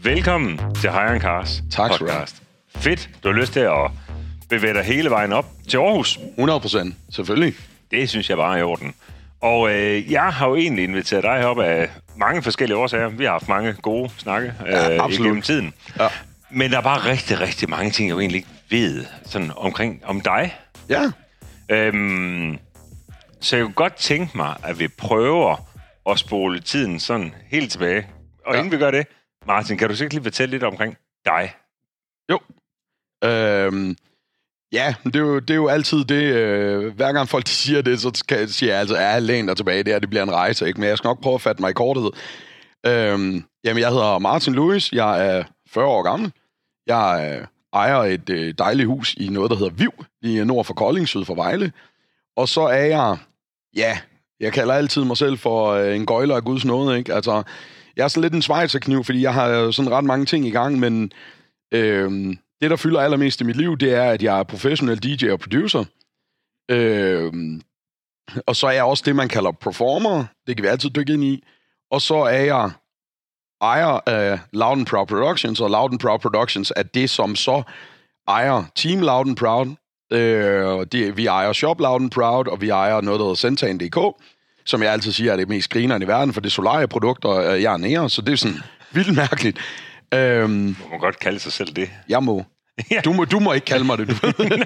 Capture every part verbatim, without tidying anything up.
Velkommen til Hire Cars tak, podcast. Fedt, du har lyst til at bevæge dig hele vejen op til Aarhus. hundrede procent, selvfølgelig. Det synes jeg bare er i orden. Og øh, jeg har jo egentlig inviteret dig herop af mange forskellige årsager. Vi har haft mange gode snakke øh, ja, igennem tiden. Ja. Men der er bare rigtig, rigtig mange ting, jeg jo egentlig ikke ved sådan omkring om dig. Ja. Øhm, så jeg kunne godt tænke mig, at vi prøver at spole tiden sådan helt tilbage. Og ja. Inden vi gør det, Martin, kan du sikkert lige fortælle lidt omkring dig? Jo. Øhm, ja, det er jo, det er jo altid det, øh, hver gang folk siger det, så skal, siger jeg altså, jeg læn dig tilbage, det her, det bliver en rejse, ikke? Men jeg skal nok prøve at fatte mig i korthed. Øhm, jamen, jeg hedder Martin Lewis, jeg er fyrre år gammel. Jeg øh, ejer et øh, dejligt hus i noget, der hedder Viv, lige nord for Kolding, syd for Vejle. Og så er jeg, ja, jeg kalder altid mig selv for øh, en gøjler af Guds nåde, ikke? Altså, jeg er sådan lidt en schweizerkniv, fordi jeg har sådan ret mange ting i gang, men øh, det, der fylder allermest i mit liv, det er, at jeg er professionel D J og producer. Øh, og så er jeg også det, man kalder performer. Det kan vi altid dykke ind i. Og så er jeg ejer af Loud and Proud Productions, og Loud and Proud Productions er det, som så ejer Team Loud and Proud. Øh, det, vi ejer Shop Loud and Proud, og vi ejer noget, der hedder Centan punktum d k, som jeg altid siger er det mest grinerende i verden, for det er Solaria-produkter, jeg er nære, så det er sådan vildt mærkeligt. Øhm, må man godt kalde sig selv det? Jeg må. Ja. Du må, du må ikke kalde mig det, du ved.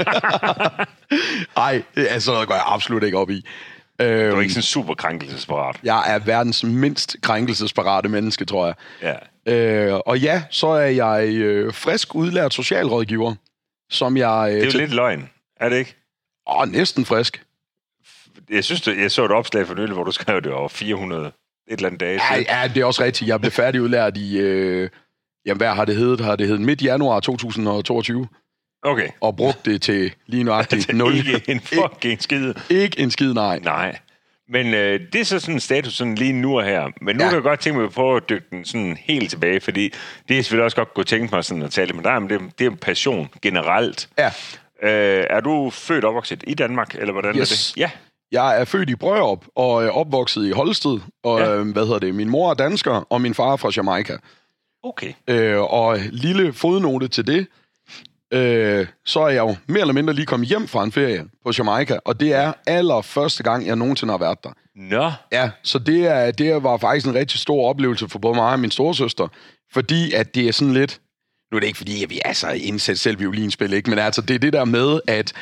Ej, altså, det går jeg absolut ikke op i. Øhm, du er ikke sådan super krænkelsesparat. Jeg er verdens mindst krænkelsesparate menneske, tror jeg. Ja. Øh, og ja, så er jeg øh, frisk udlært socialrådgiver, som jeg... Øh, det er jo til... lidt løgn, er det ikke? Åh, næsten frisk. Jeg synes, jeg så et opslag for nylig, hvor du skrev, det var fire hundrede et eller andet dage. Ja, ja, det er også rigtigt. Jeg blev færdig udlært i... Øh, jamen, hvad har det heddet? Har det heddet midt januar to tusind og toogtyve? Okay. Og brugte det til lige nøjagtigt nul. Ikke en fucking skid. Ikke en skid, nej. Nej. Men øh, det er så sådan en status sådan lige nu og her. Men nu ja. kan jeg godt tænke mig på at dykke den sådan helt tilbage, fordi det er selvfølgelig også godt kunne tænke mig sådan at tale med dig, men det, det er en passion generelt. Ja. Øh, er du født og opvokset i Danmark, eller hvordan yes. er det? Ja. Jeg er født i Brørup og opvokset i Holsted, og ja. øh, hvad hedder det? Min mor er dansker, og min far er fra Jamaica. Okay. Øh, og lille fodnote til det, øh, så er jeg jo mere eller mindre lige kommet hjem fra en ferie på Jamaica, og det er allerførste gang, jeg nogensinde har været der. Nå. Ja, så det, er, det var faktisk en rigtig stor oplevelse for både mig og min storesøster, fordi at det er sådan lidt, nu er det ikke fordi, at vi er så indsat selv violinspil, ikke? Men altså, det er det der med, at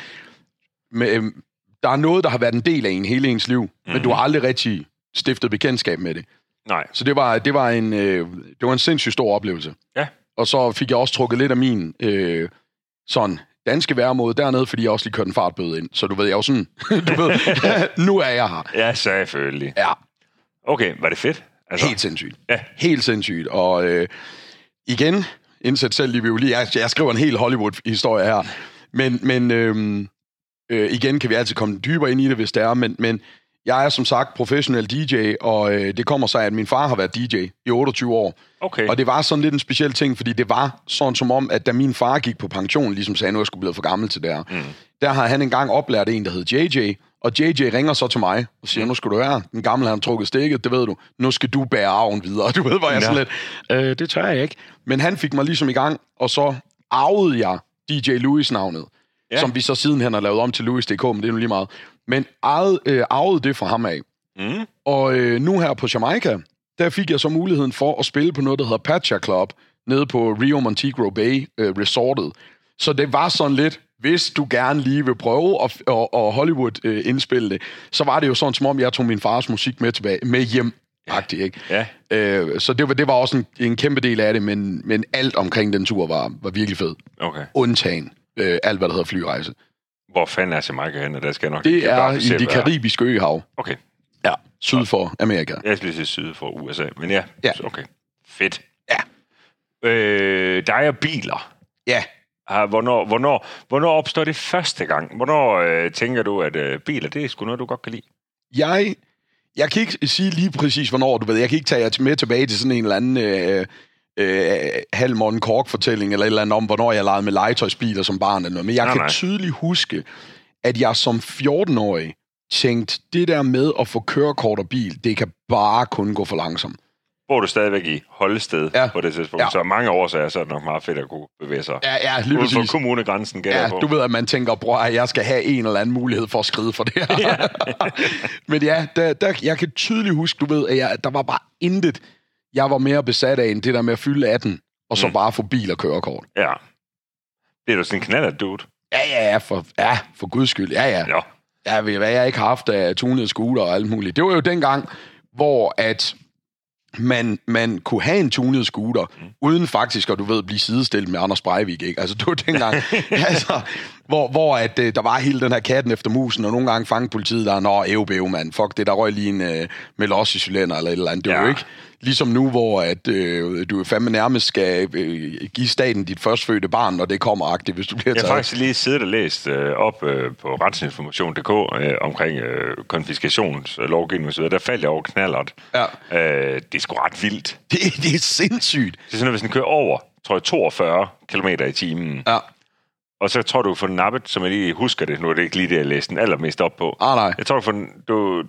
med, der er noget, der har været en del af en hele ens liv, mm-hmm. men du har aldrig rigtig stiftet bekendtskab med det. Nej. Så det var, det var en, øh, det var en sindssygt stor oplevelse. Ja. Og så fik jeg også trukket lidt af min øh, sådan danske væremåde dernede, fordi jeg også lige kørte en fartbøde ind. Så du ved, jeg jo sådan, du ved, nu er jeg her. Ja, selvfølgelig. Ja. Okay, var det fedt? Altså, helt sindssygt. Ja. Helt sindssygt. Og øh, igen, indsæt selv i violin. Jeg, jeg skriver en hel Hollywood-historie her. Men, men øh, øh, igen kan vi altid komme dybere ind i det, hvis det er. Men, men jeg er som sagt professionel D J, og øh, det kommer så af, at min far har været D J i otteogtyve år. Okay. Og det var sådan lidt en speciel ting, fordi det var sådan som om, at da min far gik på pension, ligesom sagde, nu er jeg skulle blive for gammel til det her, mm. der har han engang oplært en, der hed J J, og J J ringer så til mig og siger, mm. nu skal du være, den gamle han har trukket stikket, det ved du, nu skal du bære arven videre. Du ved, hvor jeg ja. sådan lidt, øh, det tør jeg ikke. Men han fik mig ligesom i gang, og så arvede jeg D J Lewis-navnet, ja. som vi så sidenhen har lavet om til Lewis punktum d k, men det er nu lige meget. Men arvede, øh, arvede det fra ham af. Mm. Og øh, nu her på Jamaica, der fik jeg så muligheden for at spille på noget, der hedder Pacha Club, nede på Rio Montego Bay øh, Resortet. Så det var sådan lidt, hvis du gerne lige vil prøve at, at, at Hollywood øh, indspille det, så var det jo sådan, som om jeg tog min fars musik med, tilbage, med hjem. Ja. Ikke? Ja. Øh, så det var, det var også en, en kæmpe del af det, men, men alt omkring den tur var, var virkelig fed. Okay. Undtagen øh, alt, hvad der hedder flyrejse. Hvor fanden er Jamaica henne? Der skal jeg nok det er i det karibiske øhav. Okay. Ja, syd for Amerika. Jeg skulle sige syd for U S A, men ja. ja. Okay. Fedt. Ja. Øh, dig og biler. Ja. Hvornår, hvornår, hvornår opstår det første gang? Hvornår øh, tænker du, at øh, biler, det er sgu noget, du godt kan lide? Jeg, jeg kan ikke sige lige præcis, hvornår, du ved. Jeg kan ikke tage jer med tilbage til sådan en eller anden øh, øh, halv Morten Kork-fortælling, eller et eller andet om, hvornår jeg legede med legetøjsbiler som barn eller noget. Men jeg nej, kan nej. tydeligt huske, at jeg som fjorten-årig tænkte, det der med at få kørekort og bil, det kan bare kun gå for langsomt. bor du stadigvæk i Holsted ja. på det tidspunkt. Ja. Så mange årsager, så er det nok meget fedt at kunne bevæge sig ja, ja, lige uden for kommunegrænsen. Ja, på. Du ved, at man tænker, bror, jeg skal have en eller anden mulighed for at skride for det her. Ja. Men ja, der, der, jeg kan tydeligt huske, du ved, at jeg, der var bare intet, jeg var mere besat af, end det der med at fylde atten, og så mm. bare få bil og kørekort. Ja. Det er jo sådan en knaller, dude. Ja, ja, ja, for, ja, for guds skyld. Ja, ja. Ja. Ja, ved hvad jeg ikke har haft af tunede scooter og alt muligt. Det var jo dengang, hvor at man, man kunne have en tunet scooter, mm. uden faktisk, og du ved, blive sidestillet med Anders Breivik, ikke? Altså, det var dengang, altså, hvor, hvor at, der var hele den her katten efter musen, og nogle gange fangede politiet der, nå, ævbæv, mand, fuck det, der røg lige en uh, melos i cylinder eller et eller andet. Det var ja. jo ikke ligesom nu, hvor at, øh, du fandme nærmest skal øh, give staten dit førstfødte barn, når det kommer agtigt, hvis du bliver taget. Jeg har faktisk lige siddet og læst øh, op øh, på retsinformation punktum d k øh, omkring øh, konfiskationslovgivning og så videre. Der faldt jeg over knallert. Ja. Øh, det er sgu ret vildt. Det, det er sindssygt. Det er sådan, at hvis den kører over, tror jeg, toogfyrre kilometer i timen, ja. og så tror du får nappet, som jeg lige husker det, nu er det ikke lige det, jeg læste den allermest op på. Ah, nej. Jeg tror, du, får, du,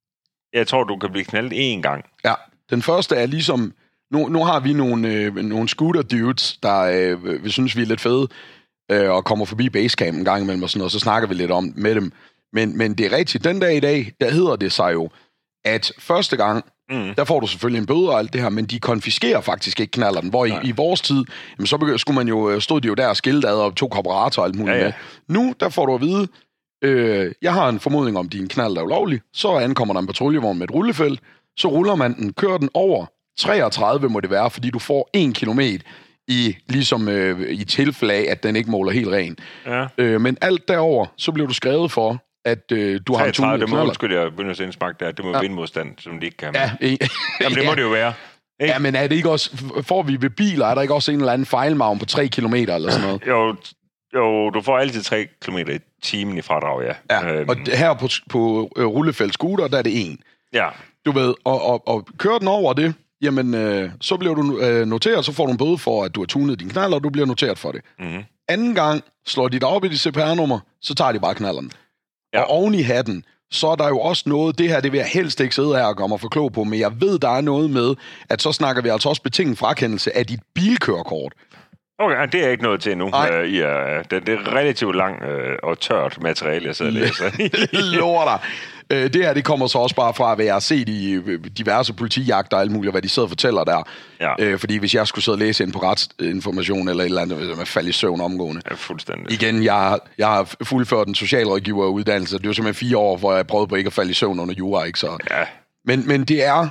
jeg tror, du kan blive knaldet én gang. Ja. Den første er ligesom, nu, nu har vi nogle, øh, nogle scooter dudes, der øh, vi synes, vi er lidt fede, øh, og kommer forbi Basecamp en gang imellem og sådan noget, og så snakker vi lidt om med dem. Men, men det er rigtigt, den dag i dag, der hedder det sig jo, at første gang, mm. der får du selvfølgelig en bøde og alt det her, men de konfiskerer faktisk ikke knalleren, hvor i, i vores tid, jamen, så begynd, skulle man jo, stod de jo der og skilte ad og tog kooperator og alt muligt ja, ja. med. Nu, der får du at vide, øh, jeg har en formodning om, din knald er ulovlig, så ankommer der en patruljevogn med et rullefelt, så ruller man den, kører den over treogtredive må det være, fordi du får en kilometer i, ligesom øh, i tilfælde af, at den ikke måler helt ren. Ja. Øh, men alt derover, så bliver du skrevet for, at øh, du har en tunet det må, skulle jeg begynde at sende smak der. Det må ja. vindmodstand, som de ikke kan have. Ja, Jamen, det må ja. det jo være. Ikke? Ja, men er det ikke også, får vi ved biler, er der ikke også en eller anden fejlmargen på tre kilometer eller sådan noget? Jo, jo, du får altid tre kilometer i timen i fradrag, ja. Ja, øhm. og her på, på uh, rullefelt scooter, der er det en. Ja. Du ved, og, og, og kører den over det, jamen, øh, så bliver du øh, noteret, så får du en bøde for, at du har tunet din knaller, og du bliver noteret for det. Mm-hmm. Anden gang, slår de dig op i dit C P R-nummer, så tager de bare knalleren. Ja. Og oven i hatten, så er der jo også noget, det her, det vil jeg helst ikke sidde her og komme og forklare på, men jeg ved, der er noget med, at så snakker vi altså også betinget frakendelse af dit bilkørekort. Okay, det er ikke noget til endnu. Uh, ja, det, det er relativt langt uh, og tørt materiale, jeg sidder og læser. Lover dig. Det her, det kommer så også bare fra, hvad jeg har set i diverse politijagter og alt muligt, og hvad de sidder og fortæller der. Ja. Øh, fordi hvis jeg skulle sidde og læse ind på retsinformation eller et eller andet, ville jeg falde i søvn omgående. Ja, fuldstændig. Igen, jeg, jeg har fuldført en socialrådgiveruddannelse. Det var simpelthen fire år, hvor jeg prøvede på ikke at falde i søvn under jura, ikke? Så. Ja. Men, men det er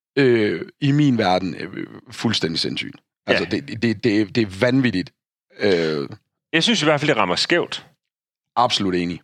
øh, i min verden øh, fuldstændig sindssygt. Altså, ja. det, det, det, det er vanvittigt. Øh, jeg synes i hvert fald, det rammer skævt. Absolut enig.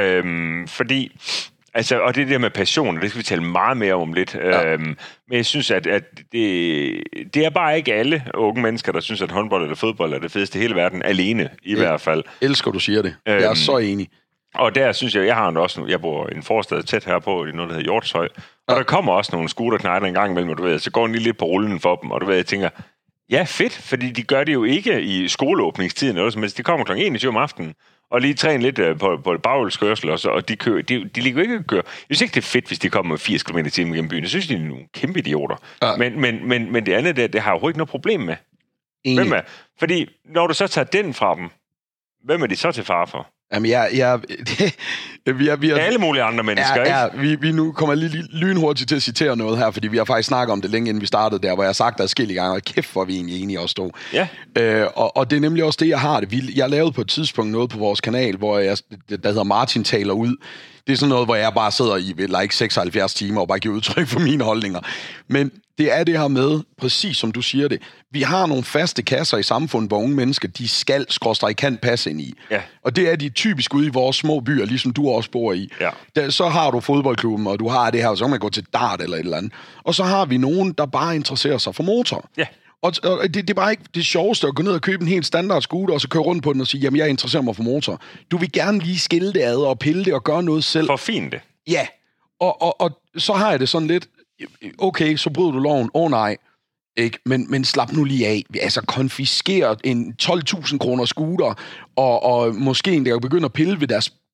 Øhm, fordi... Altså, og det der med passion, det skal vi tale meget mere om lidt. Ja. Øhm, men jeg synes, at, at det, det er bare ikke alle unge mennesker, der synes, at håndbold eller fodbold er det fedeste i hele verden, alene i ja. hvert fald. Elsker, du siger det. Øhm, jeg er så enig. Og der synes jeg, jeg har også, jeg bor i en forstad tæt herpå, i noget, der hedder Hjortshøj, og ja. der kommer også nogle scooterknejder en gang imellem, og du ved, så går den lige lidt på rullen for dem, og du ved, jeg tænker, ja, fedt, fordi de gør det jo ikke i skoleåbningstiden, eller sådan, men de kommer klokken enogtyve om aftenen, og lige træne lidt på, på baghjulskørsel, og, så, og de kører, de, de ligger ikke at køre. Jeg synes ikke, det er fedt, hvis de kommer med firs kilometer i timen gennem byen. Jeg synes, de er nogle kæmpe idioter. Ja. Men, men, men, men det andet, det, det har jeg overhovedet ikke noget problem med. Enig. Hvem er? Fordi når du så tager den fra dem, hvem er de så til far for? Jamen, jeg... jeg vi er, vi er, alle mulige andre mennesker, ja, ikke? Ja, vi, vi nu kommer lige lynhurtigt til at citere noget her, fordi vi har faktisk snakket om det længe inden vi startede der, hvor jeg har sagt der adskillige gange, og kæft hvor vi egentlig enige også stod. Ja. Øh, og, og det er nemlig også det, jeg har det. Vi, jeg lavede på et tidspunkt noget på vores kanal, hvor jeg, der hedder Martin taler ud. Det er sådan noget, hvor jeg bare sidder i like seksoghalvfjerds timer og bare giver udtryk for mine holdninger. Men det er det her med, præcis som du siger det, vi har nogle faste kasser i samfundet, hvor unge mennesker, de skal skråstrege kan passe ind i. Ja. Og det er de typisk ude i vores små byer, ligesom du også bor i. Ja. Der, så har du fodboldklubben, og du har det her, og så kan man gå til dart eller et eller andet. Og så har vi nogen, der bare interesserer sig for motor. Ja. Og, og det, det er bare ikke det sjoveste at gå ned og købe en helt standard scooter, og så køre rundt på den og sige, jamen jeg interesserer mig for motor. Du vil gerne lige skille det ad og pille det og gøre noget selv. For fint det. Ja, og, og, og så har jeg det sådan lidt, okay, så bryder du loven, åh oh, nej, ikke? Men, men slap nu lige af. Altså konfiskere en tolv tusind kroner scooter, og, og måske endda begynde at pille ved deres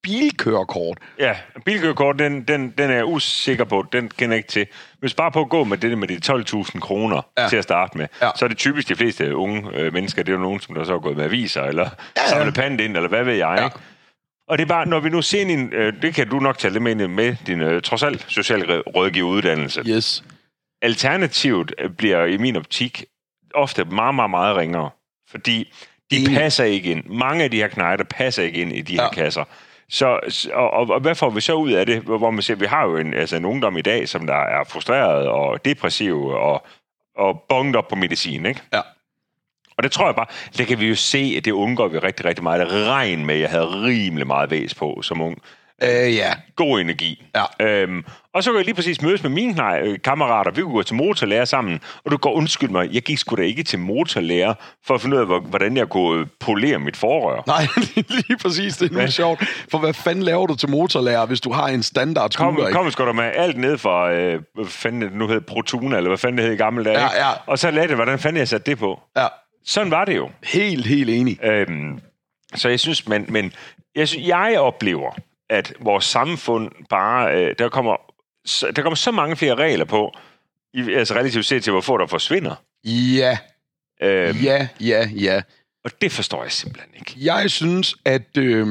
bilkørekort. Ja, bilkørekort, den, den, den er jeg usikker på. Den kender jeg ikke til. Hvis bare på at gå med det med de tolv tusind kroner ja. til at starte med, ja. så er det typisk de fleste unge øh, mennesker, det er jo nogen, som der så er gået med aviser, eller ja, ja. samlet pant ind, eller hvad ved jeg, ja. ikke? Og det er bare, når vi nu ser en, øh, det kan du nok tage lidt med med din øh, trods alt social rådgiveruddannelse. Yes. Alternativet bliver i min optik ofte meget, meget, meget ringere, fordi de Enig. passer ikke ind. Mange af de her knejder passer ikke ind i de her ja. kasser. Så, og, og, og hvad får vi så ud af det? Hvor man siger, vi har jo en, altså en ungdom i dag, som der er frustreret og depressiv og, og bonget op på medicin, ikke? Ja. Og det tror jeg bare, det kan vi jo se, at det undgår vi rigtig, rigtig meget. Det regn med, jeg havde rimelig meget væs på som ung. Øh, ja. God energi. Ja. Øhm, og så kan jeg lige præcis mødes med mine nej, kammerater. Vi kunne gå til motorlærer sammen. Og du går, undskyld mig, jeg gik sgu da ikke til motorlærer for at finde ud af, hvordan jeg kunne polere mit forrør. Nej, lige præcis. Det er noget sjovt. For hvad fanden laver du til motorlærer, hvis du har en standard Kom, kom sgu da med alt ned fra, øh, hvad fanden det nu hed, Protuna, eller hvad fanden det hed i gamle dage. Ja, ja. Og så lærte jeg, hvordan fanden jeg satte det på. Ja. Sådan var det jo. Helt, helt enig. Øhm, så jeg synes, men, men jeg, synes, jeg oplever, at vores samfund bare, øh, der kommer så, der kommer så mange flere regler på, i, altså relativt set til, hvor få der forsvinder. Ja. Øhm, ja, ja, ja. Og det forstår jeg simpelthen ikke. Jeg synes, at... Øh,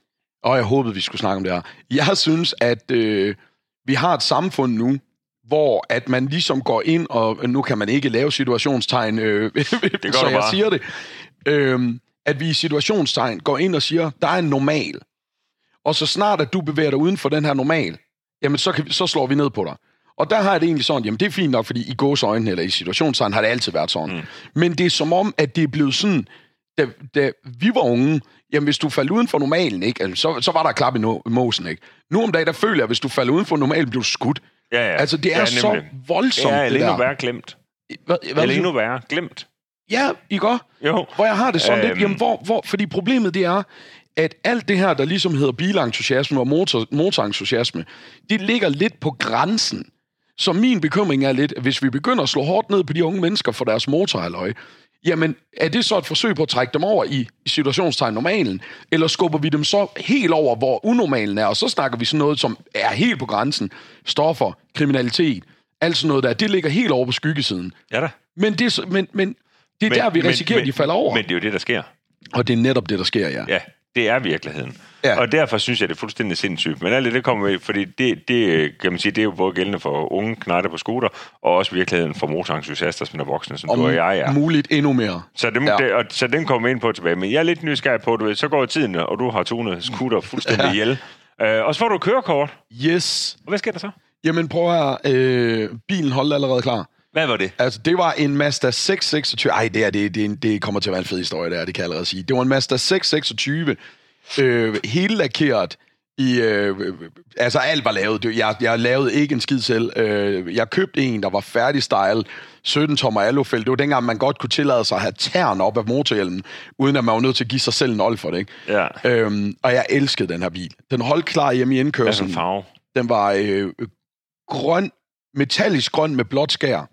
og jeg håbede, vi skulle snakke om det her. Jeg synes, at øh, vi har et samfund nu, hvor at man ligesom går ind, og nu kan man ikke lave situationstegn, øh, det så jeg bare. siger det, øh, at vi i situationstegn går ind og siger, der er en normal. Og så snart, at du bevæger dig uden for den her normal, jamen så, kan vi, så slår vi ned på dig. Og der har jeg det egentlig sådan, jamen det er fint nok, fordi i gåseøjne eller i situationstegn har det altid været sådan. Mm. Men det er som om, at det er blevet sådan, da, da vi var unge, jamen hvis du faldt uden for normalen, ikke, altså, så, så var der klap i, no, i mosen, ikke? Nu om dagen, der føler jeg, at hvis du falder uden for normalen, bliver du skudt. Ja, ja. Altså, det er, ja, så voldsomt, ja, det der. Ja, endnu værre glemt. Hvad, hvad eller endnu værre glemt. Ja, I går. Jo. Hvor jeg har det sådan øhm. lidt, jamen hvor, hvor, fordi problemet det er, at alt det her, der ligesom hedder bilentusiasme og motor, motorentusiasme, det ligger lidt på grænsen. Så min bekymring er lidt, at hvis vi begynder at slå hårdt ned på de unge mennesker for deres motorhalløj, jamen er det så et forsøg på at trække dem over i, i situationstegn normalen, eller skubber vi dem så helt over, hvor unormalen er, og så snakker vi sådan noget, som er helt på grænsen. Stoffer, kriminalitet, alt sådan noget der, det ligger helt over på skyggesiden. Ja da. Men det, men, men, det er men, der, vi risikerer, men, at de falder over. Men det er jo det, der sker. Og det er netop det, der sker, ja. Ja, det er virkeligheden. Ja. Og derfor synes jeg, det er fuldstændig sindssygt. Men alt det, det kommer med, fordi det, det, kan man sige, det er jo både gældende for unge knejder på scooter, og også virkeligheden for motorentusiaster, som er voksne, som og du og jeg er. Muligt endnu mere. Så, dem, ja. det, og, så den kommer ind på tilbage. Men jeg er lidt nysgerrig på, du ved, så går tiden, og du har tunet scooter fuldstændig ja. ihjel. Uh, og så får du kørekort. Yes. Og hvad sker der så? Jamen prøv at øh, bilen holdt allerede klar. Hvad var det? Altså, det var en Mazda seks seksogtyve. Ej, det, er, det, det, det kommer til at være en fed historie, der, det kan jeg allerede sige. Det var en Mazda seks seksogtyve, øh, helt lakeret i... Øh, altså, alt var lavet. Jeg, jeg lavede ikke en skid selv. Øh, jeg købte en, der var færdigstylet, sytten tommer alufelt. Det var dengang, man godt kunne tillade sig at have tæren op af motorhjelmen, uden at man var nødt til at give sig selv en old for det, ikke? Ja. Øhm, og jeg elskede den her bil. Den holdt klar hjemme i indkørslen. Hvad for farve? Den var øh, grøn, metallisk grøn med blåt skær.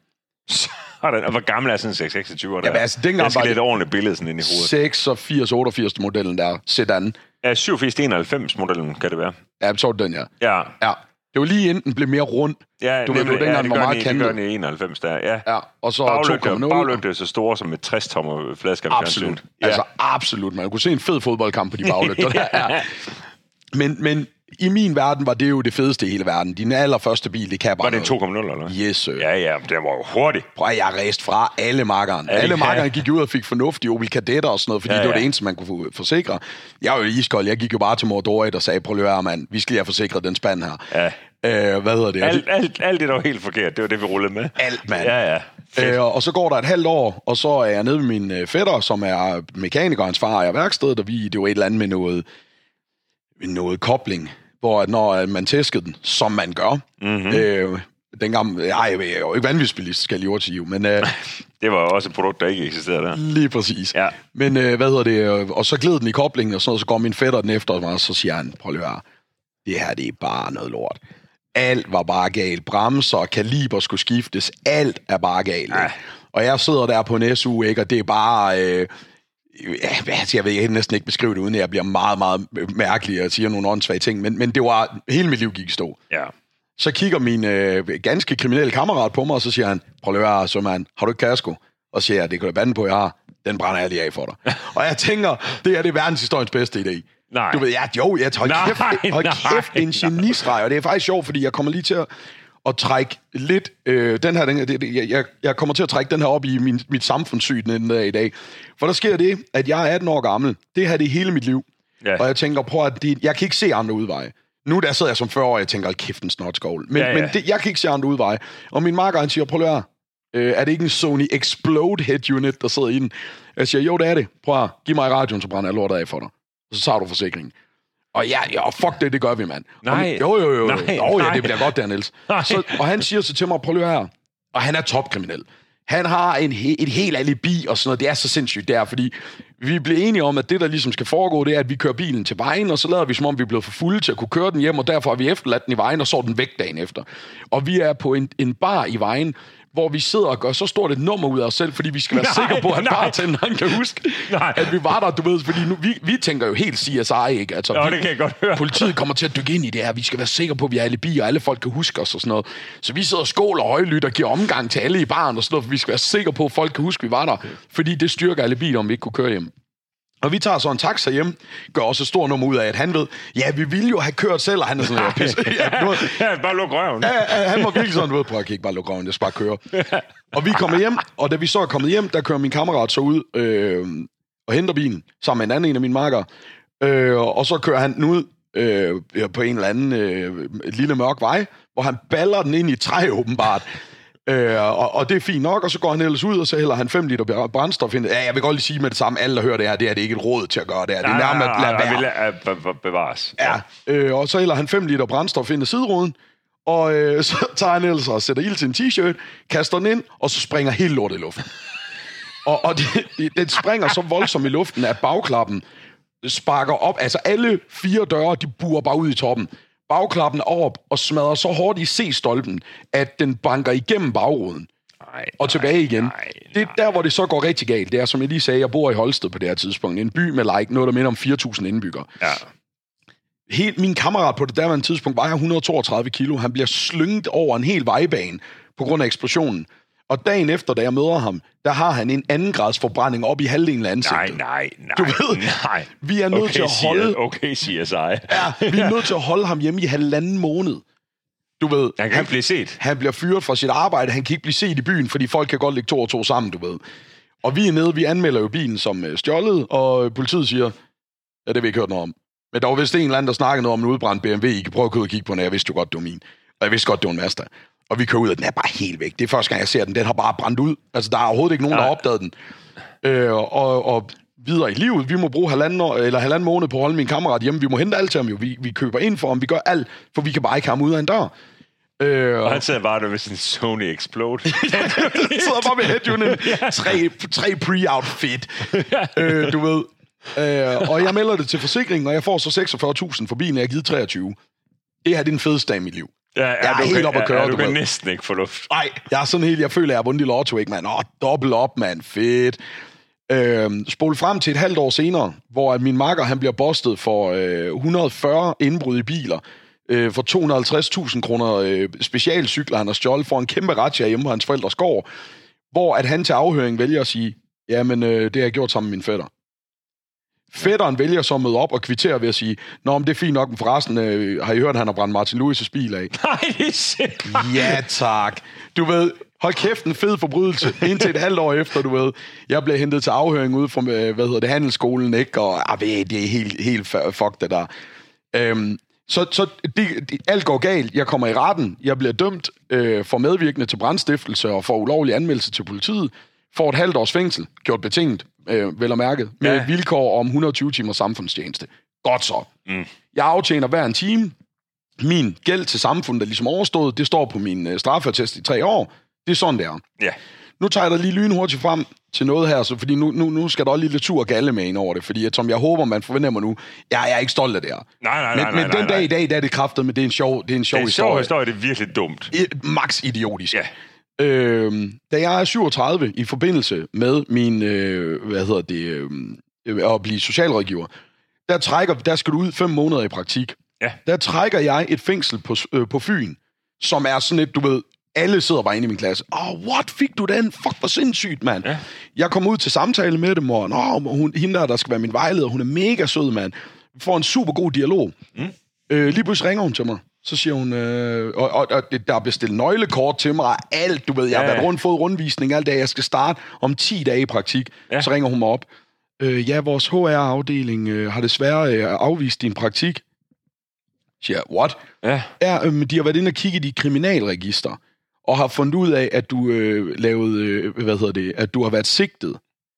Sådan. Og hvor gammel er sådan en seks seksogtyve? Ja, altså, dengang jeg skal lidt ordentligt billede sådan ind i hovedet. seksogfirs otteogfirs modellen der, sedan. Ja, syvogfirs enoghalvfems modellen kan det være. Ja, så den, ja. Ja. Ja. Det var lige inden den blev mere rund. Ja, du ved, det var dengang, den var meget kantet. Det gør den i enoghalvfems der, ja. Ja, og så to komma nul. Baglygte så store som et tres tommer fladskærm. Absolut. Ja. Altså, absolut. Man kunne se en fed fodboldkamp på de baglygter der. Ja. Men, men i min verden var det jo det fedeste i hele verden. Din allerførste bil, det kan bare var det en to komma nul, eller? Yes, sir. Ja, ja, det var jo hurtigt. Prøv at jeg rejste fra alle markerne. Alle markerne gik ud og fik fornuftige Opel Kadetter og sådan noget, fordi ja, ja. det var det eneste, man kunne forsikre. Jeg var jo iskold. Jeg gik jo bare til Mordorit og sagde, prøv at høre, mand, vi skal lige have forsikret den spand her. Ja. Øh, hvad hedder det? Alt, alt, alt det, der var helt forkert. Det var det, vi rullede med. Alt, mand. Ja, ja. Øh, og så går der et halvt år, og så er jeg nede med min øh, fætter, som er mekaniker, hans far er værkstedet, og vi, det var et eller andet med noget, med noget kobling, hvor når man tæskede den, som man gør, mm-hmm. øh, dengang, ej, jeg er jo ikke vanvidsbilist, skal jeg lige overtige, men... Øh, det var også et produkt, der ikke eksisterede der. Lige præcis. Ja. Men øh, hvad hedder det, og så gled den i koblingen, og sådan noget, så går min fætter den efter mig, og så siger han, prøv lige at høre, det her, det er bare noget lort. Alt var bare galt. Bremser og kaliber skulle skiftes. Alt er bare galt. Og jeg sidder der på en S U, ikke? Og det er bare... Øh, Ja, jeg ved, jeg kan næsten ikke beskrive det, uden at jeg bliver meget, meget mærkelig og siger nogle åndssvage ting, men, men det var, hele mit liv gik i stå. Ja. Så kigger min øh, ganske kriminelle kammerat på mig, og så siger han, prøv at høre, så man, har du ikke kasko? Og så siger jeg, det kan du bande på, jeg har. Den brænder jeg lige af for dig. Og jeg tænker, det er det verdenshistoriens bedste idé. Nej. Du ved, ja, jo, jeg tager hold kæft, hold kæft en genistreg, og det er faktisk sjovt, fordi jeg kommer lige til at, at trække lidt, øh, den her, den, det, jeg, jeg kommer til at trække den her op i min, mit samfundssyn den der i dag. For der sker det, at jeg er atten år gammel. Det her, det er hele mit liv. Ja. Og jeg tænker, prøv at det, jeg kan ikke se andre udveje. Nu der sidder jeg som fyrre år, og jeg tænker, hold kæft en snotskål. Men, ja, ja. men det, jeg kan ikke se andre udveje. Og min marker, han siger, prøv at høre, øh, er det ikke en Sony Explode Head Unit, der sidder i den? Jeg siger, jo, det er det. Prøv at give mig radioen, så brænder jeg lortet af for dig. Og så tager du forsikringen. Og ja, ja, fuck det, det gør vi, mand. Nej. Og, jo, jo, jo. Nej, jo ja, nej. det bliver godt der, Niels. Så, og han siger så til mig, prøv lige her. Og han er topkriminel. Han har en he- et helt alibi og sådan noget. Det er så sindssygt der, fordi vi blev enige om, at det, der ligesom skal foregå, det er, at vi kører bilen til vejen, og så lader vi, som om vi er blevet for fulde til at kunne køre den hjem, og derfor har vi efterladt den i vejen, og så den væk dagen efter. Og vi er på en, en bar i vejen, hvor vi sidder og gør så stort et nummer ud af os selv, fordi vi skal være nej, sikre på, at bartenderen kan huske, nej. at vi var der, du ved, fordi nu, vi, vi tænker jo helt C S I, ikke? Altså, jo, vi, det kan jeg godt høre. Politiet kommer til at dykke ind i det her, vi skal være sikre på, at vi har alibi, og alle folk kan huske os og sådan noget. Så vi sidder og skåler og højlydt og giver omgang til alle i baren og sådan noget, for vi skal være sikre på, at folk kan huske, at vi var der, fordi det styrker alibi, om vi ikke kunne køre hjem. Og vi tager så en taxa hjem, gør også et stort nummer ud af, at han ved, ja, vi ville jo have kørt selv, og han er sådan, ja, pisse. Ja, nu, ja, bare luk røven. Ja, han var virkelig sådan, ved, prøv at ikke bare lukke røven, jeg skal bare køre. Og vi kommer hjem, og da vi så er kommet hjem, der kører min kammerat så ud øh, og henter bilen, sammen med en anden en af mine marker, øh, og så kører han den ud øh, på en eller anden øh, lille mørk vej, hvor han baller den ind i et træ, åbenbart. Øh, og, og det er fint nok, og så går han ellers ud, og så hælder han fem liter brændstof ind. Ja, jeg vil godt lige sige med det samme, alle der hører det her, det er det ikke et råd til at gøre det her. Det er nærmest at lade være. Vil bevares. Ja, øh, og så hælder han fem liter brændstof ind i sideruden, og øh, så tager han ellers og sætter ild til en t-shirt, kaster den ind, og så springer hele lortet i luften. og og det, det, det springer så voldsomt i luften, at bagklappen sparker op. Altså alle fire døre, de buer bare ud i toppen. Bagklappen op og smadrer så hårdt i C-stolpen, at den banker igennem bagruden. Nej, og tilbage igen. Nej, nej. Det er der, hvor det så går rigtig galt. Det er, som jeg lige sagde, jeg bor i Holsted på det her tidspunkt. En by med like noget, der minder om fire tusind indbyggere. Ja. Helt, min kammerat på det derværende tidspunkt vejer et hundrede og toogtredive kilo. Han bliver slynget over en hel vejbane på grund af eksplosionen. Og dagen efter, da jeg møder ham, der har han en anden grads forbrænding op i halvdelen af ansigtet. Nej, nej, nej. Du ved, nej. Vi er nødt okay, til at holde... Okay, siger sig. Ja, vi er nødt til at holde ham hjemme i halvanden måned. Du ved... Han kan han, ikke blive set. Han bliver fyret fra sit arbejde. Han kan ikke blive set i byen, fordi folk kan godt lægge to og to sammen, du ved. Og vi er nede, vi anmelder jo bilen som uh, stjålet, og politiet siger, ja, det har vi ikke hørt noget om. Men der var vist en eller anden, der snakkede noget om en udbrændt B M W. I kan prøve at gå ud og kigge på den, jeg vidste jo godt, det var min. Og jeg vidste godt, det var en Mazda. Og vi kører ud, og den er bare helt væk. Det er første gang, jeg ser den. Den har bare brændt ud. Altså, der er overhovedet ikke nogen, der har opdaget den. Øh, og, og videre i livet. Vi må bruge halvanden, år, eller halvanden måned på at holde min kammerat hjemme. Vi må hente alt til ham jo. Vi, vi køber ind for ham. Vi gør alt, for vi kan bare ikke have ham ud af en dør. Øh, og han sidder bare der med sin Sony Explode. Han sidder bare med headunit. Tre, tre pre-outfit. øh, du ved. Øh, og jeg melder det til forsikringen, og jeg får så seksogfyrre tusind for bilen, jeg har givet treogtyve. Det her det er den fedeste dag i mit liv. Ja, ja, jeg er helt oppe at køre. Ja, du, du kan næsten ikke få luft. Nej, jeg er sådan helt, jeg føler, jeg har vundet i lotto, ikke, mand? Åh, dobbelt op, mand. Fedt. Øhm, spol frem til et halvt år senere, hvor at min makker, han bliver bustet for øh, et hundrede og fyrre indbrud i biler, øh, for to hundrede og halvtreds tusind kroner øh, specialcykler, han har stjålet for en kæmpe razzia hjemme på hans forældres gård, hvor at han til afhøring vælger at sige, jamen, øh, det har jeg gjort sammen med min fætter. Fætteren vælger så at møde op og kvittere ved at sige, nå, men det er fint nok, men forresten øh, har I hørt, at han har brændt Martin Lewis' bil af? Nej, det er sindssygt. Ja, tak. Du ved, hold kæft, en fed forbrydelse. Indtil et halvt år efter, du ved, jeg blev hentet til afhøring ude fra, hvad hedder det, handelsskolen, ikke? Og ah, det er helt, helt fuck det der. Øhm, så så det, det, alt går galt. Jeg kommer i retten. Jeg bliver dømt øh, for medvirkende til brandstiftelse og for ulovlig anmeldelse til politiet. Får et halvt års fængsel, gjort betinget, øh, vel og mærket, med ja. vilkår om et hundrede og tyve timers samfundstjeneste. Godt så. Mm. Jeg aftjener hver en time. Min gæld til samfundet er ligesom overstået. Det står på min øh, straffeattest i tre år. Det er sådan, det er. Ja. Nu tager jeg dig lige lynhurtigt frem til noget her, så, fordi nu, nu, nu skal der også lige lidt tur og galle med ind over det, fordi at, som jeg håber, man fornemmer nu, jeg, jeg er ikke stolt af det her. Nej, nej, men, nej, men nej, den nej, dag nej. i dag, der er det kraftet, men det er en sjov, det er en sjov det er en historie. sjov historie, det er virkelig dumt. I, max idiotisk. Ja. Øhm, da jeg er syvogtredive i forbindelse med min, øh, hvad hedder det, øh, øh, at blive socialrådgiver, der, trækker, der skal du ud fem måneder i praktik. Ja. Der trækker jeg et fængsel på, øh, på Fyn, som er sådan et, du ved, alle sidder bare inde i min klasse. Åh, oh, what? Fik du den? Fuck, hvor sindssygt, mand. Ja. Jeg kommer ud til samtale med dem, og oh, hun, hende der, der skal være min vejleder, hun er mega sød, mand. Vi får en super god dialog. Mm. Øh, lige pludselig ringer hun til mig. Så siger hun, øh, og, og, og der er bestilt nøglekort til mig, alt, du ved, jeg har ja, ja. været rundt, fået rundvisning, alt det, jeg skal starte om ti dage i praktik. Ja. Så ringer hun mig op. Øh, ja, vores H R-afdeling øh, har desværre øh, afvist din praktik. Siger what? Ja. Ja, øh, de har været inde og kigge i de kriminalregister, og har fundet ud af, at du øh, lavede, øh, hvad hedder det, at du har været sigtet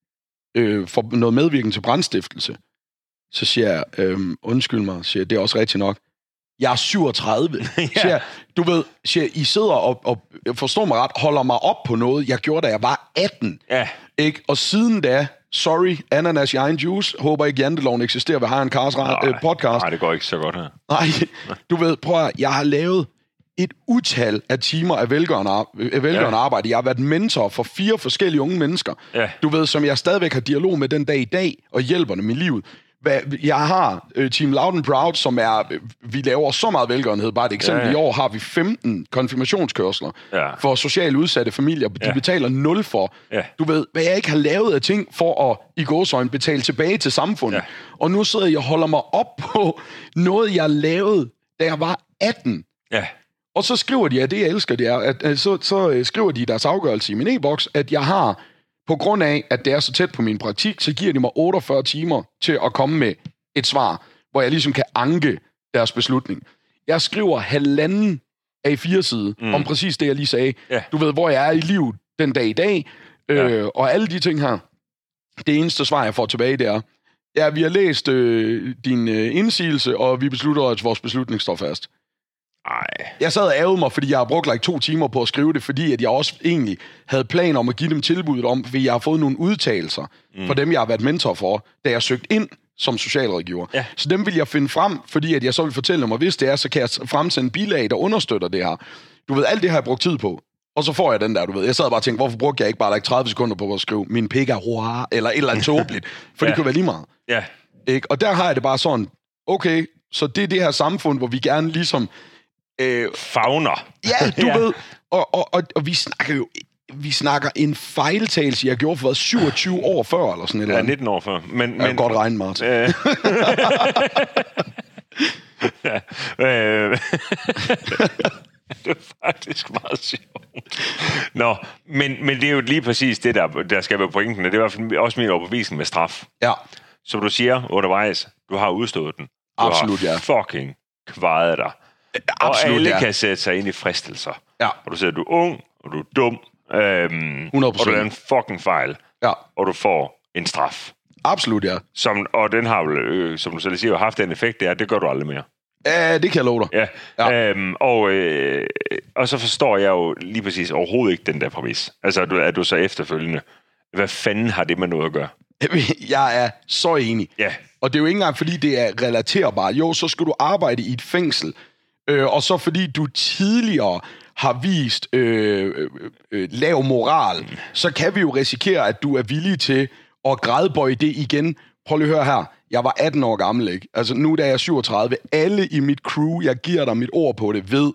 øh, for noget medvirkning til brandstiftelse. Så siger jeg, øh, undskyld mig, siger jeg, det er også rigtigt nok. Jeg er syvogtredive. Ja. Siger, du ved, siger, I sidder og, og forstår mig ret, holder mig op på noget, jeg gjorde, da jeg var atten. Ja. Ikke? Og siden da, sorry, ananas i egen juice, håber ikke, janteloven eksisterer ved High and Cars øh, podcast. Nej, det går ikke så godt her. Nej, du ved, prøv at, jeg har lavet et utal af timer af velgørende, af velgørende ja. arbejde. Jeg har været mentor for fire forskellige unge mennesker, ja. du ved, som jeg stadigvæk har dialog med den dag i dag, og hjælper dem i livet. Jeg har uh, Team Loud and Proud, som er, vi laver så meget velgørenhed. Bare et eksempel, ja, ja. i år har vi femten konfirmationskørsler ja. for socialt udsatte familier. De ja. betaler nul for. Ja. Du ved, hvad jeg ikke har lavet af ting for at, i gåseøjne, betale tilbage til samfundet. Ja. Og nu sidder jeg og holder mig op på noget, jeg lavede, da jeg var atten. Ja. Og så skriver de, at det jeg elsker, det er, at, at så, så skriver de i deres afgørelse i min e-boks, at jeg har... På grund af, at det er så tæt på min praktik, så giver de mig otteogfyrre timer til at komme med et svar, hvor jeg ligesom kan anke deres beslutning. Jeg skriver halvanden A fire side mm. om præcis det, jeg lige sagde. Ja. Du ved, hvor jeg er i livet den dag i dag, øh, ja. og alle de ting her. Det eneste svar, jeg får tilbage, det er, ja, vi har læst øh, din øh, indsigelse, og vi beslutter, at vores beslutning står fast. Ej. Jeg sad og ærgede mig, fordi jeg har brugt like to timer på at skrive det, fordi at jeg også egentlig havde planer om at give dem tilbuddet om, fordi jeg har fået nogle udtalelser mm. for dem, jeg har været mentor for, da jeg søgte ind som socialrådgiver. Ja. Så dem vil jeg finde frem, fordi at jeg så vil fortælle dem, og hvis det er, så kan jeg fremsende bilag, der understøtter det her. Du ved, alt det har jeg brugt tid på. Og så får jeg den der, du ved. Jeg sad bare og tænkte, hvorfor brugte jeg ikke bare like tredive sekunder på at skrive, min pik er roar, eller et eller andet tåbeligt. For ja. det kunne være lige meget. Ja. Ikke? Og der har jeg det bare sådan, okay, så det er det her samfund, hvor vi gerne ligesom Øh, Fagner. Ja, du ja. ved. Og, og, og, og vi snakker jo... Vi snakker en fejltagelse, jeg gjorde for syvogtyve år før, eller sådan et eller andet. Ja, nitten år før. Men, jeg kan men, godt regne, Martin. Øh, ja, øh, det er faktisk meget sjovt. Nå, men, men det er jo lige præcis det, der, der skal være pointen. Det er i hvert fald også min overbevisning med straf. Ja. Som du siger undervejs, du har udstået den. Du Absolut, har ja. fucking kvaret dig. Absolut, og alle ja. kan sætte sig ind i fristelser. Ja. Og du siger, du er ung, og du er dum, øhm, hundrede procent. og du laver en fucking fejl, ja. og du får en straf. Absolut, ja. Som, og den har øh, som du selv siger, haft den effekt, det er, det gør du aldrig mere. Ja, det kan jeg love dig. Ja. Ja. Øhm, og, øh, og så forstår jeg jo lige præcis overhovedet ikke den der præmis. Altså, du, er du så efterfølgende. Hvad fanden har det med noget at gøre? Jeg er så enig. Ja. Og det er jo ikke engang, fordi det er relaterbart. Jo, så skal du arbejde i et fængsel. Øh, og så fordi du tidligere har vist øh, øh, øh, lav moral, mm. så kan vi jo risikere, at du er villig til at gradbøje det igen. Prøv lige at høre her. Jeg var atten år gammel, ikke? Altså nu da jeg er syvogtredive. Alle i mit crew, jeg giver dig mit ord på det, ved,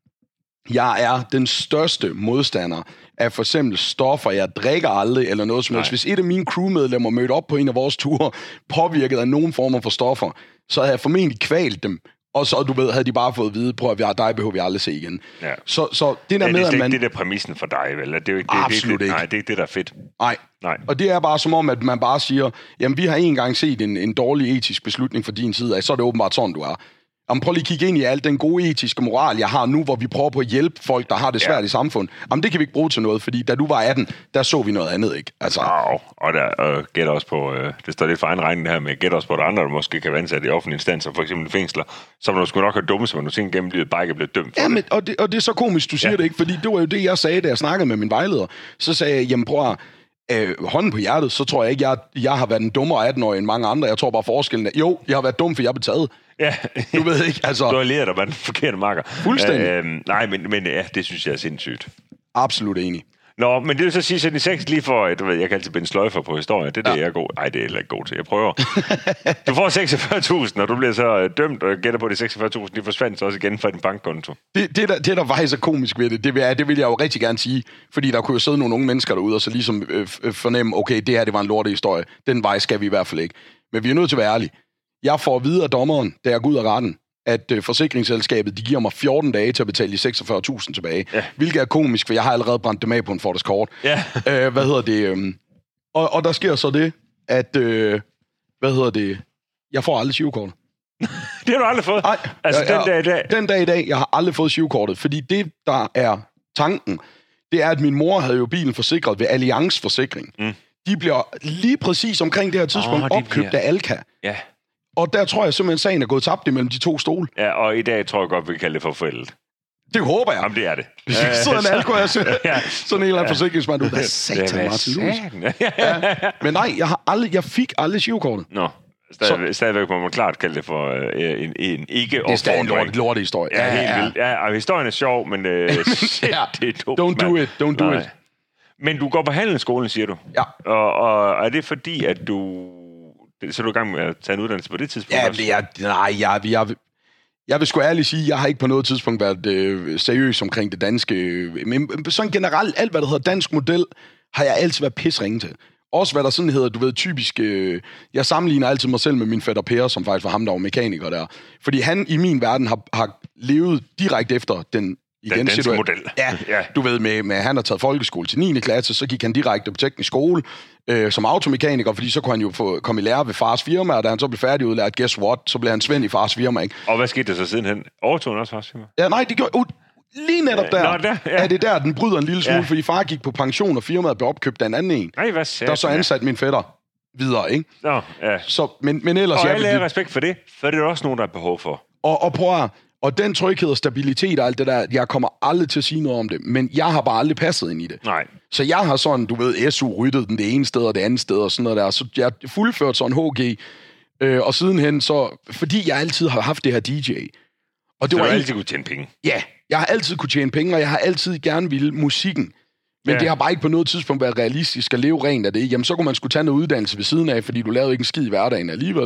jeg er den største modstander af for eksempel stoffer. Jeg drikker aldrig eller noget som helst. Hvis et af mine crewmedlemmer mødte op på en af vores ture, påvirket af nogen former for stoffer, så havde jeg formentlig kvalt dem. Og så, du ved, havde de bare fået at vide, prøv at vi har dig, behøver vi aldrig se igen. Ja. Så, så det der ja, med, det er at man... ikke det der præmissen for dig, vel? Det er jo ikke, det, Absolut det, det, ikke. Nej, det er ikke det, der er fedt. Nej. Nej. Og det er bare som om, at man bare siger, jamen vi har en gang set en, en dårlig etisk beslutning fra din side af, så er det åbenbart sådan, du er. Jamen prøv lige at kigge ind i alt den gode etiske moral, jeg har nu, hvor vi prøver på at hjælpe folk, der har det svært ja. i samfundet. Jamen det kan vi ikke bruge til noget, fordi da du var atten, der så vi noget andet, ikke? Altså... Wow. Og der øh, gætter også på, øh, det står lidt for egen regning her, men gætter også på, at andre, der måske kan være ansat i offentlige instanser, for eksempel fængsler, som du skulle nok have dumme, som du tænker gennem livet, bare ikke er blevet dømt for. Ja, men, og, det, og det er så komisk, du siger ja. det ikke, fordi det var jo det, jeg sagde, da jeg snakkede med min vejleder. Så sagde jeg, jamen prøv at Øh, hånden på hjertet, så tror jeg ikke, jeg, jeg har været en dummere atten-årig end mange andre. Jeg tror bare forskellen er, jo, jeg har været dum, for jeg er taget. Ja. Du ved ikke, altså... Du har lært dig, hvad den forkerte marker. Fuldstændig. Øh, nej, men, men ja, det synes jeg er sindssygt. Absolut enig. Nå, men det vil så sige, at seksoghalvtreds lige for, du ved, jeg kan altid binde sløjfer på historie. Det er ja. det, jeg er god. Nej, det er heller ikke god til. Jeg prøver. Du får seksogfyrre tusind, og du bliver så dømt, og gætter på, at de seksogfyrre tusind, de forsvandt så også igen fra din bankkonto. Det, det, der, det der faktisk er komisk ved det, det vil, jeg, det vil jeg jo rigtig gerne sige, fordi der kunne jo sidde nogle unge mennesker derude, og så ligesom øh, fornemme, okay, det her, det var en lortehistorie. Den vej skal vi i hvert fald ikke. Men vi er nødt til at være ærlige. Jeg får at vide af dommeren, da jeg går ud af retten, at øh, forsikringsselskabet, de giver mig fjorten dage til at betale de seksogfyrre tusind tilbage. Ja. Hvilket er komisk, for jeg har allerede brændt dem af på en Fortis kort. Ja. øh, hvad hedder det? Øh, og, og der sker så det, at, øh, hvad hedder det? Jeg får aldrig Shiv-kortet. Det har du aldrig fået? Nej. Altså jeg, den dag i dag? Den dag i dag, jeg har aldrig fået Shiv-kortet, fordi det, der er tanken, det er, at min mor havde jo bilen forsikret ved Allianz Forsikring. Mm. De bliver lige præcis omkring det her tidspunkt oh, de opkøbt bliver... af Alka. Ja. Og der tror jeg simpelthen, sagen er gået tabt imellem de to stole. Ja, og i dag tror jeg godt, vi kan kalde det for forældet. Det håber jeg. Jamen, det er det. Hvis ikke sidder en alko, jeg sådan en eller anden forsikringsmand, du er satan, Martin Lewis. Ja. Men nej, jeg, har aldrig, jeg fik aldrig Shiv-kortet. Nå, stadig, stadigvæk må man klart kalde det for uh, en, en ikke-opfordring. Det er stadig en lorte, lorte historie. Ja, ja, helt ja. vildt. Ja, og historien er sjov, men uh, shit, ja. det er dumt. Don't do it, don't do nej. it. Men du går på handelsskolen, siger du? Ja. Og, og er det fordi, at du... Så er du i gang med at tage en uddannelse på det tidspunkt? Ja, det er, nej, jeg, jeg, jeg vil sgu ærligt sige, jeg har ikke på noget tidspunkt været øh, seriøs omkring det danske. Men sådan generelt, alt hvad der hedder dansk model, har jeg altid været pisringe til. Også hvad der sådan hedder, du ved, typisk... Øh, jeg sammenligner altid mig selv med min fætter Per, som faktisk var ham, der var mekaniker der. Fordi han i min verden har, har levet direkte efter den... Igen, den danske model. Ja, ja, du ved, med, med han har taget folkeskole til niende klasse, så gik han direkte på teknisk skole øh, som automekaniker, fordi så kunne han jo få, komme i lære ved fars firma, og da han så blev færdigudlært, guess what, så blev han svend i fars firma, ikke? Og hvad skete der så sidenhen? Overtog han også fars firma? Ja, nej, det gjorde... Uh, lige netop der, Nå, der ja. er det der, den bryder en lille smule, ja. fordi far gik på pension, og firmaet blev opkøbt af en anden en. Nej, hvad sagde der så ansat min fætter videre, ikke? Nå, ja. Så, men, men ellers... Og alle har respekt for det, for det er også nogen, der er behov for. Og, og prøv at... Og den tryghed og stabilitet og alt det der, jeg kommer aldrig til at sige noget om det, men jeg har bare aldrig passet ind i det. Nej. Så jeg har sådan, du ved, S U-ryttet den det ene sted og det andet sted og sådan noget der, så jeg har fuldført sådan H G, øh, og sidenhen så, fordi jeg altid har haft det her D J. Og det så var du altid kunne tjene penge? Ja, jeg har altid kunne tjene penge, og jeg har altid gerne ville musikken. Men ja. det har bare ikke på noget tidspunkt været realistisk at leve rent af det. Jamen, så kunne man skulle tage noget uddannelse ved siden af, fordi du lavede ikke en skid i hverdagen alligevel.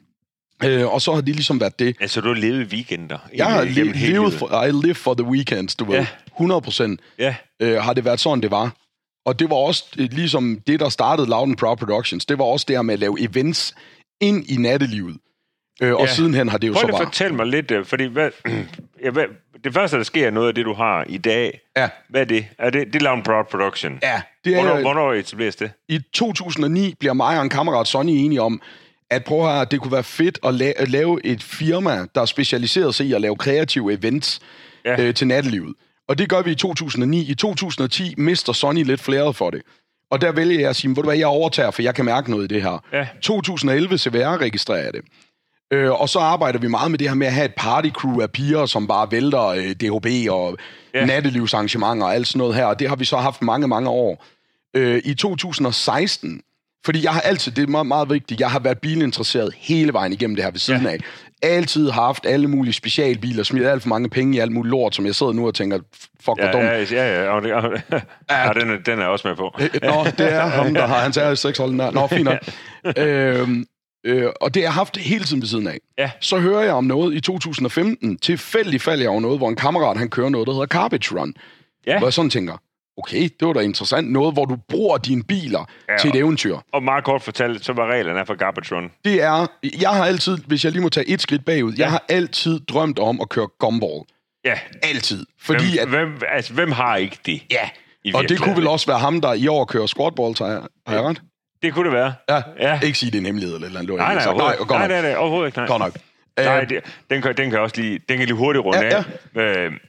Øh, og så har det ligesom været det. Altså, du har levet weekender? Jeg har le- levet for, I live for the weekends, du ja. ved. hundrede procent ja. øh, har det været sådan, det var. Og det var også øh, ligesom det, der startede Loud and Proud Productions. Det var også det her med at lave events ind i nattelivet. Øh, og ja. sidenhen har det jo Prøv så bare... Prøv at fortælle mig lidt, fordi hvad, ja, hvad, det første, der sker, noget af det, du har i dag. Ja. Hvad er det? Er det, det er Loud and Proud Production? Ja. Det er, hvornår, hvornår etableres det? I to tusind og ni bliver mig og en kammerat Sonny enige om, at prøve her, det kunne være fedt at, la- at lave et firma, der er specialiseret sig i at lave kreative events ja. øh, til nattelivet. Og det gør vi i to tusind og ni. I to tusind og ti mister Sonny lidt flæret for det. Og der vælger jeg at sige, ved du hvad, jeg overtager, for jeg kan mærke noget i det her. Ja. to tusind og elleve C V R-registrerer det. Øh, og så arbejder vi meget med det her med at have et partycrew af piger, som bare vælter øh, D H B og ja. nattelivsarrangementer og alt sådan noget her. Og det har vi så haft mange, mange år. Øh, I to tusind og seksten... Fordi jeg har altid, det er meget, meget vigtigt, jeg har været bilinteresseret hele vejen igennem det her ved siden ja. af. Altid har haft alle mulige specialbiler, smidt alt for mange penge i alt muligt lort, som jeg sidder nu og tænker, fuck, hvor ja, dumt. Ja, ja, ja, og det, og, ja den, er, den er også med på. Nå, det er ham, der har hans ære i seksholden der. Nå, fint nok. øhm, øh, og det har jeg haft hele tiden ved siden af. Ja. Så hører jeg om noget i to tusind og femten, tilfældigt falder jeg over noget, hvor en kammerat, han kører noget, der hedder Garbage Run. Ja. Hvor jeg sådan tænker, okay, det var da interessant. Noget, hvor du bruger dine biler ja, til et eventyr. Og meget kort fortalt, så var reglerne for Garbage Run. Det er, jeg har altid, hvis jeg lige må tage et skridt bagud, ja. jeg har altid drømt om at køre gumball. Ja. Altid. Fordi hvem, at, hvem, altså, hvem har ikke det? Ja, og det kunne vel også være ham, der i år kører squatballs, har jeg, har jeg ret? Det kunne det være. Ja, ja. Ikke sige, det er en hemmelighed eller eller andet. Nej, nej, nej, nej, nej, nej, overhovedet ikke. Nej. Godt nok. Nej, det, den, kan, den kan også lige, den kan lige hurtigt runde ja, af. Ja. Øh,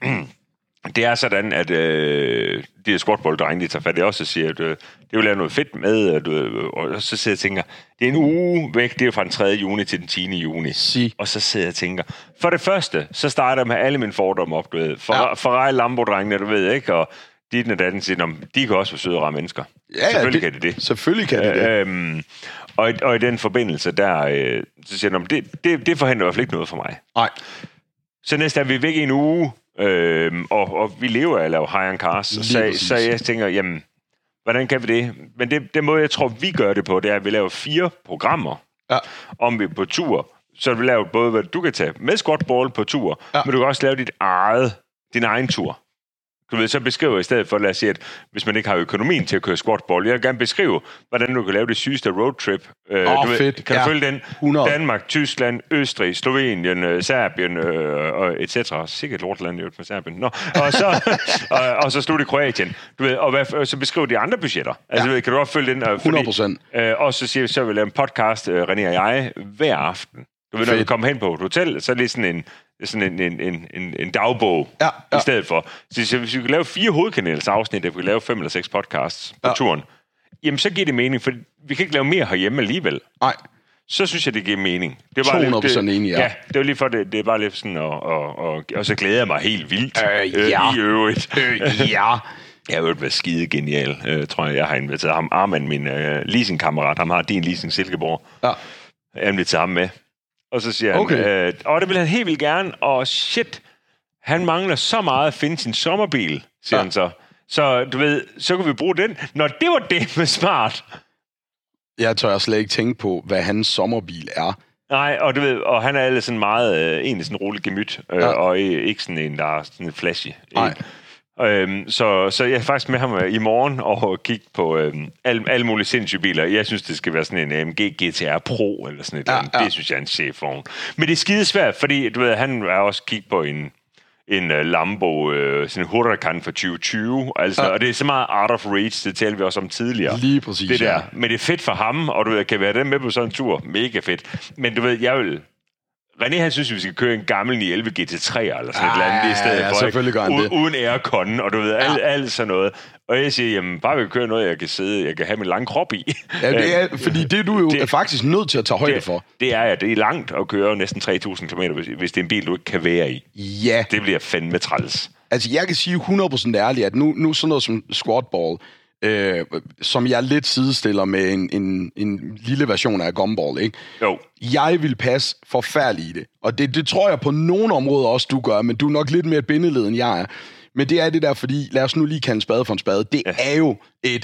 Det er sådan, at øh, de her squatball-drenge, de tager fat i også og siger, at øh, det vil lave noget fedt med, og, du, og så sidder jeg og tænker, det er en uge væk, det er fra den tredje juni til den tiende juni. Si. Og så sidder jeg og tænker, for det første, så starter jeg med alle mine fordomme op, du ved. For, ja. Ferrari Lambo-drengene, du ved, ikke? Og de den datten siger, de kan også være søde og rare mennesker. Ja, selvfølgelig det, kan de det. Selvfølgelig kan de det. Øh, øhm, og, og i den forbindelse, der øh, så siger de, det, det, det forhindrer i hvert fald ikke noget for mig. Nej. Så næste er vi væk i en uge, Øhm, og, og vi lever af at lave high-end cars, så, så jeg tænker, jamen, hvordan kan vi det? Men det, det måde, jeg tror, vi gør det på, det er, at vi laver fire programmer, ja. om vi på tur. Så vi laver både, hvad du kan tage med squatball på tur, ja. men du kan også lave dit eget, din egen tur. Du ved, så beskriver jeg i stedet for, lad os sige, at hvis man ikke har økonomien til at køre squatball, jeg vil gerne beskrive, hvordan du kan lave det sygeste roadtrip. Åh, oh, du ved, fedt. Kan du ja. følge den? hundrede Danmark, Tyskland, Østrig, Slovenien, øh, Serbien, øh, og et cetera. Sikkert lortland i øvrigt med Serbien. Nå. Og så, og, og så slut i Kroatien. Du ved, og, hvad, og så beskriver de andre budgetter. Altså, ja. du ved, kan du også følge den? Øh, fordi, hundrede procent. Øh, og så siger vi, så vil vi lave en podcast, øh, René og jeg, hver aften. Du ved, når vi kommer hen på et hotel, så er det sådan en, sådan en, en, en, en dagbog ja, ja. i stedet for. Så hvis vi kan lave fire hovedkanals afsnit, og vi kan lave fem eller seks podcasts på ja. turen, jamen så giver det mening, for vi kan ikke lave mere herhjemme alligevel. Nej. Så synes jeg, det giver mening. Det er bare to hundrede procent enig, ja. Ja, det var lige for det. Det er bare lidt sådan, og, og, og, og så glæder jeg mig helt vildt øh, ja. øh, i øvrigt. Øh, ja. Jeg har jo været skide genial, øh, tror jeg. Jeg har inviteret ham, Armand, min øh, leasingkammerat. Han har din leasing Silkeborg. Ja. Jeg har inviteret ham med. Og så siger okay. han, øh, og det vil han helt vildt gerne, og shit, han mangler så meget at finde sin sommerbil, siger ja. han så. Så du ved, så kan vi bruge den. Når det var det med smart. Jeg tør slet ikke tænke på, hvad hans sommerbil er. Nej, og du ved, og han er ellers sådan meget, øh, egentlig sådan rolig gemyt, øh, ja. og ikke sådan en, der er sådan flashy. Nej. Øhm, så, så jeg er faktisk med ham i morgen og kigge på øhm, alle, alle mulige sindssyge biler. Jeg synes, det skal være sådan en A M G G T R Pro eller sådan et ja, ja. Det synes jeg er en chefvogn. Men det er skidesvært, fordi du ved, han er også kigge på en, en uh, Lambo, uh, sådan en Huracan fra tyve tyve, altså, ja. og det er så meget out of reach, det talte vi også om tidligere. Lige præcis, det der. Ja. Men det er fedt for ham, og du ved, kan være den med på sådan en tur. Mega fedt. Men du ved, jeg vil... René, han synes, vi skal køre en gammel ni elleve G T tre eller sådan ah, et eller andet i stedet ja, for, selvfølgelig gør han U- det. Uden aircon, og du ved, alt, ja. alt sådan noget. Og jeg siger, jamen, bare vi køre noget, jeg kan sidde, jeg kan have min lang krop i. Ja, det er, fordi det er du jo det, faktisk nødt til at tage højde det, for. Det er ja, det er langt at køre næsten tre tusind kilometer, hvis, hvis det er en bil, du ikke kan være i. Ja. Det bliver fandme træls. Altså, jeg kan sige hundrede procent ærligt, at nu, nu sådan noget som squatball, øh, som jeg lidt sidestiller med en, en, en lille version af gumball, ikke? Jo. Jeg vil passe forfærdeligt i det. Og det, det tror jeg på nogle områder også, du gør, men du er nok lidt mere bindeled, end jeg er. Men det er det der, fordi, lad os nu lige kalde en spade for en spade, det ja. er jo et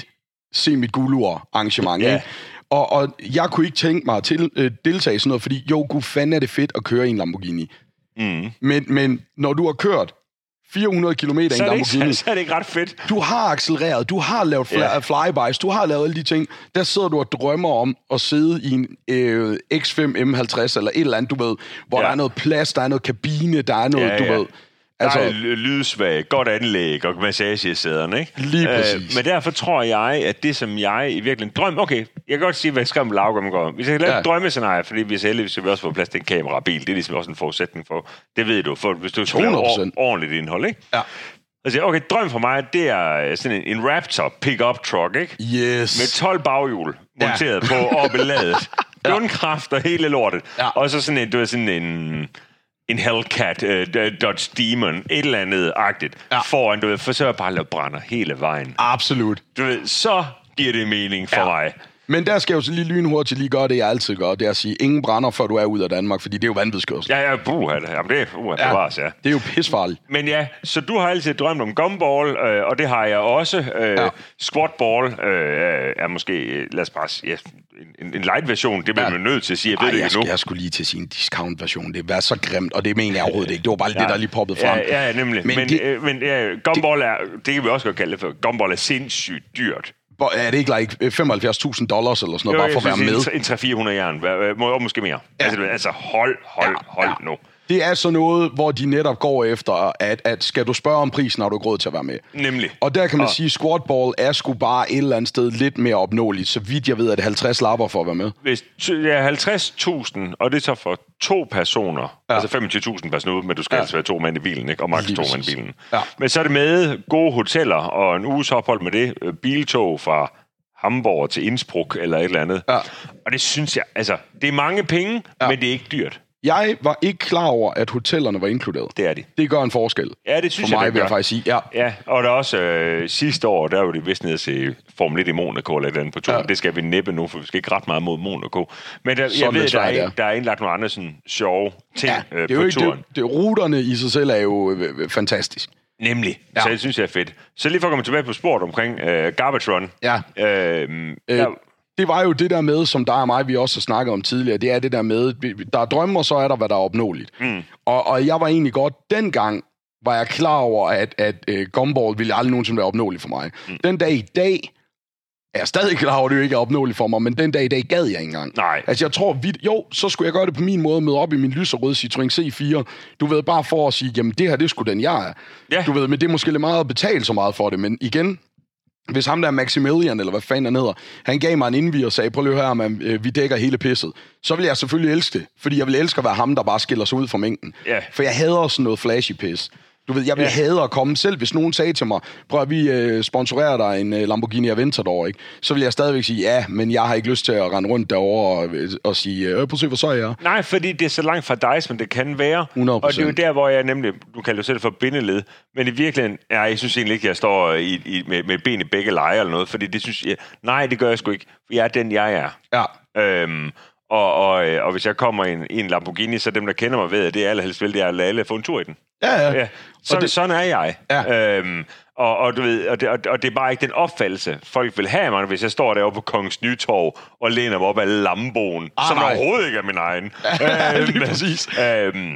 se-mit-gulur-arrangement, ja. ikke? Og, og jeg kunne ikke tænke mig at til, øh, deltage i sådan noget, fordi jo, gud fanden er det fedt at køre i en Lamborghini. Mm. Men, men når du har kørt fire hundrede kilometer i en Lamborghini, så er det ikke ret fedt. Du har accelereret, du har lavet fly, yeah. flybys, du har lavet alle de ting. Der sidder du og drømmer om at sidde i en øh, X fem M halvtreds eller et eller andet, du ved, hvor yeah. der er noget plads, der er noget kabine, der er noget, yeah, du yeah. ved. Altså, der er lydsvag, godt anlæg og massage i sæderne, ikke? Lige præcis. Øh, men derfor tror jeg, at det, som jeg i virkeligheden drømmer... Okay, jeg kan godt sige, hvad jeg skrev om lavgården går. Hvis jeg kan lave ja. et drømmescenarie, fordi hvis heldigvis skal vi også få plads til en kamerabil, det er ligesom også en forudsætning for... Det ved du, for hvis du skal lave ordentligt indhold, ikke? Ja. Altså, okay, drøm for mig, det er sådan en, en Raptor pick-up truck, ikke? Yes. Med tolv baghjul monteret ja. på og beladet. Bundkraft og hele lortet. Ja. Og så sådan en, du ved, sådan en... en Hellcat, uh, Dodge Demon, et eller andet-agtigt, ja. foran, du ved, forsøger bare at lave brænder hele vejen. Absolut. Du ved, så giver det mening for ja. mig. Men der skal jeg jo så lige lynhurtigt lige gøre det, jeg altid gør, det er at sige, ingen brænder, før du er ude af Danmark, fordi det er jo vanvidskørsel. Ja, ja, buh, jamen det er buh, ja, bevares, ja. Det er jo pisfarligt. Men ja, så du har altid drømt om gumball, øh, og det har jeg også. Øh, ja. Squatball øh, er måske, lad os bare sige, ja, en, en light-version, det bliver ja. man nødt til at sige, jeg ved Ej, det ikke jeg, nu. Jeg skulle lige til at sige en discount-version, det er så grimt, og det mener jeg overhovedet ikke. Det var bare ja. det, der lige poppede frem. Ja, ja nemlig. Men, men, det, øh, men ja, gumball er, det kan vi også godt kalde det for, gumball er sindssygt dyrt. Er det ikke like femoghalvfjerds tusind dollars eller sådan noget, jo, bare for at være med? En tre fire hundrede jern, og måske mere. Ja. Altså, altså hold, hold, ja, hold ja. nu. Det er så noget, hvor de netop går efter, at, at skal du spørge om prisen, har du ikke råd til at være med. Nemlig. Og der kan man og... sige, at squatball er sgu bare et eller andet sted lidt mere opnåeligt. Så vidt jeg ved, at det halvtreds lapper for at være med. Hvis det er halvtreds tusind, og det er så for to personer, ja. altså femogtyve tusind per snude, men du skal ja. altså være to mand i bilen, ikke? Og maks to mand i bilen. Ja. Men så er det med gode hoteller og en uges ophold med det, biltog fra Hamburg til Innsbruck eller et eller andet. Ja. Og det synes jeg, altså, det er mange penge, ja. men det er ikke dyrt. Jeg var ikke klar over, at hotellerne var inkluderet. Det er de. Det gør en forskel. Ja, det synes For jeg, mig, vil jeg faktisk sige. Ja, ja og der også øh, sidste år, der var det vist nede at se Formel et i Monaco eller et eller andet på turen. Ja. Det skal vi næppe nu, for vi skal ikke ret meget mod Monaco. Men der, jeg ved, der er, der er indlagt nogle andre sådan sjove ting ja, øh, på ikke, turen. Det, det, ruterne i sig selv er jo øh, fantastisk. Nemlig. Ja. Så jeg synes, det er fedt. Så lige for at komme tilbage på sport omkring øh, Garbage Run. Ja. Øh, øh, der, det var jo det der med, som der og mig, vi også har snakket om tidligere, det er det der med, der er drømme, og så er der, hvad der er opnåeligt. Mm. Og, og jeg var egentlig godt, dengang var jeg klar over, at, at uh, gumball ville aldrig nogensinde være opnåeligt for mig. Mm. Den dag i dag er jeg stadig klar over, at det jo ikke er opnåeligt for mig, men den dag i dag gad jeg ikke engang. Nej. Altså jeg tror, vi, jo, så skulle jeg gøre det på min måde, møde op i min lyserøde Citroën C fire. Du ved, bare for at sige, jamen det her, det er sgu den, jeg er. Ja. Du ved, men det er måske lidt meget at betale så meget for det, men igen, hvis ham der Maximilian, eller hvad fanden han hedder, han gav mig en indvig og sagde, prøv lige her, man, øh, vi dækker hele pisset, så vil jeg selvfølgelig elske det, fordi jeg vil elske at være ham, der bare skiller sig ud fra mængden. Yeah. For jeg hader sådan noget flashy pis. Du ved, jeg vil yeah. hade at komme selv, hvis nogen sagde til mig, prøv at vi øh, sponsorerer dig en øh, Lamborghini Aventador, ikke? Så vil jeg stadigvæk sige, ja, men jeg har ikke lyst til at rende rundt derovre og, og sige, øh, prøv at se, hvor så er jeg. Nej, fordi det er så langt fra dig, som det kan være. hundrede procent. Og det er jo der, hvor jeg nemlig, du kalder det selv for bindeled, men i virkeligheden, ja, jeg synes egentlig ikke, at jeg står i, i, med, med ben i begge lejer eller noget, fordi det synes jeg, nej, det gør jeg sgu ikke, for jeg er den, jeg er. Ja. Øhm, og, og, og hvis jeg kommer i en, i en Lamborghini, så dem, der kender mig ved, at det er allerhelst vel, det er at lade alle få en tur i den. Ja, ja. ja. Så, det, sådan er jeg. Ja. Øhm, og, og, du ved, og, det, og, og det er bare ikke den opfattelse, folk vil have mig, hvis jeg står deroppe på Kongens Nytorv og læner mig op af Lamboen, ah, som nej. overhovedet ikke er min egen. Ja, øhm, præcis. Øhm,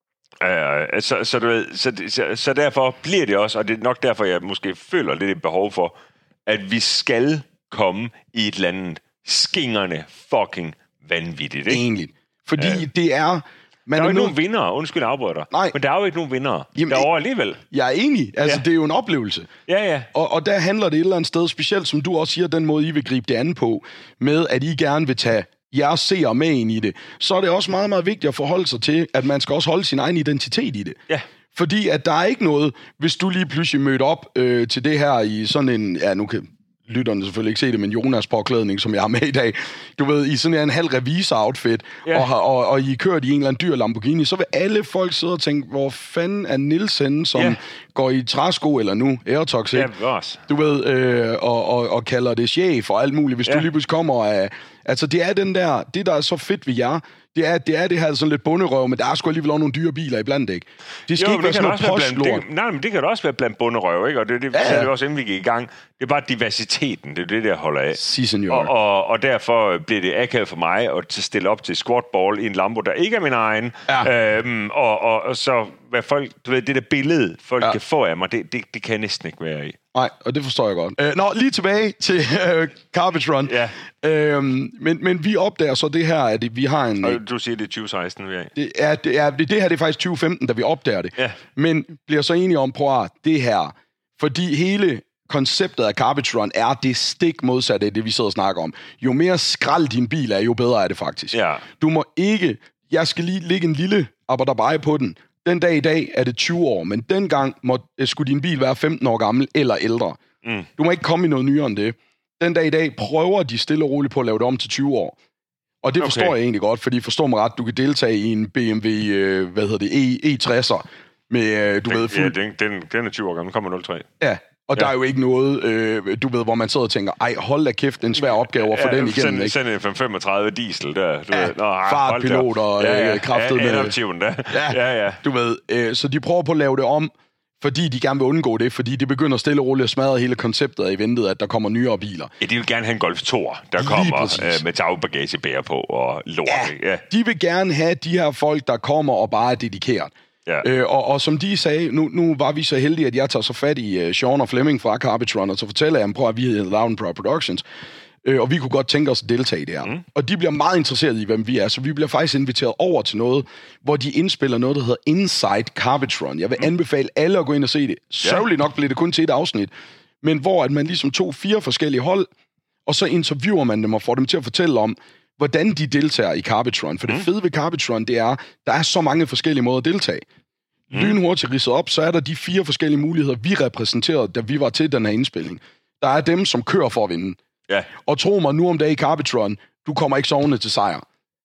øh, så, så, du ved, så, så, så derfor bliver det også, og det er nok derfor, jeg måske føler lidt et behov for, at vi skal komme i et eller andet skingerne fucking vanvittigt. Ikke? Egentlig. Fordi øh. det er... Man der er jo ikke nogen vinder, undskyld afbryder. Nej. Men der er jo ikke nogen vinder. Jamen, der er over alligevel. Jeg er enig. Altså, ja. Det er jo en oplevelse. Ja, ja. Og, og der handler det et eller andet sted, specielt som du også siger, den måde, I vil gribe det an på, med at I gerne vil tage jeres seere med ind i det, så er det også meget, meget vigtigt at forholde sig til, at man skal også holde sin egen identitet i det. Ja. Fordi at der er ikke noget, hvis du lige pludselig mødte op øh, til det her i sådan en, ja, nu kan lytterne selvfølgelig ikke se det, men Jonas påklædning, som jeg har med i dag, du ved, i sådan en halv revisor-outfit, ja. og, og, og I kørt i en eller anden dyr Lamborghini, så vil alle folk sidde og tænke, hvor fanden er Nielsen, som ja. går i træsko, eller nu Airtox, ikke? Ja, også. Du ved, øh, og, og, og kalder det chef og alt muligt, hvis ja. du lige pludselig kommer af... Altså, det er den der, det der er så fedt ved jer, det er, det er det her sådan lidt bunderøv, men der er sgu alligevel også nogle dyre biler iblandt, ikke? Det skal jo, ikke være sådan noget postlort. Nej, men det kan da også være blandt bunderøv, ikke? Og det, det, ja, ja. det også, inden vi gik i gang. Det er bare diversiteten, det er det, der holder af. Si, senor. Og, og, og derfor bliver det akavet for mig at stille op til squatball i en Lambo, der ikke er min egen. Ja. Øhm, og, og, og så, hvad folk, du ved, det der billede, folk ja. kan få af mig, det, det, det kan jeg næsten ikke være i. Nej, og det forstår jeg godt. Øh, nå, lige tilbage til øh, Garbage Run. Ja. Øhm, men, men vi opdager så det her, at vi har en... Og du siger, det er tyve seksten, vi er. Det, er, det, er, det, det her det er faktisk tyve femten, da vi opdager det. Ja. Men bliver så enige om, prøv at det her, fordi hele konceptet af Garbage Run er det stik modsatte af det, vi sidder og snakker om. Jo mere skrald din bil er, jo bedre er det faktisk. Ja. Du må ikke... Jeg skal lige lægge en lille abadabai på den. Den dag i dag er det tyve år, men dengang må, skulle din bil være femten år gammel eller ældre. Mm. Du må ikke komme i noget nyere end det. Den dag i dag prøver de stille og roligt på at lave det om til tyve år. Og det forstår okay. jeg egentlig godt, fordi forstår mig ret, du kan deltage i en B M W, øh, hvad hedder det, E tress'er med, øh, du den, ved... Fuld... Ja, den, den, den er tyve år gammel, den kommer nul tre. Ja, og ja. der er jo ikke noget, øh, du ved, hvor man sidder og tænker, ej, hold da kæft, det er en svær opgave at få ja, den igennem, ikke? Send en fem femogtredive diesel der. Du ja, ved, nå, fartpilot og ja, ja, kraftet ja, med... adaptiven der. Ja, ja, ja. Du ved, øh, så de prøver på at lave det om, fordi de gerne vil undgå det, fordi det begynder stille og roligt at smadre hele konceptet af eventet, at der kommer nyere biler. Ja, de vil gerne have en Golf to, der lige kommer øh, med tagbagagebærer på og lort. Ja, ja, de vil gerne have de her folk, der kommer og bare er dedikeret. Ja. Øh, og, og som de sagde, nu, nu var vi så heldige, at jeg tager så fat i uh, Sean og Flemming fra Garbage Run, og så fortæller jeg dem, prøv at vi hedder Loud Pro Productions, øh, og vi kunne godt tænke os at deltage i det her. Mm. Og de bliver meget interesserede i, hvem vi er, så vi bliver faktisk inviteret over til noget, hvor de indspiller noget, der hedder Inside Garbage Run. Jeg vil mm. anbefale alle at gå ind og se det. Sørgeligt nok blev det kun til et afsnit, men hvor at man ligesom tog fire forskellige hold, og så interviewer man dem og får dem til at fortælle om, hvordan de deltager i Garbage Run. For mm. det fede ved Garbage Run, det er, der er så mange forskellige måder at deltage. Mm. Lynhurtigt ridset op, så er der de fire forskellige muligheder, vi repræsenterede, da vi var til den her indspilning. Der er dem, som kører for at vinde. Ja. Og tro mig, nu om dagen i Garbage Run, du kommer ikke sovende til sejr.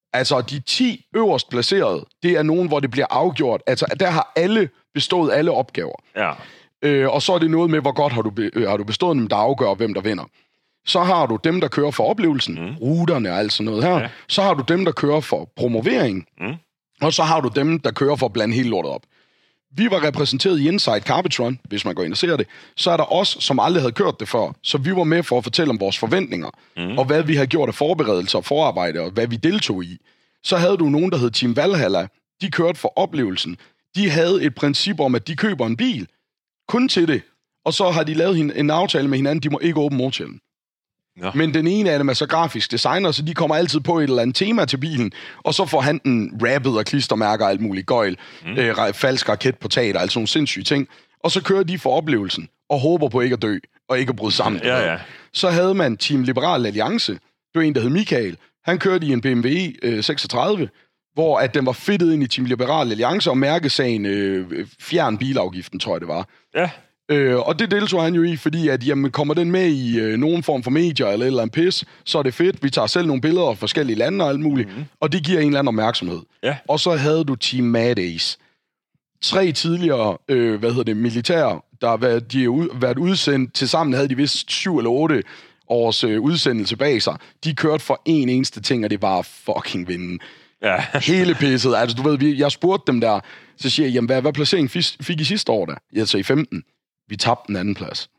Altså, de ti øverst placerede, det er nogen, hvor det bliver afgjort. Altså, der har alle bestået alle opgaver. Ja. Øh, og så er det noget med, hvor godt har du, be- øh, har du bestået dem, der afgør, hvem der vinder. Så har du dem, der kører for oplevelsen, mm. ruterne og alt sådan noget her. Ja. Så har du dem, der kører for promovering. Mm. Og så har du dem, der kører for at blande hele lortet op. Vi var repræsenteret i Inside Carbitron, hvis man går ind og ser det. Så er der os, som aldrig havde kørt det før. Så vi var med for at fortælle om vores forventninger. Mm. Og hvad vi har gjort af forberedelser og forarbejde, og hvad vi deltog i. Så havde du nogen, der hed Team Valhalla. De kørte for oplevelsen. De havde et princip om, at de køber en bil. Kun til det. Og så har de lavet en aftale med hinanden, de må ikke åbne motorhjelmen. Ja. Men den ene af dem er så grafisk designer, så de kommer altid på et eller andet tema til bilen, og så får han den rappet og klistermærker og alt muligt gøjl, mm. øh, falsk raketportater, altså nogle sindssyge ting. Og så kører de for oplevelsen, og håber på ikke at dø, og ikke at bryde sammen. Ja, ja. Så havde man Team Liberal Alliance, det var en, der hed Michael. Han kørte i en B M W øh, seksogtredive, hvor at den var fedtet ind i Team Liberal Alliance, og mærkesagen øh, fjern bilafgiften, tror jeg det var. Ja. Øh, og det deltog han jo i, fordi at, jamen, kommer den med i øh, nogen form for medier eller et eller andet pis, så er det fedt. Vi tager selv nogle billeder af forskellige lande og alt muligt, mm-hmm. og det giver en eller anden opmærksomhed. Ja. Og så havde du Team Mad Ace. Tre tidligere, øh, hvad hedder det, militære, der har været, de har ud, været udsendt. Tilsammen havde de vist syv eller otte års øh, udsendelse bag sig. De kørte for en eneste ting, og det var fucking vinde. Ja. Hele pisset. Altså, du ved, jeg spurgte dem der, så siger jeg, jamen, hvad, hvad placering fik I sidste år da? Jeg sagde femten. Vi tabte den anden plads.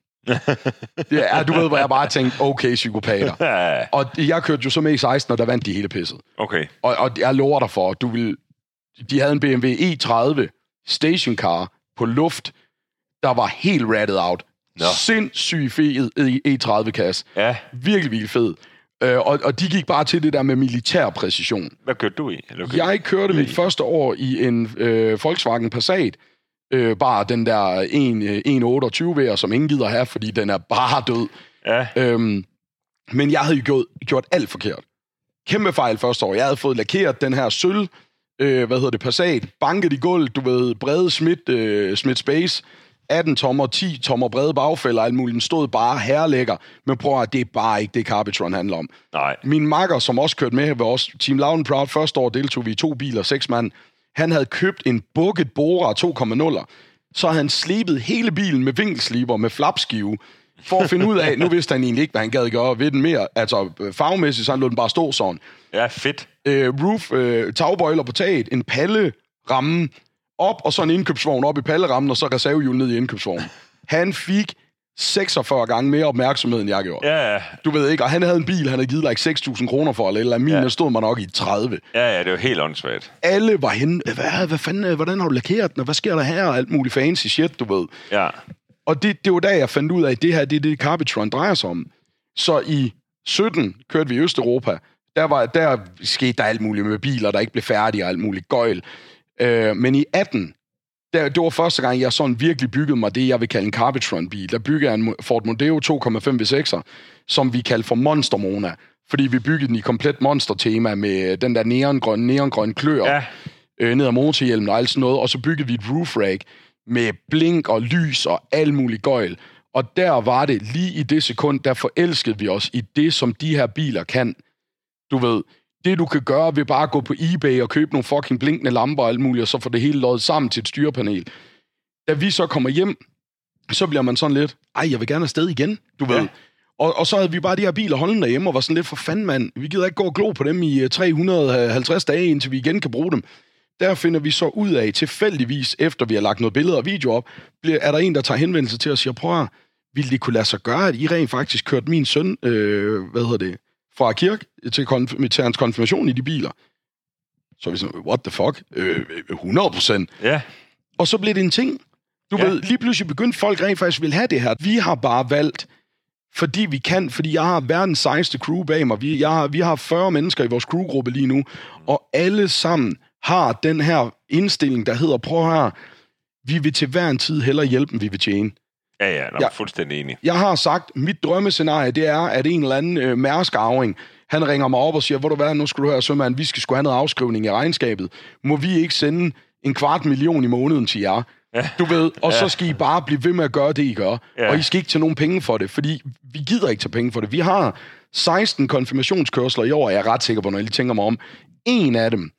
Det er, du ved, hvor jeg bare tænkte, okay, psykopater. Ja. Og jeg kørte jo så med i seksten, og der vandt de hele pisset. Okay. Og, og jeg lover dig for, du vil... De havde en B M W E tredive stationcar på luft, der var helt ratted out. No. Sindssygt fed E tredive-kasse. Ja. Virkelig, virkelig fed. Uh, og, og de gik bare til det der med militær præcision. Hvad kørte du i? Eller kørte jeg kørte mit første år i en øh, Volkswagen Passat. Øh, bare den der en otteogtyve V'er, som ingen gider have, fordi den er bare død. Ja. Øhm, men jeg havde jo gjort, gjort alt forkert. Kæmpe fejl første år. Jeg havde fået lakeret den her sølv, øh, hvad hedder det, Passat, banket i gulv, du ved, brede Smith, øh, Smith Space, atten tommer, ti tommer brede bagfælder, alt muligt. Den stod bare herrelækker. Men prøv at det er bare ikke det, Carbitron handler om. Nej. Min makker, som også kørte med ved os, Team Loud and Proud, første år deltog vi i to biler, seks mand. Han havde købt en Bucket Bora to komma nul. Så havde han slibet hele bilen med vinkelsliber, med flapskive, for at finde ud af, nu vidste han egentlig ikke, hvad han gad gøre ved den mere. Altså farvemæssigt, så han lå den bare stå sådan. Ja, fedt. Øh, roof, øh, tagbøjler på taget, en palleramme op, og så en indkøbsvogn op i pallerammen, og så reservehjul ned i indkøbsvognen. Han fik seksogfyrre gange mere opmærksomhed, end jeg gjorde. Ja, ja. Du ved ikke, og han havde en bil, han havde givet like seks tusind kroner for, eller, eller min ja. stod man nok i tredive. Ja, ja, det var helt åndssvagt. Alle var henne, hvad, hvad fanden, hvordan har du lakeret den, og hvad sker der her, og alt muligt fancy shit, du ved. Ja. Og det, det var da, jeg fandt ud af, at det her, det er det, Carbitron drejer sig om. Så i sytten kørte vi i Østeuropa, der, var, der skete der alt muligt med biler, der ikke blev færdige, og alt muligt gøjl. Øh, men i atten, Der, det var første gang, jeg sådan virkelig byggede mig det, jeg vil kalde en Carbitron-bil. Der byggede jeg en Ford Mondeo to komma fem V sekser, som vi kaldte for Monster Mona. Fordi vi byggede den i komplet monster-tema med den der neongrønne, neongrønne klør ja. øh, ned ad motorhjelmen og alt sådan noget. Og så byggede vi et roof rack med blink og lys og alt muligt gøjl. Og der var det lige i det sekund, der forelskede vi os i det, som de her biler kan. Du ved... Det, du kan gøre, ved bare at gå på eBay og købe nogle fucking blinkende lamper og alt muligt, og så få det hele løjet sammen til et styrepanel. Da vi så kommer hjem, så bliver man sådan lidt, ej, jeg vil gerne afsted igen, du ved. Ja. Og, og så havde vi bare de her biler holdende derhjemme, og var sådan lidt, for fanden, mand, vi gider ikke gå og glo på dem i tre hundrede og halvtreds dage, indtil vi igen kan bruge dem. Der finder vi så ud af, tilfældigvis, efter vi har lagt noget billeder og video op, bliver, er der en, der tager henvendelse til os og siger, prøv at, ville det kunne lade sig gøre, at I rent faktisk kørte min søn, øh, hvad hedder det, fra kirke til, konf- til hans konfirmation i de biler. Så er vi sådan, what the fuck? Øh, hundrede procent. Ja. Og så blev det en ting. Du ja. ved, lige pludselig begyndte folk rent faktisk vil have det her. Vi har bare valgt, fordi vi kan, fordi jeg har verdens sejeste crew bag mig. Vi, jeg har, vi har fyrre mennesker i vores crewgruppe lige nu, og alle sammen har den her indstilling, der hedder, prøv her, vi vil til hver en tid hellere hjælpe, end vi vil tjene. Ja, ja, jeg er fuldstændig enig. Jeg har sagt, mit drømmescenarie, det er, at en eller anden øh, Mærsk-arving, han ringer mig op og siger, hvor du hvad, nu skal du høre, sømand, vi skal sgu have noget afskrivning i regnskabet. Må vi ikke sende en kvart million i måneden til jer? Ja. Du ved, og ja. så skal I bare blive ved med at gøre det, I gør. Ja. Og I skal ikke tage nogen penge for det, fordi vi gider ikke tage penge for det. Vi har seksten konfirmationskørsler i år, er jeg ret sikker på, når jeg lige tænker mig om. en af dem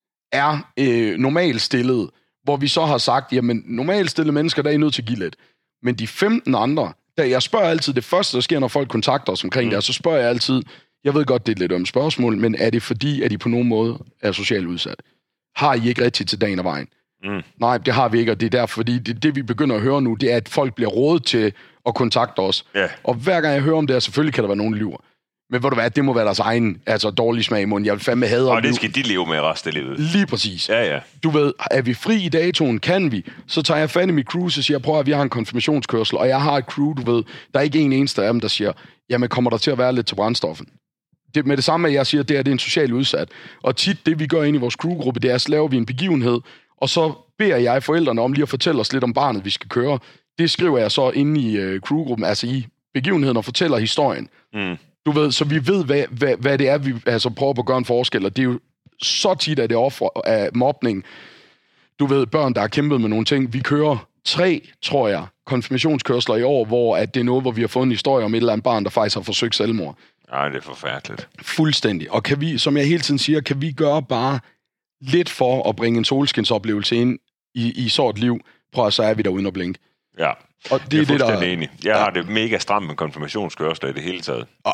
er øh, normalt stillet, hvor vi så har sagt, jamen normalt stillede mennesker, der er I nødt til at give lidt. Men de femten andre, der, jeg spørger altid, det første, der sker, når folk kontakter os omkring mm. det, så spørger jeg altid, jeg ved godt, det er et lidt om spørgsmål, men er det fordi, at I på nogen måde er socialt udsat? Har I ikke rigtigt til dagen og vejen? Mm. Nej, det har vi ikke, og det er derfor, fordi det, det, vi begynder at høre nu, det er, at folk bliver rådet til at kontakte os. Yeah. Og hver gang jeg hører om det, selvfølgelig kan der være nogen, der lyver. Men ved du hvad, det må være deres egen altså, dårlige smag i munden. Jeg vil fandme have og det skal de leve med resten af livet. Lige præcis. Ja, ja. Du ved, er vi fri i datoen? Kan vi? Så tager jeg fat i mit crew, så siger jeg, prøv at vi har en konfirmationskørsel, og jeg har et crew, du ved, der er ikke en eneste af dem, der siger, jamen kommer der til at være lidt til brændstoffen? Det, med det samme, at jeg siger, det er, det er en social udsat. Og tit, det vi gør ind i vores crewgruppe, det er, at så laver vi en begivenhed, og så beder jeg forældrene om lige at fortælle os lidt om barnet, vi skal køre. Det skriver jeg så inde i øh, crewgruppen, altså i begivenheden, og fortæller historien. Mm. Du ved, så vi ved, hvad, hvad, hvad det er, vi altså, prøver på at gøre en forskel, og det er jo så tit, at det er offer af mobning. Du ved, børn, der har kæmpet med nogle ting. Vi kører tre, tror jeg, konfirmationskørsler i år, hvor at det er noget, hvor vi har fået en historie om et eller andet barn, der faktisk har forsøgt selvmord. Nej, det er forfærdeligt. Fuldstændig. Og kan vi, som jeg hele tiden siger, kan vi gøre bare lidt for at bringe en solskinsoplevelse ind i, i så et liv, prøv at så er vi der uden at blinke. Ja, og det, jeg er fuldstændig der, enig. Jeg ja. har det mega stramt med konfirmationskørsler i det hele taget. Og,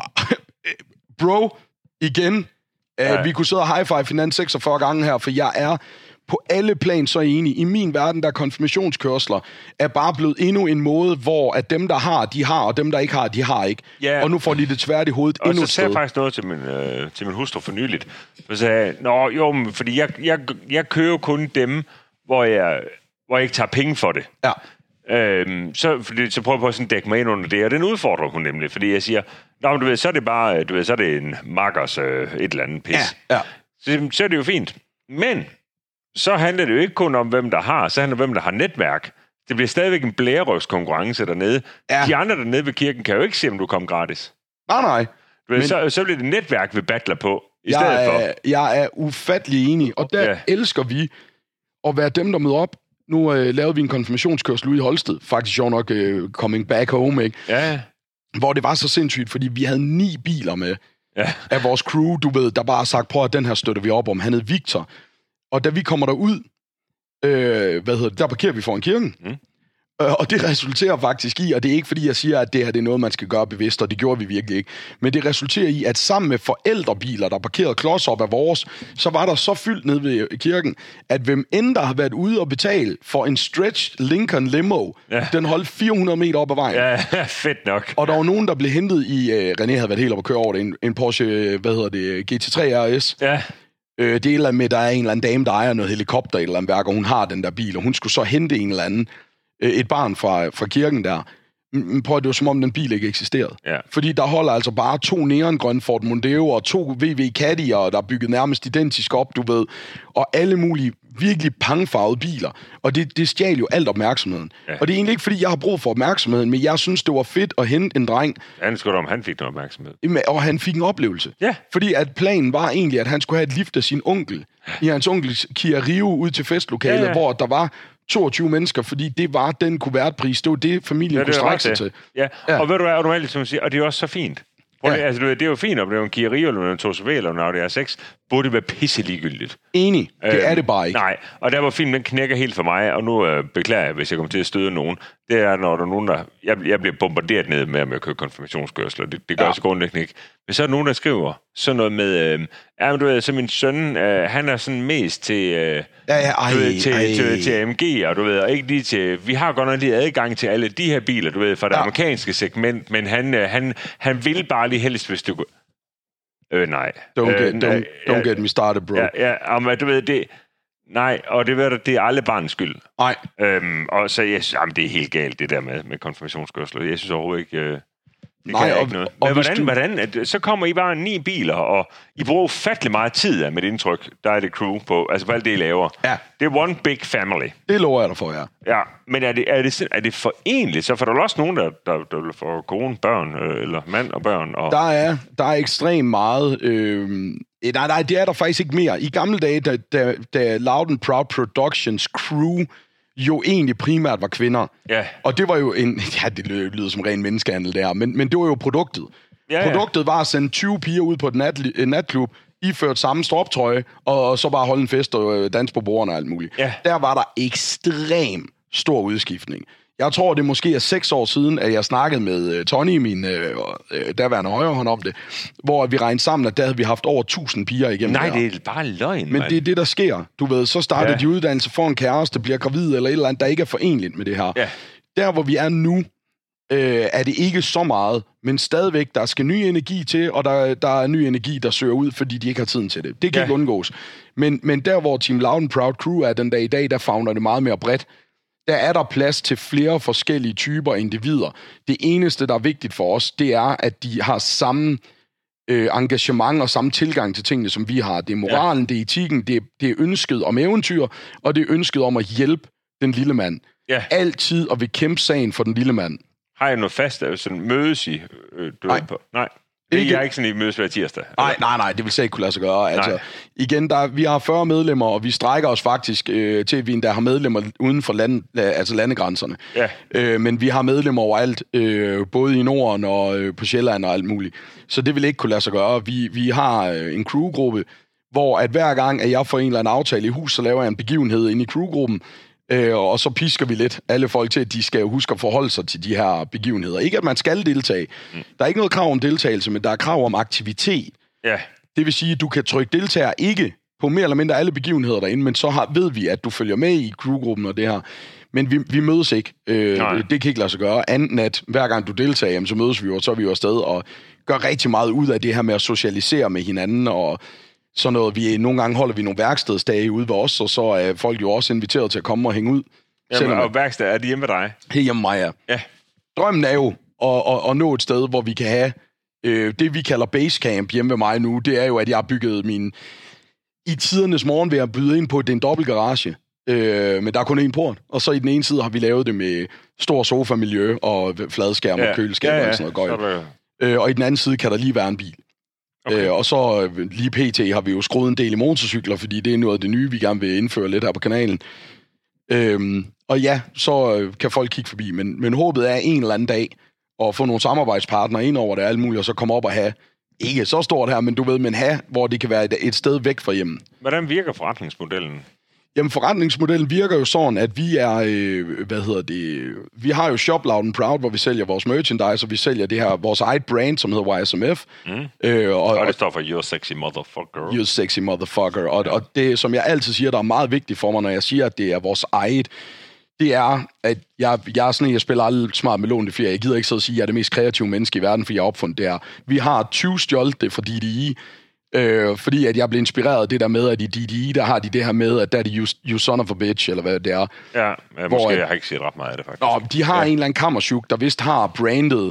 bro, igen, ja. uh, vi kunne sidde og high-five hinanden seksogfyrre gange her, for jeg er på alle plan så enig. I min verden, der konfirmationskørsler er bare blevet endnu en måde, hvor at dem, der har, de har, og dem, der ikke har, de har ikke. Ja. Og nu får de det tvært i hovedet og endnu så sagde jeg faktisk noget til min, øh, til min hustru for nyligt. Så sagde jeg, nå jo, fordi jeg, jeg, jeg kører kun dem, hvor jeg, hvor jeg ikke tager penge for det. Ja. Øhm, så, fordi, så prøver jeg på at dække mig ind under det, og den udfordrer hun nemlig, fordi jeg siger, nå, men du ved, så er det bare, du ved, så er det en makkers øh, et eller andet pis. Ja, ja. Så, så er det jo fint. Men så handler det jo ikke kun om, hvem der har, så handler det om, hvem der har netværk. Det bliver stadigvæk en blærerøvskonkurrence dernede. Ja. De andre dernede ved kirken kan jo ikke se, om du kommer gratis. Nej, nej. Du ved, men så, så bliver det netværk, vi battler på, i jeg stedet for. Er, jeg er ufattelig enig, og der ja. elsker vi at være dem, der møder op. Nu øh, lavede vi en konfirmationskørsel ude i Holsted. Faktisk sjovt nok øh, coming back home, ikke? Ja. Hvor det var så sindssygt, fordi vi havde ni biler med ja. af vores crew, du ved, der bare har sagt, prøv at den her støtter vi op om. Han hed Victor. Og da vi kommer derud, øh, hvad hedder det, der parkerer vi foran kirken. Mm. Øh, og det resulterer faktisk i, og det er ikke fordi, jeg siger, at det her det er noget, man skal gøre bevidst, og det gjorde vi virkelig ikke. Men det resulterer i, at sammen med forældrebiler, der parkerede klods op af vores, så var der så fyldt ned ved kirken, at hvem end der har været ude og betale for en stretch Lincoln limo, ja. den holdt fire hundrede meter op ad vejen. Ja, fedt nok. Og der var nogen, der blev hentet i, øh, René havde været helt op at køre over det, en, en Porsche, hvad hedder det, G T tre R S. Ja. Øh, det er et eller andet med, der er en eller anden dame, der ejer noget helikopter i et eller andet værk, og hun har den der bil, og hun skulle så hente en eller anden, øh, et barn fra, fra kirken der. Men prøv at det var som om den bil ikke eksisterede. Ja. Fordi der holder altså bare to neongrønne Ford Mondeo og to V W Caddy'er, der er bygget nærmest identisk op, du ved. Og alle mulige virkelig pangfarvede biler. Og det, det stjal jo alt opmærksomheden. Ja. Og det er egentlig ikke, fordi jeg har brug for opmærksomheden, men jeg synes, det var fedt at hente en dreng. Han skulle om, han fik noget opmærksomhed. Og han fik en oplevelse. Ja. Fordi at planen var egentlig, at han skulle have et lift af sin onkel. I hans onkels Kia Rio ud til festlokalet, ja, ja. hvor der var toogtyve mennesker, fordi det var den kuvertpris. Det var det, familien ja, det kunne strække sig til. Ja. ja, og ved du hvad, normalt, som man siger, og det er også så fint. Ja. Det, altså, det er jo fint, om det er en Kia Rio, eller en Toyota V, eller en Audi R seks, burde det være pisse ligegyldigt. Enig. Det øhm, er det bare ikke. Nej, og der var filmen, den knækker helt for mig, og nu øh, beklager jeg, hvis jeg kommer til at støde nogen. Det er, når der er nogen, der... Jeg, jeg bliver bombarderet ned med, at jeg kører konfirmationskørsler. Det, det gør ja. så grundlæggende ikke. Men så er der nogen, der skriver sådan noget med... Øh, ja, men du ved, så min søn, øh, han er sådan mest til... Øh, ja, ja, ej, du ved, til, ej. til, til, til A M G'er, du ved, og ikke lige til... Vi har godt nok lige adgang til alle de her biler, du ved, fra det ja. amerikanske segment, men han, øh, han, han vil bare lige helst, hvis du... Øh, nej. Don't, get, øh, don't, nej, don't ja, get me started, bro. Ja, ja, men du ved, det... Nej, og det, ved, det er alle barns skyld. Nej. Øhm, og så jeg synes, jamen, det er helt galt, det der med, med konfirmationskørsler. Jeg synes overhovedet ikke... Øh, det Nej, kan og, ikke noget. Og Men hvordan, du... hvordan at, så kommer I bare ni biler, og I bruger ufattelig meget tid af mit indtryk, der er det crew på, altså på alt det, I laver. Ja. Det er one big family. Det lover jeg dig for, ja. Ja, men er det, er det, er det forenligt? Så får der også nogen, der, der, der får kone, børn, øh, eller mand og børn. Og... Der er, der er ekstremt meget... Øh... Nej, nej, det er der faktisk ikke mere. I gamle dage, da, da, da Loud and Proud Productions crew jo egentlig primært var kvinder. Ja. Og det var jo en... Ja, det lyder som ren menneskehandel der, men, men det var jo produktet. Ja, ja. Produktet var at sende tyve piger ud på et nat, natklub, iført samme stroptrøje, og så bare holde en fest og danse på bordene og alt muligt. Ja. Der var der ekstrem stor udskiftning. Jeg tror, det måske er seks år siden, at jeg snakkede med uh, Tony, min uh, derværende højrehånd, om det, hvor vi regnede sammen, at der havde vi haft over tusind piger igennem. Nej, der. det er bare løgn, Men man. det er det, der sker. Du ved, så starter ja. de uddannelse, får en kæreste, bliver gravid eller et eller andet, der ikke er forenligt med det her. Ja. Der, hvor vi er nu, øh, er det ikke så meget, men stadigvæk, der skal ny energi til, og der, der er ny energi, der søger ud, fordi de ikke har tiden til det. Det kan ja. ikke undgås. Men, men der, hvor Team Loud and Proud Crew er den dag i dag, der favner det meget mere bredt. Der er der plads til flere forskellige typer individer. Det eneste, der er vigtigt for os, det er, at de har samme øh, engagement og samme tilgang til tingene, som vi har. Det er moralen, ja. det er etikken, det er, det er ønsket om eventyr, og det er ønsket om at hjælpe den lille mand. Ja. Altid at vil kæmpe sagen for den lille mand. Har jeg noget fast, der sådan mødes i? Øh, du Nej. På? Nej. Det Ikke. er ikke sådan, I mødes hver tirsdag? Nej, nej, nej, det vil slet ikke kunne lade sig gøre. Altså, igen, der, vi har fyrre medlemmer, og vi strækker os faktisk øh, til, at vi endda har medlemmer uden for land, altså landegrænserne. Ja. Øh, men vi har medlemmer overalt, øh, både i Norden og øh, på Sjælland og alt muligt. Så det vil ikke kunne lade sig gøre. Vi, vi har øh, en crewgruppe, hvor at hver gang, at jeg får en eller anden aftale i hus, så laver jeg en begivenhed inde i crewgruppen, Øh, og så pisker vi lidt alle folk til, at de skal huske at forholde sig til de her begivenheder. Ikke, at man skal deltage. Mm. Der er ikke noget krav om deltagelse, men der er krav om aktivitet. Ja. Det vil sige, at du kan trykke deltager ikke på mere eller mindre alle begivenheder derinde, men så har, ved vi, at du følger med i crewgruppen og det her. Men vi, vi mødes ikke. Øh, det kan ikke lade sig gøre. Anden at hver gang du deltager, jamen, så mødes vi jo, og så er vi jo afsted og gør rigtig meget ud af det her med at socialisere med hinanden og sådan noget. Vi, nogle gange holder vi nogle værkstedsdage ude ved os, og så er folk jo også inviteret til at komme og hænge ud. Jamen, og værksted, er det hjemme ved dig? Her hjemme mig, ja. ja. Drømmen er jo at, at, at nå et sted, hvor vi kan have øh, det, vi kalder basecamp hjemme ved mig nu. Det er jo, at jeg har bygget min... I tidernes morgen vil jeg byde ind på, at det er en dobbelt garage, øh, men der er kun én port. Og så i den ene side har vi lavet det med stor sofa-miljø og fladskærm ja. og køleskab ja, ja. og sådan noget gøjl. Øh, og i den anden side kan der lige være en bil. Okay. Øh, og så lige pt. Har vi jo skruet en del i motorcykler, fordi det er noget af det nye, vi gerne vil indføre lidt her på kanalen. Øhm, og ja, så kan folk kigge forbi, men, men håbet er en eller anden dag at få nogle samarbejdspartnere ind over det alt muligt, og så komme op og have, ikke så stort her, men du ved, men have, hvor det kan være et, et sted væk fra hjemmet. Hvordan virker forretningsmodellen? Jamen, forretningsmodellen virker jo sådan, at vi er, øh, hvad hedder det, vi har jo Shop Loud and Proud, hvor vi sælger vores merchandise, og vi sælger det her, vores eget brand, som hedder Y S M F. Mm. Øh, og, og det står for You're Sexy Motherfucker. You're Sexy Motherfucker. Og, ja. og det, som jeg altid siger, der er meget vigtigt for mig, når jeg siger, at det er vores eget, det er, at jeg, jeg er sådan en, jeg spiller alle smart med lånte fjer. Jeg gider ikke så at sige, at jeg er det mest kreative menneske i verden, for jeg har opfundet det her. Vi har tyve stjålet det fra D D I, Øh, fordi at jeg blev inspireret af det der med, at i D D I, der har de det her med, at der er de you, you son of a bitch, eller hvad det er. Ja, ja måske at, jeg har ikke set ret meget af det, faktisk. Nå, de har ja. en eller anden kammerchuk, der vist har brandet,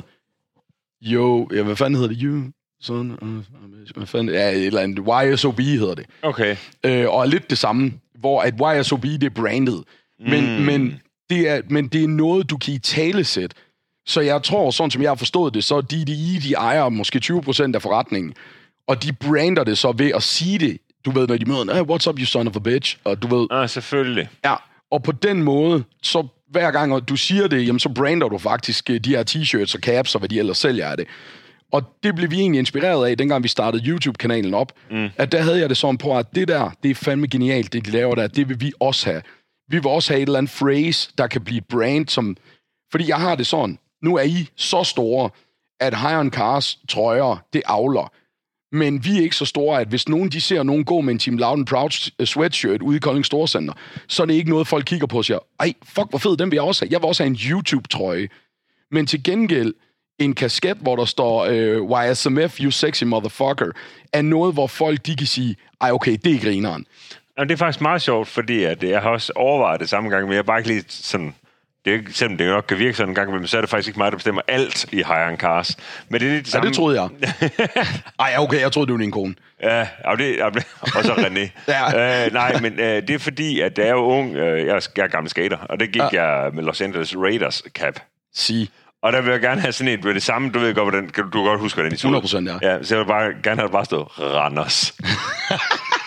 jo, ja, hvad fanden hedder det? You son of a bitch, hvad fanden, ja, et eller andet, Y S O B hedder det. Okay. Øh, og er lidt det samme, hvor at Y S O B, det er brandet. Men, mm. men, det er, men det er noget, du kan i talesæt. Så jeg tror, sådan som jeg har forstået det, så D D I, de ejer måske tyve procent af forretningen. Og de brander det så ved at sige det. Du ved, når de møder, hey, what's up, you son of a bitch? Og du ved... Ah, selvfølgelig. Ja, og på den måde, så hver gang du siger det, jamen så brander du faktisk de her t-shirts og caps og hvad de ellers sælger af det. Og det blev vi egentlig inspireret af, dengang vi startede YouTube-kanalen op. Mm. At der havde jeg det sådan på, at det der, det er fandme genialt, det de laver der. Det vil vi også have. Vi vil også have et eller andet phrase, der kan blive et brand, som... Fordi jeg har det sådan, nu er I så store, at High on Cars trøjer, det avler. Men vi er ikke så store, at hvis nogen de ser nogen gå med en Team Loud and Proud sweatshirt ude i Kolding Storcenter, så er det ikke noget, folk kigger på og siger, ej, fuck, hvor fed, den vil jeg også have. Jeg vil også have en YouTube-trøje. Men til gengæld, en kasket, hvor der står øh, Y S M F, you sexy motherfucker, er noget, hvor folk de kan sige, ej, okay, det er grineren. Jamen, det er faktisk meget sjovt, fordi at jeg har også overvejet det samme gang, men jeg er bare ikke lige sådan... Det er, selvom det nok kan virke sådan en gang, men så er det faktisk ikke mig, der bestemmer alt i High on Cars. Men det er lidt det samme. Ja, det troede jeg. Ej, okay, jeg troede, det var din kone. Ja, og, det, og så René. ja. øh, nej, men øh, det er fordi, at da jeg var ung, øh, jeg er gammel skater, og det gik ja. jeg med Los Angeles Raiders cap. Sig. Og der vil jeg gerne have sådan et, det samme, du ved godt, hvordan, du kan godt huske, hvordan de så hundrede procent, ja. Ja, så jeg vil bare, gerne have det bare stået Randers.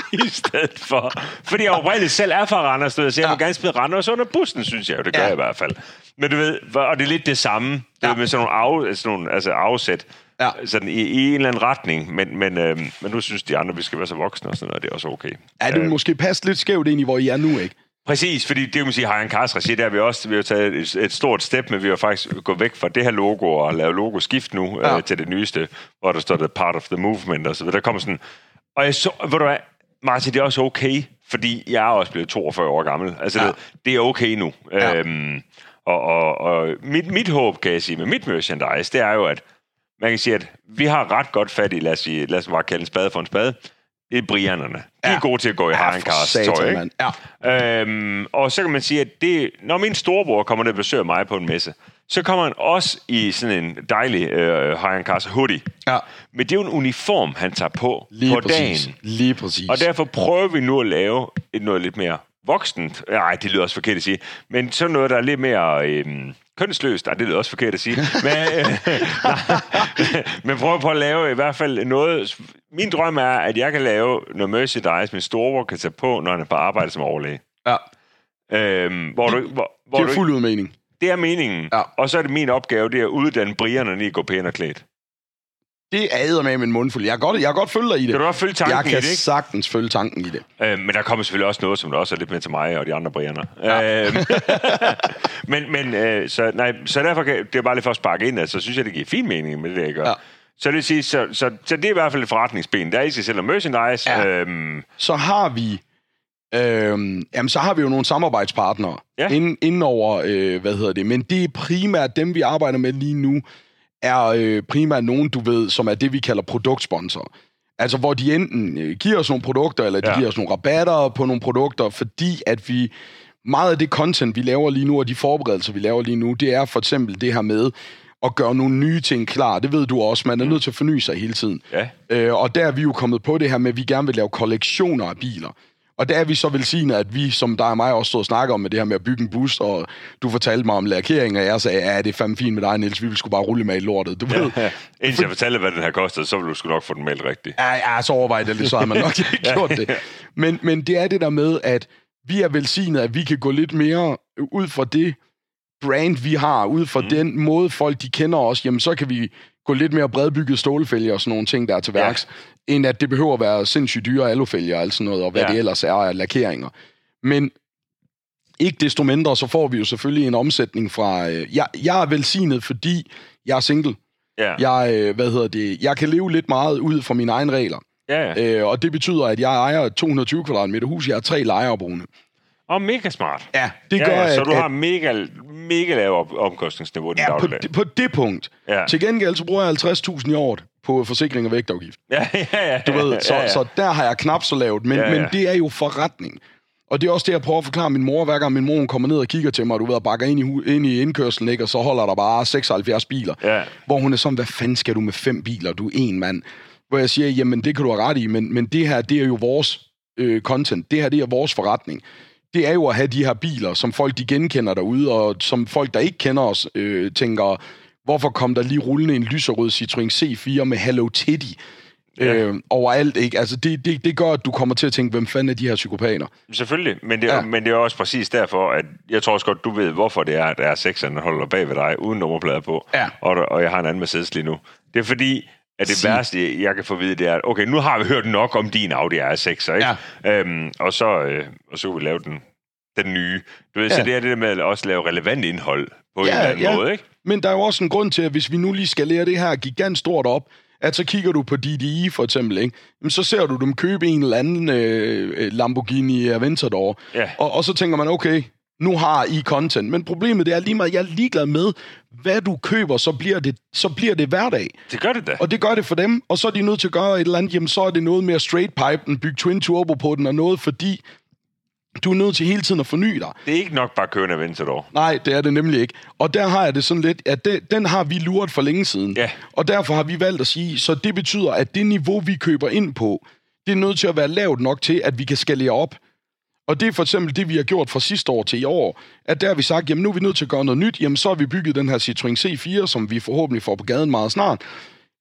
i stedet for. Fordi jeg oprindeligt selv er fra Randers, så jeg ja. må gerne spille Randers under bussen, synes jeg jo. Det gør ja. jeg i hvert fald. Men du ved, og det er lidt det samme. Det ja. med sådan nogle, af, sådan nogle altså afsæt ja. sådan i, i en eller anden retning. Men, men, øh, men nu synes de andre, vi skal være så voksne og sådan noget, det er også okay. Ja, det vil måske passe lidt skævt ind i, hvor I er nu, ikke? Præcis, fordi det kan man sige, Hayan Cars regi, der har vi også vi har taget et, et stort step, men vi har faktisk gået væk fra det her logo og lavet logoskift nu ja. øh, til det nyeste, hvor der står the part of the movement og så videre. Der kommer sådan, og jeg så, ved du hvad, Martin, det er også okay, fordi jeg er også blevet toogfyrre år gammel. Altså, ja. det, det er okay nu. Ja. Øhm, og og, og mit, mit håb, kan jeg sige, med mit merchandise, det er jo, at man kan sige, at vi har ret godt fat i, lad os, sige, lad os bare kalde en spade for en spade, det er brianerne. De ja. er gode til at gå i ja, Hayan Cars tøj, ikke? Ja. Øhm, og så kan man sige, at det, når min storebror kommer ned og besøger mig på en messe, så kommer han også i sådan en dejlig øh, Hayan Cars hoodie. Ja. Men det er jo en uniform, han tager på Lige på præcis. dagen. Lige præcis. Og derfor prøver vi nu at lave et noget lidt mere voksent. Nej, det lyder også forkert at sige. Men sådan noget, der er lidt mere øh, kønsløst. Nej, det lyder også forkert at sige. men, øh, men prøv på at lave i hvert fald noget. Min drøm er, at jeg kan lave noget merchandise, min storebror kan tage på, når han er på arbejde som overlæge. Ja. Øhm, hvor det, du, hvor, hvor det er fuld ud mening. Det er meningen. Ja. Og så er det min opgave, det er at uddanne brianerne i at gå pænt og klædt. Det er med min mundfuld. Jeg kan godt, jeg kan godt følge dig i det. Kan du også følge tanken jeg i det, Jeg kan sagtens følge tanken i det. Øh, men der kommer selvfølgelig også noget, som der også er lidt mere til mig og de andre brianer. Ja. Øh, men men øh, så, nej, så derfor kan det er bare lidt for at sparke ind, altså, så synes jeg, det giver fin mening med det, jeg gør. Ja. Så det vil sige, så, så, så det er i hvert fald et forretningsben. Der er i sig selv merchandise. Ja. Øhm. Så har vi øhm, jamen, så har vi jo nogle samarbejdspartnere ja. inden, inden over, øh, hvad hedder det, men det er primært dem, vi arbejder med lige nu, er øh, primært nogen, du ved, som er det, vi kalder produktsponsor. Altså, hvor de enten øh, giver os nogle produkter, eller de ja. giver os nogle rabatter på nogle produkter, fordi at vi, meget af det content, vi laver lige nu, og de forberedelser, vi laver lige nu, det er for eksempel det her med at gøre nogle nye ting klar. Det ved du også, man er nødt til at forny sig hele tiden. Ja. Øh, og der er vi jo kommet på det her med, at vi gerne vil lave kollektioner af biler. Og der er vi så velsignet, at vi, som dig og mig også stod og snakker om med det her med at bygge en bus, og du fortalte mig om lakering, og jeg sagde, ja, det er fandme fint med dig, Niels, vi vil sgu bare rulle med i lortet, du ved. Ja, ja. Indtil jeg fortalte, hvad den her kostede, så ville du sgu nok få den meldt rigtigt. Ja, ja, så overvej det lidt, så har man nok ikke gjort det. Men, men det er det der med, at vi er velsignet, at vi kan gå lidt mere ud fra det brand, vi har, ud fra mm. den måde, folk de kender os, jamen så kan vi gå lidt mere bredbygget stålfælger og sådan nogle ting, der er til værks, ja. end at det behøver at være sindssygt dyre alufælger og alt sådan noget, og hvad ja. det ellers er af lakeringer. Men ikke desto mindre, så får vi jo selvfølgelig en omsætning fra... Øh, jeg, jeg er velsignet, fordi jeg er single. Ja. Jeg, øh, hvad hedder det, jeg kan leve lidt meget ud fra mine egne regler. Ja. Øh, og det betyder, at jeg ejer et to hundrede og tyve kvadratmeter hus, jeg har tre lejerbrugne. Og mega smart. Ja, det gør, ja, ja, så at, du har mega, mega lav omkostningsniveau den ja, på, på det punkt. Ja. Til gengæld, så bruger jeg halvtreds tusind i året på forsikring og vægtafgift. Ja, ja, ja. Du ved, så, ja, ja. så der har jeg knap så lavt, men, ja, ja. men det er jo forretning. Og det er også det, jeg prøver at forklare min mor, hver gang min mor kommer ned og kigger til mig, og du ved, og bakker ind i, ind i indkørslen, ikke? Og så holder der bare seksoghalvfjerds biler. Ja. Hvor hun er sådan, hvad fanden skal du med fem biler? Du er en mand. Hvor jeg siger, jamen det kan du have ret i, men, men det her, det er jo vores øh, content. Det her, det er vores forretning. Det er jo at have de her biler, som folk de genkender derude, og som folk, der ikke kender os, øh, tænker, hvorfor kom der lige rullende en lyserød Citroën C fire med Hello Teddy ja. øh, overalt, ikke? Altså, det, det, det gør, at du kommer til at tænke, hvem fanden er de her psykopater? Selvfølgelig, men det, er, ja. men det er også præcis derfor, at jeg tror også godt, du ved, hvorfor det er, at der er sekseren, der holder bag ved dig, uden nummerplader på, ja. og, og jeg har en anden Mercedes lige nu. Det er fordi, at det Sig. værste, jeg kan få at vide, det er, at okay, nu har vi hørt nok om din Audi R sekser, ikke? Ja. Øhm, og, så, øh, og så kan vi lave den, den nye. Du ved, ja. Så det er det der med at også lave relevant indhold på ja, en eller anden ja. måde, ikke? Men der er jo også en grund til, at hvis vi nu lige skal lære det her gigant stort op, at så kigger du på D D I for eksempel, ikke? Men så ser du dem købe en eller anden øh, Lamborghini Aventador, ja. og, og så tænker man, okay, nu har I content. Men problemet det er lige meget, jeg er ligeglad med, hvad du køber, så bliver det, så bliver det hverdag. Det gør det da. Og det gør det for dem, og så er de nødt til at gøre et eller andet, jamen så er det noget mere straight pipe, den bygge twin turbo på den, og noget, fordi du er nødt til hele tiden at forny dig. Det er ikke nok bare at købe en Aventador. Nej, det er det nemlig ikke. Og der har jeg det sådan lidt, at det, den har vi luret for længe siden. Ja. Og derfor har vi valgt at sige, så det betyder, at det niveau, vi køber ind på, det er nødt til at være lavt nok til, at vi kan skalere op. Og det er for eksempel det, vi har gjort fra sidste år til i år, at der har vi sagt, jamen nu er vi nødt til at gøre noget nyt, jamen så har vi bygget den her Citroën C fire, som vi forhåbentlig får på gaden meget snart.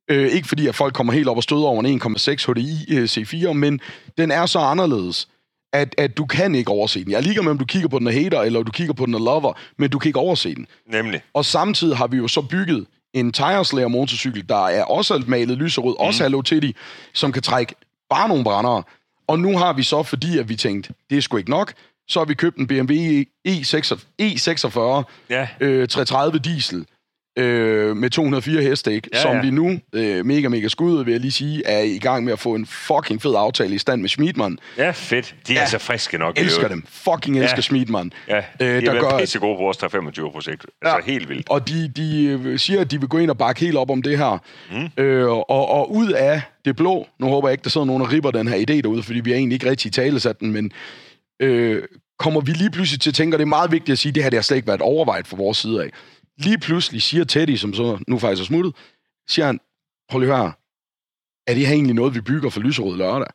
Øh, ikke fordi, at folk kommer helt op og støder over en en komma seks H D I C fire, men den er så anderledes, at, at du kan ikke overse den. Jeg er ligeglad med, om du kigger på den af hater, eller du kigger på den af lover, men du kan ikke overse den. Nemlig. Og samtidig har vi jo så bygget en Tire Slayer motorcykel, der er også malet lyserød, mm. også Hello Kitty, som kan trække bare nogle brændere. Og nu har vi så, fordi at vi tænkte, det er sgu ikke nok, så har vi købt en B M W E seksogfyrre ja. øh, tre tredive diesel øh, med to hundrede og fire heste, ikke? Ja, som ja. vi nu, øh, mega, mega skud, vil jeg lige sige, er i gang med at få en fucking fed aftale i stand med Schmiedmann. Ja, fedt. De er ja. så friske nok. Elsker dem. Fucking elsker ja. Schmiedmann. Ja, de øh, der gør pisse gode på vores tre femogtyve-projekt. Altså ja. helt vildt. Og de, de siger, at de vil gå ind og bakke helt op om det her. Mm. Øh, og, og ud af det blå, nu håber jeg ikke, der sidder nogen og ripper den her idé derude, fordi vi har egentlig ikke rigtig talesat den, men øh, kommer vi lige pludselig til at tænke, og det er meget vigtigt at sige, at det her det har slet ikke været overvejet fra vores side af. Lige pludselig siger Teddy, som så nu faktisk er smuttet, siger han, prøv lige at høre, er det her egentlig noget, vi bygger for lyserød lørdag?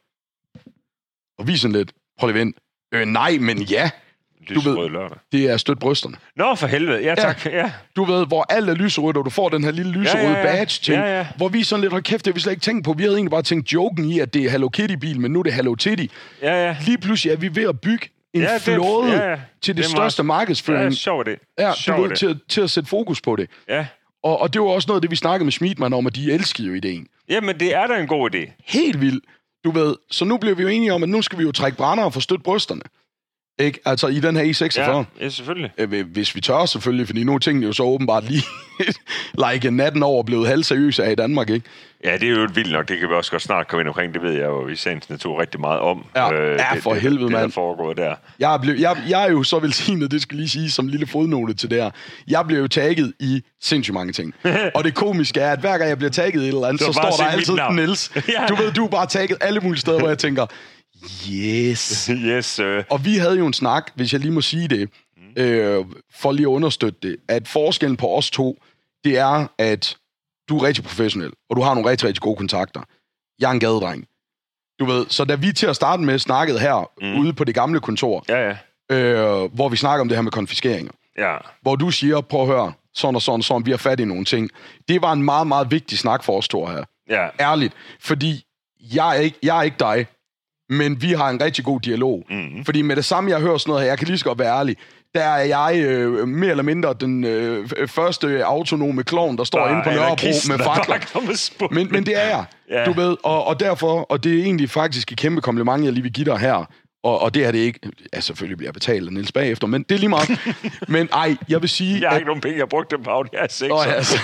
Og vi sådan lidt, prøv lige at vente. Øh, nej, men ja. Du ved, lørdag. Det er støt brysterne. Nå, for helvede. Ja, tak. Ja. Ja. Du ved, hvor alt er lyserødt, og du får den her lille lyserøde ja, ja, ja. badge-ting, ja, ja. hvor vi sådan lidt, hold kæft, det har vi slet ikke tænkt på. Vi havde egentlig bare tænkt joken i, at det er Hello Kitty-bil, men nu er det Hello Kitty. Ja, ja. Lige pludselig er vi ved at bygge en ja, flåde ja, ja. til det, det største meget... markedsføring. Ja, sjovt det. Ja, sjov du ved, det. til, til at sætte fokus på det. Ja. Og, og det var også noget af det, vi snakkede med Schmiedmann om, at de elskede jo ideen. Jamen, det er da en god idé. Helt vildt. Du ved, så nu bliver vi jo enige om, at nu skal vi jo trække brændere og få stødt brysterne. Ikke? Altså i den her E seksogfyrre. Ja, ja, selvfølgelig. Hvis vi tør, selvfølgelig, fordi nu er tingene jo så åbenbart lige like natten over blevet halvseriøse af i Danmark, ikke? Ja, det er jo vildt nok. Det kan vi også godt snart komme ind omkring. Det ved jeg jo i sagens natur rigtig meget om. Ja, øh, ja for det, helvede, mand. Det, der foregået der. Jeg, blev, jeg, jeg er jo så velsignet, det skal lige sige som lille fodnote til det her. Jeg bliver jo tagget i sindssygt mange ting. Og det komiske er, at hver gang jeg bliver tagget i et eller andet, så står der altid Niels. Ja. Du ved, du er bare tagget alle mulige steder, hvor jeg tænker... Yes. Yes, sir. Og vi havde jo en snak, hvis jeg lige må sige det, mm. øh, for lige at understøtte det, at forskellen på os to, det er, at du er rigtig professionel, og du har nogle rigtig, rigtig gode kontakter. Jeg er en gadedreng. Du ved, så da vi til at starte med snakkede her, mm. ude på det gamle kontor, ja, ja. Øh, hvor vi snakker om det her med konfiskeringer, ja. hvor du siger, prøv at høre, sådan og sådan og sådan, vi har fat i nogle ting. Det var en meget, meget vigtig snak for os to her. Ja. Ærligt. Fordi jeg er ikke, jeg er ikke dig, men vi har en rigtig god dialog. Mm-hmm. Fordi med det samme, jeg hører sådan noget her, jeg kan lige så godt være ærlig, der er jeg øh, mere eller mindre den øh, første autonome klovn, der står bare inde på Nørrebro med fakler. Men, men det er jeg, ja. Du ved, og, og derfor, og det er egentlig faktisk et kæmpe kompliment, jeg lige vil give dig her, og, og det er det ikke, ja, selvfølgelig bliver jeg betalt af Niels bagefter, men det er lige meget. Men ej, jeg vil sige... Jeg har at, ikke nogen penge, jeg har brugt dem på Audi R seks. Åh, ja,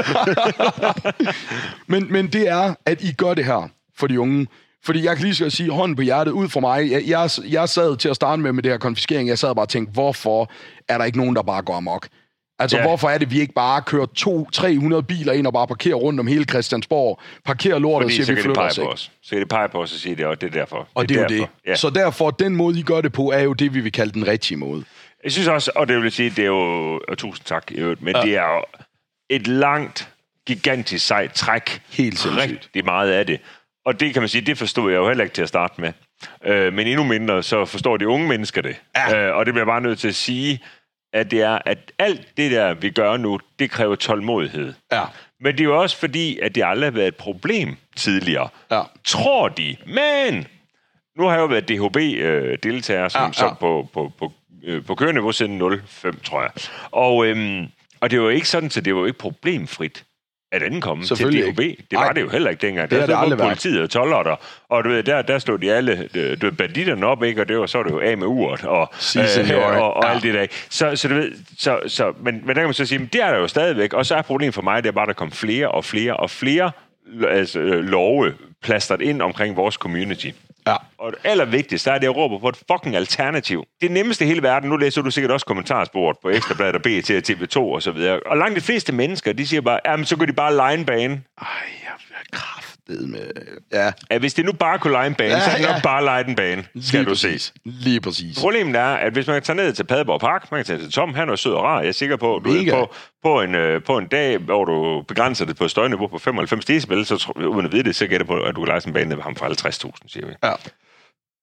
men, men det er, at I gør det her for de unge. Fordi jeg kan lige så sige, hånden på hjertet, ud fra mig, jeg, jeg, jeg sad til at starte med med det her konfiskering, jeg sad bare og tænkte, hvorfor er der ikke nogen, der bare går amok? Altså, yeah. hvorfor er det, vi ikke bare kører to til tre hundrede biler ind og bare parkerer rundt om hele Christiansborg, parkerer lortet og siger, vi flytter os, ikke? Så kan det pege på os og sige det, og det er derfor. Og det er, det er jo det. Ja. Så derfor, den måde, I gør det på, er jo det, vi vil kalde den rigtige måde. Jeg synes også, og det vil sige, det er jo, og tusind tak, men ja. Det er jo et langt, gigantisk sejt træk. Helt sindssygt. Rigtig meget af det. Og det kan man sige, det forstod jeg jo heller ikke til at starte med. Øh, men endnu mindre, så forstår de unge mennesker det. Ja. Øh, og det bliver jeg bare nødt til at sige, at det er, at alt det der, vi gør nu, det kræver tålmodighed. Ja. Men det er jo også fordi, at det aldrig har været et problem tidligere. Ja. Tror de. Men nu har jeg jo været D H B-deltager, som, ja, ja. som på, på, på, øh, på køreniveau siden nul fem, tror jeg. Og, øhm, og det var jo ikke sådan, så det var jo ikke problemfrit at ankomme til D H B. Det var Ej, det jo heller ikke dengang. Der stod både politiet og toldere der, og du ved, der, der stod de alle du ved, banditterne op, ikke? Og det var, så var det jo af med uret og, øh, og, og ja. alt det der. Så, så du ved, så, så, men, men der kan man så sige, men det er der jo stadigvæk, og så er problemet for mig, det er bare, der kom flere og flere og flere altså, love plastret ind omkring vores community. Ja. Og det allervigtigste er, at jeg råber på et fucking alternativ. Det nemmeste i hele verden, nu læser du sikkert også kommentarsporet på Ekstrabladet og B T og T V to og så videre. Og langt de fleste mennesker, de siger bare, jamen så kan de bare lege en bane. Ej, jeg er kraftet med... Ja. Ja, hvis de nu bare kunne lege en bane, ja, så kan de ja. nok bare lege den bane, skal lige du præcis. se. Lige præcis. Problemet er, at hvis man kan tage ned til Padborg Park, man kan tage til Tom, han er sød og rar, jeg er sikker på, du ved, på, på, en, på en dag, hvor du begrænser det på et støjniveau på femoghalvfems decibel, så uden at vide det, så gætter på, at du kan lege sådan en bane med ham for halvtreds tusind, siger vi. Ja.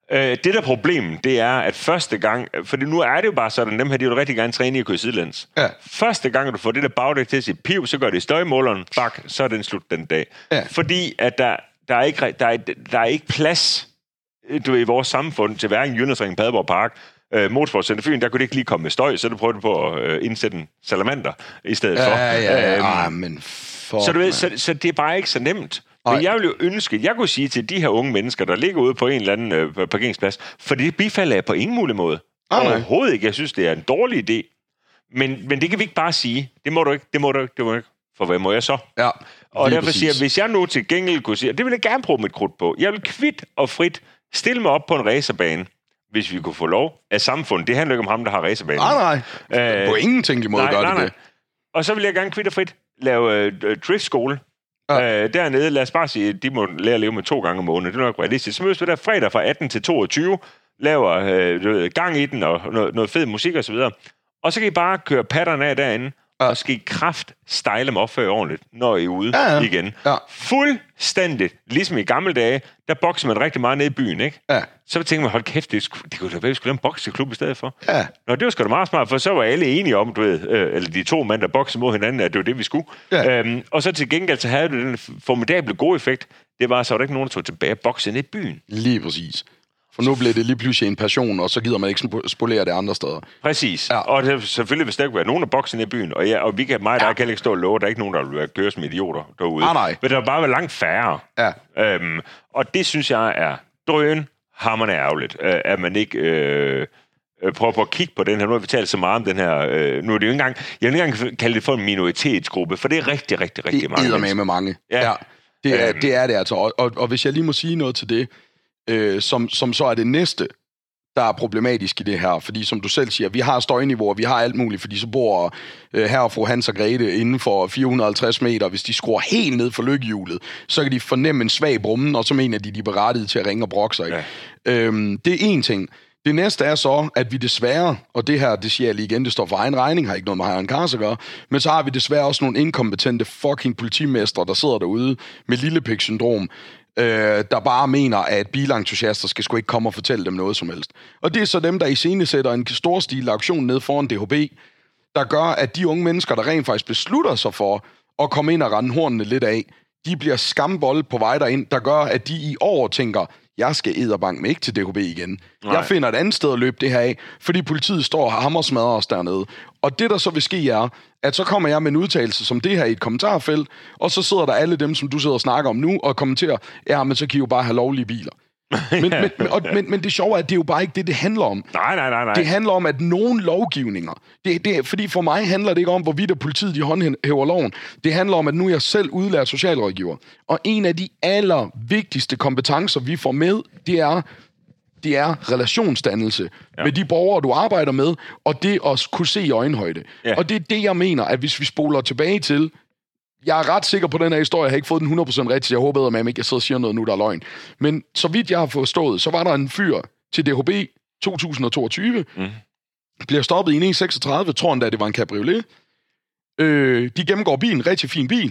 Øh, det der problem, det er, at første gang... For nu er det jo bare sådan, dem her, de vil rigtig gerne træne i at køre sidelæns. Ja. Første gang, du får det der bagdæk til at sige piv, så gør det i støjmåleren, bak, så er den slut den dag. Ja. Fordi at der, der, er ikke, der, er, der er ikke plads du ved, i vores samfund til hverken Jyllandsringen, Padborg Park, øh, Motorsportscenter Fyn, der kunne det ikke lige komme med støj, så du prøvede på at øh, indsætte en salamander i stedet ja, for. Ja, ja, ja. Øhm, ah, men fuck, så, du ved, så, så det er bare ikke så nemt. Men jeg vil jo ønske, jeg kunne sige til de her unge mennesker, der ligger ude på en eller anden øh, parkeringsplads, for det bifalder jeg på ingen mulig måde. Ah, overhovedet ikke. Jeg synes, det er en dårlig idé. Men, men det kan vi ikke bare sige. Det må du ikke, det må du ikke, det må du ikke. For hvad må jeg så? Ja, og derfor præcis. siger jeg, hvis jeg nu til gengæld kunne sige, det vil jeg gerne bruge mit krudt på. Jeg vil kvit og frit stille mig op på en racerbane, hvis vi kunne få lov af samfundet. Det handler ikke om ham, der har racerbanen. Nej, nej. Øh, på ingen tænkelig måde nej, gør nej, det nej. det. Og så vil jeg gerne kvit og frit lave øh, driftskole. Ja. Øh, dernede, lad os bare sige, de må lære at leve med to gange om måneden. Det er nok realistisk. Så mødes vi der fredag fra atten til toogtyve, laver øh, gang i den og noget, noget fed musik og så videre. Og så kan I bare køre patterne af derinde, ja. Og skal I kraft style dem op før ordentligt, når I er ude ja, ja. igen. Ja. Fuldstændigt. Ligesom i gamle dage, der bokser man rigtig meget ned i byen, ikke? Ja. Så tænker man, hold kæft, det, skulle, det kunne da være, vi skulle lave en bokseklub i stedet for. Ja. Nå, det var sgu da meget smart, for så var alle enige om, du ved, øh, eller de to mænd, der bokser mod hinanden, at det var det, vi skulle. Ja. Øhm, og så til gengæld, så havde det den formidable gode effekt. Det var, så var der ikke nogen, der tog tilbage og boksede ned i byen. Lige præcis. For nu bliver det lige pludselig en passion, og så gider man ikke spolere det andre steder. Præcis. Ja. Og det, selvfølgelig vil der ikke være nogen, der bokser ned i byen. Og, ja, og vi kan mig, der ja. kan ikke stå og love, der er ikke nogen, der vil køre som idioter derude. Ah, nej. Men der vil bare være langt færre. Ja. Øhm, og det synes jeg er drøn, hammerende ærgerligt, øh, at man ikke øh, prøver på at kigge på den her. Nu har vi talt så meget om den her. Øh, nu er det jo ikke engang, jeg vil ikke engang kalde det for en minoritetsgruppe, for det er rigtig, rigtig, rigtig det mange. Det er med med mange. Ja. ja. Det, er, øhm. det er det altså. Og, og, og hvis jeg lige må sige noget til det, Øh, som, som så er det næste, der er problematisk i det her. Fordi som du selv siger, vi har støjniveauer, vi har alt muligt, fordi så bor øh, her og fru Hans og Grete inden for fire hundrede og halvtreds meter. Hvis de skruer helt ned for lykkehjulet, så kan de fornemme en svag brummen, og så mener de, de er berettiget til at ringe og brokke sig. Ikke? Ja. Øhm, det er én ting. Det næste er så, at vi desværre, og det her, det siger jeg lige igen, det står for egen regning, har ikke noget med Herren Kars at gøre, men så har vi desværre også nogle inkompetente fucking politimestre, der sidder derude med lillepik-syndrom, Øh, der bare mener, at bilentusiaster skal sgu ikke komme og fortælle dem noget som helst. Og det er så dem, der iscenesætter en storstillet aktion ned foran D H B, der gør, at de unge mennesker, der rent faktisk beslutter sig for at komme ind og rende hornene lidt af, de bliver skambolde på vej derind, der gør, at de i år tænker, jeg skal edderbank med ikke til D H B igen. Nej. Jeg finder et andet sted at løbe det her af, fordi politiet står og hammersmadrer os dernede. Og det, der så vil ske, er, at så kommer jeg med en udtalelse som det her i et kommentarfelt, og så sidder der alle dem, som du sidder og snakker om nu, og kommenterer, ja, men så kan I jo bare have lovlige biler. Men, men, men, og, men, men det sjove er, at det er jo bare ikke det, det handler om. Nej, nej, nej, nej. Det handler om, at nogle lovgivninger, det, det, fordi for mig handler det ikke om, hvorvidt at politiet de håndhæver loven. Det handler om, at nu er jeg selv udlært socialrådgiver. Og en af de allervigtigste kompetencer, vi får med, det er, det er relationsdannelse ja. med de borgere, du arbejder med, og det at kunne se i øjenhøjde. Ja. Og det er det, jeg mener, at hvis vi spoler tilbage til, jeg er ret sikker på den her historie, jeg har ikke fået den hundrede procent rigtigt, jeg håber, at man ikke sidder og siger noget nu, der er løgn. Men så vidt jeg har forstået, så var der en fyr til D H B to tusind og toogtyve, mm. bliver stoppet i en E seksogtredive, tror han da, det var en cabriolet. Øh, de gennemgår bilen, rigtig fin bil.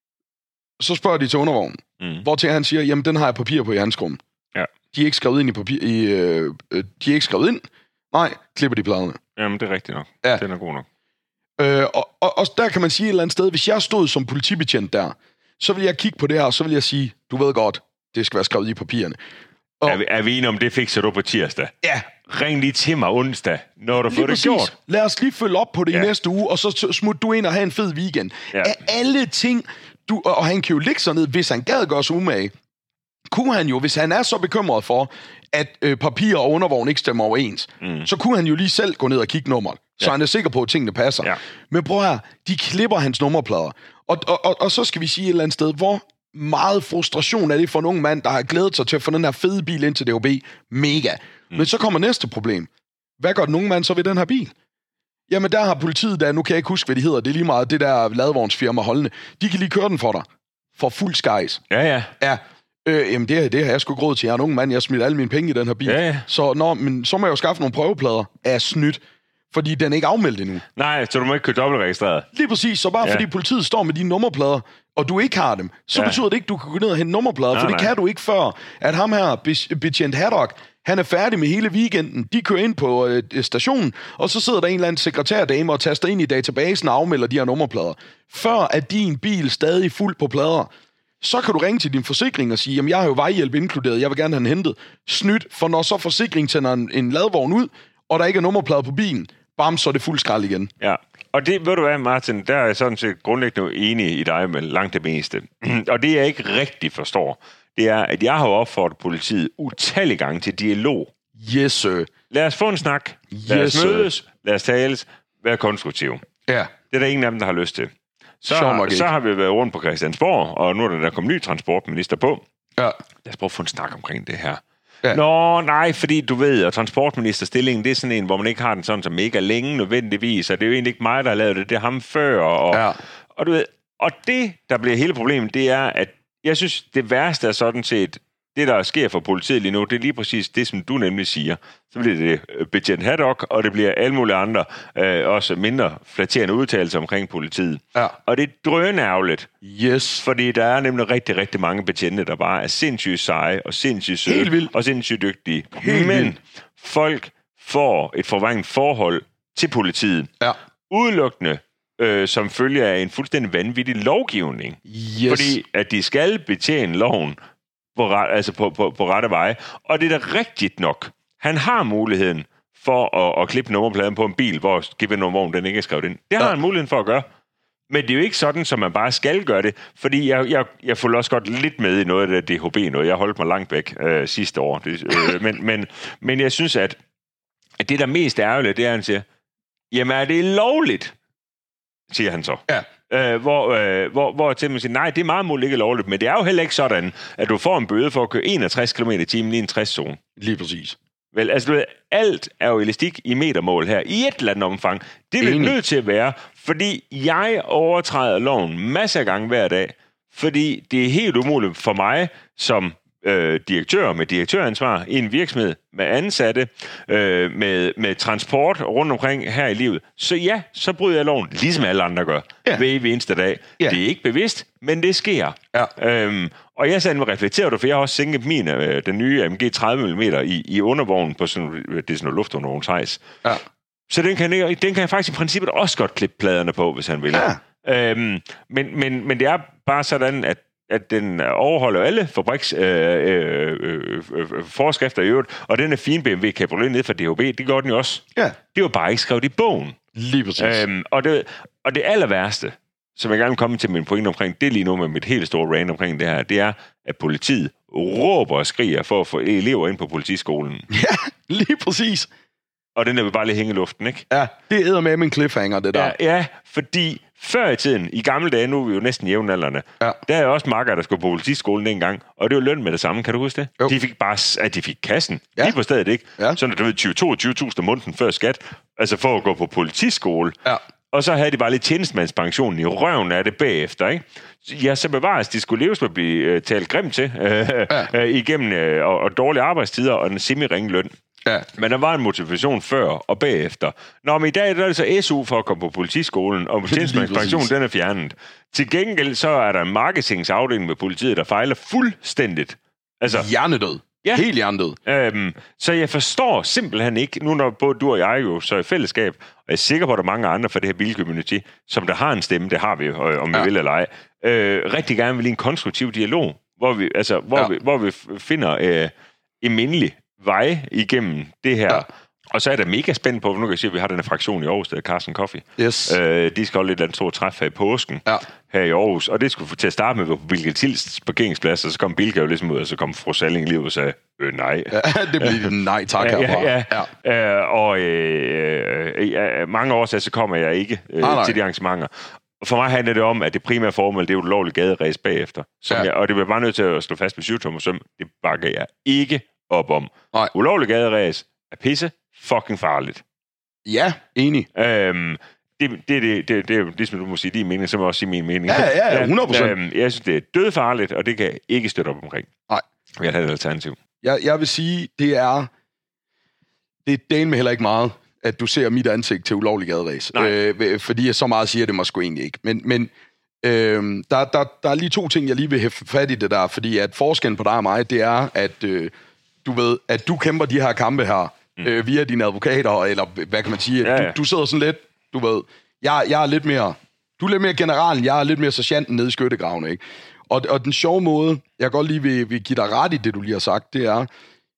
Så spørger de til undervognen, mm. hvor til han siger, jamen den har jeg papir på i handskrummen. Ja. De er ikke skrevet ind i papir, i, øh, de er ikke skrevet ind. Nej, klipper de pladerne. Jamen det er rigtigt nok. Ja. Den er god nok. Øh, og, og, og der kan man sige et eller andet sted, hvis jeg stod som politibetjent der, så vil jeg kigge på det her, og så vil jeg sige, du ved godt, det skal være skrevet i papirerne. Og, er, vi, er vi enige om, det fikser du på tirsdag? Ja. Ring lige til mig onsdag, når du får det gjort. Lad os lige følge op på det ja. i næste uge, og så smut du ind og have en fed weekend. Ja. Af alle ting, du, og han kan jo ligge sig ned, hvis han gad gøre sig umage, kunne han jo, hvis han er så bekymret for, at øh, papir og undervogn ikke stemmer overens, mm. så kunne han jo lige selv gå ned og kigge nummeret, så ja. han er sikker på, at tingene passer. Ja. Men prøv her, de klipper hans nummerplader. Og, og, og, og så skal vi sige et eller andet sted, hvor meget frustration er det for en ung mand, der har glædet sig til at få den her fede bil ind til D H B. Mega. Mm. Men så kommer næste problem. Hvad gør den unge mand så ved den her bil? Jamen der har politiet, der nu kan jeg ikke huske, hvad de hedder, det er lige meget det der ladvognsfirma holdende, de kan lige køre den for dig. For fuld skejs. Ja, ja. Ja. Øh, jamen det, det har jeg sgu ikke råd til. Jeg er en ung mand, jeg har smidt alle mine penge i den her bil. Ja, ja. Så, nå, men, så må jeg jo skaffe nogle prøveplader af snydt, fordi den er ikke afmeldt endnu. Nej, så du må ikke køre dobbeltregistreret. Lige præcis, så bare ja. fordi politiet står med dine nummerplader, og du ikke har dem, så ja. betyder det ikke, at du kan gå ned og hente nummerplader, nej, for det nej. kan du ikke før, at ham her, betjent Haddock, Han er færdig med hele weekenden. De kører ind på øh, stationen, og så sidder der en eller anden sekretærdame og taster ind i databasen og afmelder de her nummerplader. Før er din bil stadig fuld på plader. Så kan du ringe til din forsikring og sige, jamen jeg har jo vejhjælp inkluderet, jeg vil gerne have den hentet. Snydt, for når så forsikringen tænder en, en ladvogn ud, og der ikke er nummerplade på bilen, bam, så er det fuld skrald igen. Ja, og det ved du hvad, Martin, der er jeg sådan set grundlæggende enig i dig med langt det meste. Og det jeg ikke rigtig forstår, det er, at jeg har opfordret politiet utallige gange til dialog. Yes, sir. Lad os få en snak. Lad yes, os mødes. Sir. Lad os tales. Vær konstruktiv. Ja. Det er der ingen af dem, der har lyst til. Så, har, så har vi været rundt på Christiansborg, og nu er der, der kommet ny transportminister på. Ja. Lad os prøve at få en snak omkring det her. Ja. Nå, nej, fordi du ved, at transportministerstillingen, det er sådan en, hvor man ikke har den sådan så mega længe nødvendigvis, og det er jo egentlig ikke mig, der har lavet det, det er ham før. Og, ja. og, du ved, og det, der bliver hele problemet, det er, at jeg synes, det værste er sådan set, det der sker for politiet lige nu, det er lige præcis det, som du nemlig siger. Så bliver det betjent Haddock, og det bliver alle mulige andre, øh, også mindre flatterende udtalelser omkring politiet. Ja. Og det er drønærveligt. Yes. Fordi der er nemlig rigtig, rigtig mange betjente, der bare er sindssygt seje, og sindssygt søde, og sindssygt dygtige. Helt Men vildt. folk får et forvrængt forhold til politiet. Ja. Udelukkende øh, som følge af en fuldstændig vanvittig lovgivning. Yes. Fordi at de skal betjene loven på, altså på, på, på rette veje. Og det er da rigtigt nok. Han har muligheden for at, at klippe nummerpladen på en bil, hvor G V N-vognen den ikke er skrevet ind. Det har ja. han muligheden for at gøre. Men det er jo ikke sådan, som man bare skal gøre det. Fordi jeg, jeg, jeg får også godt lidt med i noget af det D H B noget. Jeg holdt mig langt væk øh, sidste år. Det, øh, men, men, men jeg synes, at, at det, der mest ærgerligt, det er, at han siger, jamen er det lovligt? Siger han så. Ja. Øh, hvor, øh, hvor, hvor til man siger, nej, det er meget muligt ikke lovligt, men det er jo heller ikke sådan, at du får en bøde for at køre enogtres kilometer i timen i en tres-zone. Lige præcis. Vel, altså du ved, alt er jo elastik i metermål her, i et eller andet omfang. Det er det nødt til at være, fordi jeg overtræder loven masser af gange hver dag, fordi det er helt umuligt for mig som øh, direktør med direktøransvar i en virksomhed med ansatte, øh, med, med transport rundt omkring her i livet. Så ja, så bryder jeg loven, ligesom alle andre gør, ja. Hver eneste dag. Ja. Det er ikke bevidst, men det sker. Ja. Øhm, og jeg sagde, reflekterer du, for jeg har også sænket min, øh, den nye A M G tredive millimeter i, i undervognen på sådan, det er sådan noget luftundervognshejs. Ja. Så den kan, den kan jeg faktisk i princippet også godt klippe pladerne på, hvis han vil. Ja. Øhm, men, men, men det er bare sådan, at at den overholder alle fabriks øh, øh, øh, øh, forskrifter i øvrigt, og den er fin B M W Cabriolet ned fra D H B, det gør den jo også. Ja. Det var bare ikke skrevet i bogen. Lige præcis. Øhm, og, det, og det aller værste, som jeg gerne vil komme til min pointe omkring, det lige nu med mit helt store rant omkring det her, det er, at politiet råber og skriger for at få elever ind på politiskolen. Ja, lige præcis. Og den er vi bare lige hænge i luften, ikke? Ja, det æder med en cliffhanger, det der. Ja, ja, fordi før i tiden, i gamle dage, nu er vi jo næsten jævnaldrende, ja. Der er også makker, der skulle på politiskolen dengang, og det var løn med det samme, kan du huske det? Jo. De fik bare, at de fik kassen, ja. Lige på stedet, ikke? Ja. Sådan, at du ved, tyve til toogtyve tusind om måneden før skat, altså for at gå på politiskole. Ja. Og så havde de bare lidt tjenestemandspensionen i røven af det bagefter, ikke? Ja, så bevares, de skulle leves med at blive uh, talt grimt til, uh, ja. uh, igennem uh, og, og dårlige arbejdstider og en semi-ringe løn. Ja. Men der var en motivation før og bagefter. Nå, men i dag der er det så S U for at komme på politiskolen, og tjenestemandspensionen, den er fjernet. Til gengæld så er der en marketingsafdeling med politiet, der fejler fuldstændigt. Altså, hjernedød. Ja. Helt hjernedød. Øhm, så jeg forstår simpelthen ikke, nu når både du og jeg jo så i fællesskab, og jeg er sikker på, at der er mange andre fra det her bilcommunity, som der har en stemme, det har vi jo, om vi ja. vil eller ej, øh, rigtig gerne vil i en konstruktiv dialog, hvor vi, altså, hvor ja. vi, hvor vi finder øh, en mindelig vej igennem det her. Ja. Og så er der mega spændt på, nu kan jeg sige, at vi har den her fraktion i Aarhus, der er Carsten Coffee. Yes. Øh, de skal holde et eller andet stort træf her i påsken, ja. her i Aarhus. Og det skulle få til at starte med på Bilka Tils parkeringsplads, og så kom Bilka jo ligesom ud, og så kom fru Salling lige ud og sagde, øh, nej. Ja, det blev nej tak herfra. Ja, ja, ja. Øh, og øh, øh, mange år så kommer jeg ikke øh, ah, til de arrangementer. For mig handler det om, at det primære formål, det er jo et lovligt gaderæs bagefter. Som ja. jeg, og det bliver bare nødt til at slå fast med syvtommer søm, det bakker jeg ikke op om. Nej. Ulovlig gaderæs er pisse fucking farligt. Ja, enig. Øhm, det, det, det, det, det er jo ligesom du må sige din mening, så må jeg også sige min mening. Ja, ja, ja, hundrede procent. Øhm, jeg synes, det er dødfarligt, og det kan jeg ikke støtte op omkring. Nej. Jeg har et alternativ. Jeg, jeg vil sige, det er det er delen med heller ikke meget, at du ser mit ansigt til ulovlig gaderæs. Øh, fordi jeg så meget siger, det må sgu egentlig ikke. Men, men øh, der, der, der er lige to ting, jeg lige vil have fat i det der, fordi at forskellen på dig og mig, det er, at øh, du ved, at du kæmper de her kampe her, mm. øh, via dine advokater, eller hvad kan man sige, ja, ja. Du, du sidder sådan lidt, du ved, jeg, jeg er lidt mere, du er lidt mere generalen, jeg er lidt mere sergeanten nede i skyttegravene, ikke? Og, og den sjove måde, jeg godt lige vil, vil give dig ret i det, du lige har sagt, det er,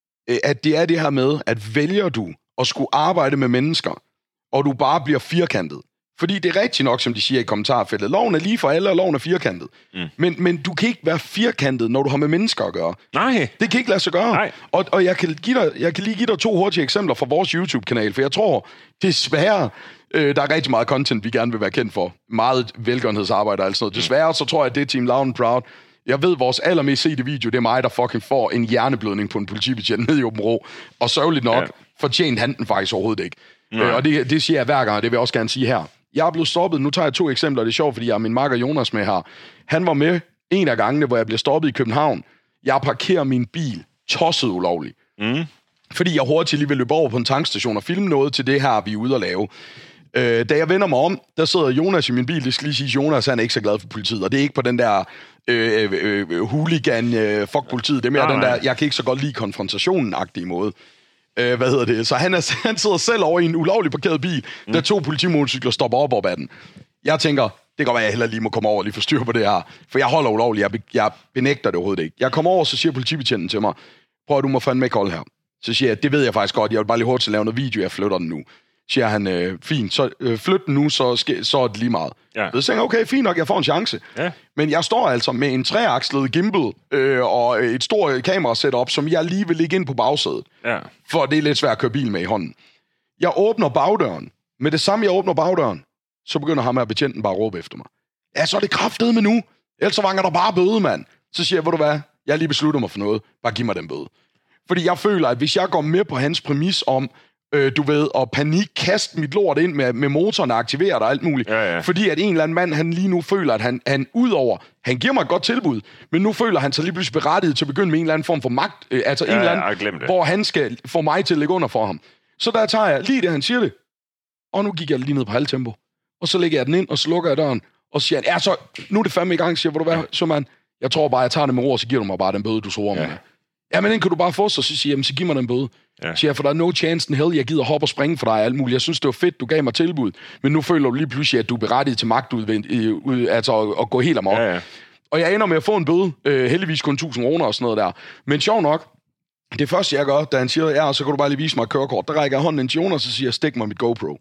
at det er det her med, at vælger du at skulle arbejde med mennesker, og du bare bliver firkantet. Fordi det er rigtigt nok, som de siger i kommentarfeltet. Loven er lige for alle, og loven er firkantet. Mm. Men, men du kan ikke være firkantet, når du har med mennesker at gøre. Nej. Det kan ikke lade sig gøre. Nej. Og, og jeg, kan give dig, jeg kan lige give dig to hurtige eksempler fra vores YouTube-kanal, for jeg tror, desværre, øh, der er rigtig meget content, vi gerne vil være kendt for. Meget velgørenhedsarbejde og alt sådan noget. Desværre, så tror jeg, at det er Team Loud and Proud. Jeg ved, vores allermest sete video, det er mig, der fucking får en hjerneblødning på en politibetjent nede i Åben Rå. Og sørgeligt nok, ja. fortjent han den faktisk overhovedet ikke. Øh, og det, det siger jeg hver gang, og det vil jeg også gerne sige her. Jeg er blevet stoppet. Nu tager jeg to eksempler. Det er sjovt, fordi jeg har min makker Jonas med her. Han var med en af gangene, hvor jeg blev stoppet i København. Jeg parkerer min bil tosset ulovligt. Mm. Fordi jeg hurtigt lige vil løbe over på en tankstation og filme noget til det her, vi er ude at lave. Øh, da jeg vender mig om, der sidder Jonas i min bil. Det skal lige sige, Jonas han er ikke så glad for politiet. Og det er ikke på den der øh, øh, øh, hooligan, øh, fuck politiet. Det er mere nej, den der, jeg kan ikke så godt lide konfrontationen-agtige måde. Øh, hvad hedder det? Så han, er, han sidder selv over i en ulovlig parkeret bil, mm. der to politimotorcykler stopper op op ad den. Jeg tænker, det kan godt være, at jeg heller lige må komme over og lige få styr på det her. For jeg holder ulovligt. Jeg, be, jeg benægter det overhovedet ikke. Jeg kommer over, så siger politibetjenten til mig, prøv at du må fandme ikke holde her. Så siger jeg, det ved jeg faktisk godt. Jeg vil bare lige hurtigt lave noget video, jeg flytter den nu. Siger han, øh, fint, så øh, flyt den nu, så, ske, så er det lige meget. Ja. Så tænker jeg, okay, fint nok, jeg får en chance. Ja. Men jeg står altså med en treakslet gimbal øh, og et stort kamera-setup, som jeg lige vil lægge ind på bagsædet. Ja. For det er lidt svært at køre bil med i hånden. Jeg åbner bagdøren. Med det samme, jeg åbner bagdøren, så begynder ham her betjenten bare at råbe efter mig. Ja, så er det kraftedeme nu. Ellers så vanger der bare bøde, mand. Så siger jeg, ved du hvad, jeg har lige besluttet mig for noget. Bare giv mig den bøde. Fordi jeg føler, at hvis jeg går med på hans præmis om, øh, du ved, at panik, kaste mit lort ind med, med motoren og aktivere og alt muligt. Ja, ja. Fordi at en eller anden mand, han lige nu føler, at han, han udover, han giver mig et godt tilbud, men nu føler han sig lige pludselig berettiget til at begynde med en eller anden form for magt, øh, altså ja, en eller anden, ja, hvor han skal få mig til at lægge under for ham. Så der tager jeg lige det, han siger det, og nu gik jeg lige ned på halvtempo, og så lægger jeg den ind, og så lukker jeg døren, og så siger han, ja, så nu er det fandme i gang, siger, hvor du hvad, så man, jeg tror bare, jeg tager det med ord, så giver du mig bare den bøde, du så om ja. Med. Ja, men den kan du bare få, så siger jeg, så giv mig den bøde. Ja. Så jeg, for der er no chance in hell, jeg gider hoppe og springe for dig og alt muligt. Jeg synes, det var fedt, du gav mig tilbud, men nu føler du lige pludselig, at du er berettiget til magtudvendt, altså at, at gå helt amok. Ja, ja. Og jeg ender med at få en bøde, øh, heldigvis kun tusind kroner og sådan noget der. Men sjov nok, det første jeg gør, da han siger, ja, så kan du bare lige vise mig et kørekort, der rækker jeg hånden ind til Jonas, og så siger jeg, stik mig mit GoPro.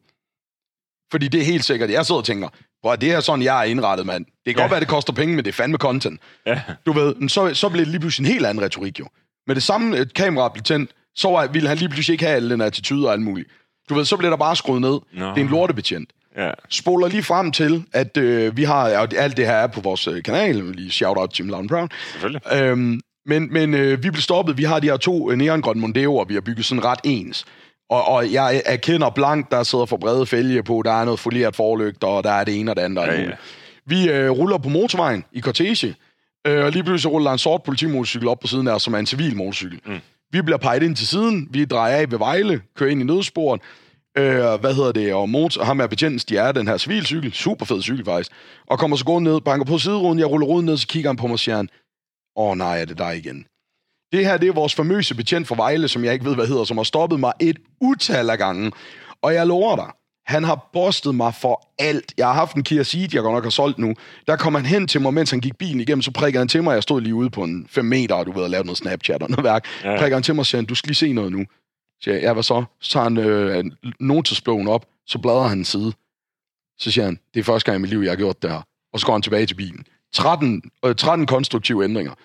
Fordi det er helt sikkert, jeg sidder og tænker, bror, det er sådan, jeg er indrettet, mand. Det kan ja. Godt være, det koster penge, men det er fandme content. Ja. Du ved, så, så bliver det lige pludselig en helt anden retorik, jo. Med det samme et kamera blev tændt, så ville han lige pludselig ikke have alle den attitude og alt muligt. Du ved, så bliver der bare skruet ned. No. Det er en lortebetjent. Ja. Spoler lige frem til, at øh, vi har, og alt det her er på vores øh, kanal, lige shout out Team Loud and Proud. Selvfølgelig. Øhm, men men øh, vi blev stoppet, vi har de her to øh, neongrønne Mondeo'er, vi har bygget sådan ret ens. Og, og jeg erkender blankt, der sidder for brede fælge på, der er noget folieret forlygter, og der er det ene og det andet. Ja, ja. Vi øh, ruller på motorvejen i kortege, øh, og lige pludselig ruller der en sort politimotorcykel op på siden af, som er en civil motorcykel. Mm. Vi bliver peget ind til siden, vi drejer af ved Vejle, kører ind i nødsporet, øh, hvad hedder det, og motor, ham er betjentens, de er den her civilcykel, super fed cykel faktisk, og kommer så gående ned, banker på sideruden, jeg ruller ruden ned, så kigger han på mig og siger han, åh nej, er det dig igen? Det her, det er vores famøse betjent fra Vejle, som jeg ikke ved, hvad hedder, som har stoppet mig et utal af gange, og jeg lover dig, han har bustet mig for alt. Jeg har haft en Kia Ceed, jeg godt nok har solgt nu. Der kom han hen til mig, mens han gik bilen igennem, så prikkede han til mig, jeg stod lige ude på en fem meter, og du ved, at lave noget Snapchat og noget værk. Ja. Prikker han til mig og siger, du skal lige se noget nu. Så jeg, ja, hvad så? Så tager han øh, notesbogen op, så bladrer han en side. Så siger han, det er første gang i mit liv, jeg har gjort det her. Og så går han tilbage til bilen. tretten, øh, tretten konstruktive ændringer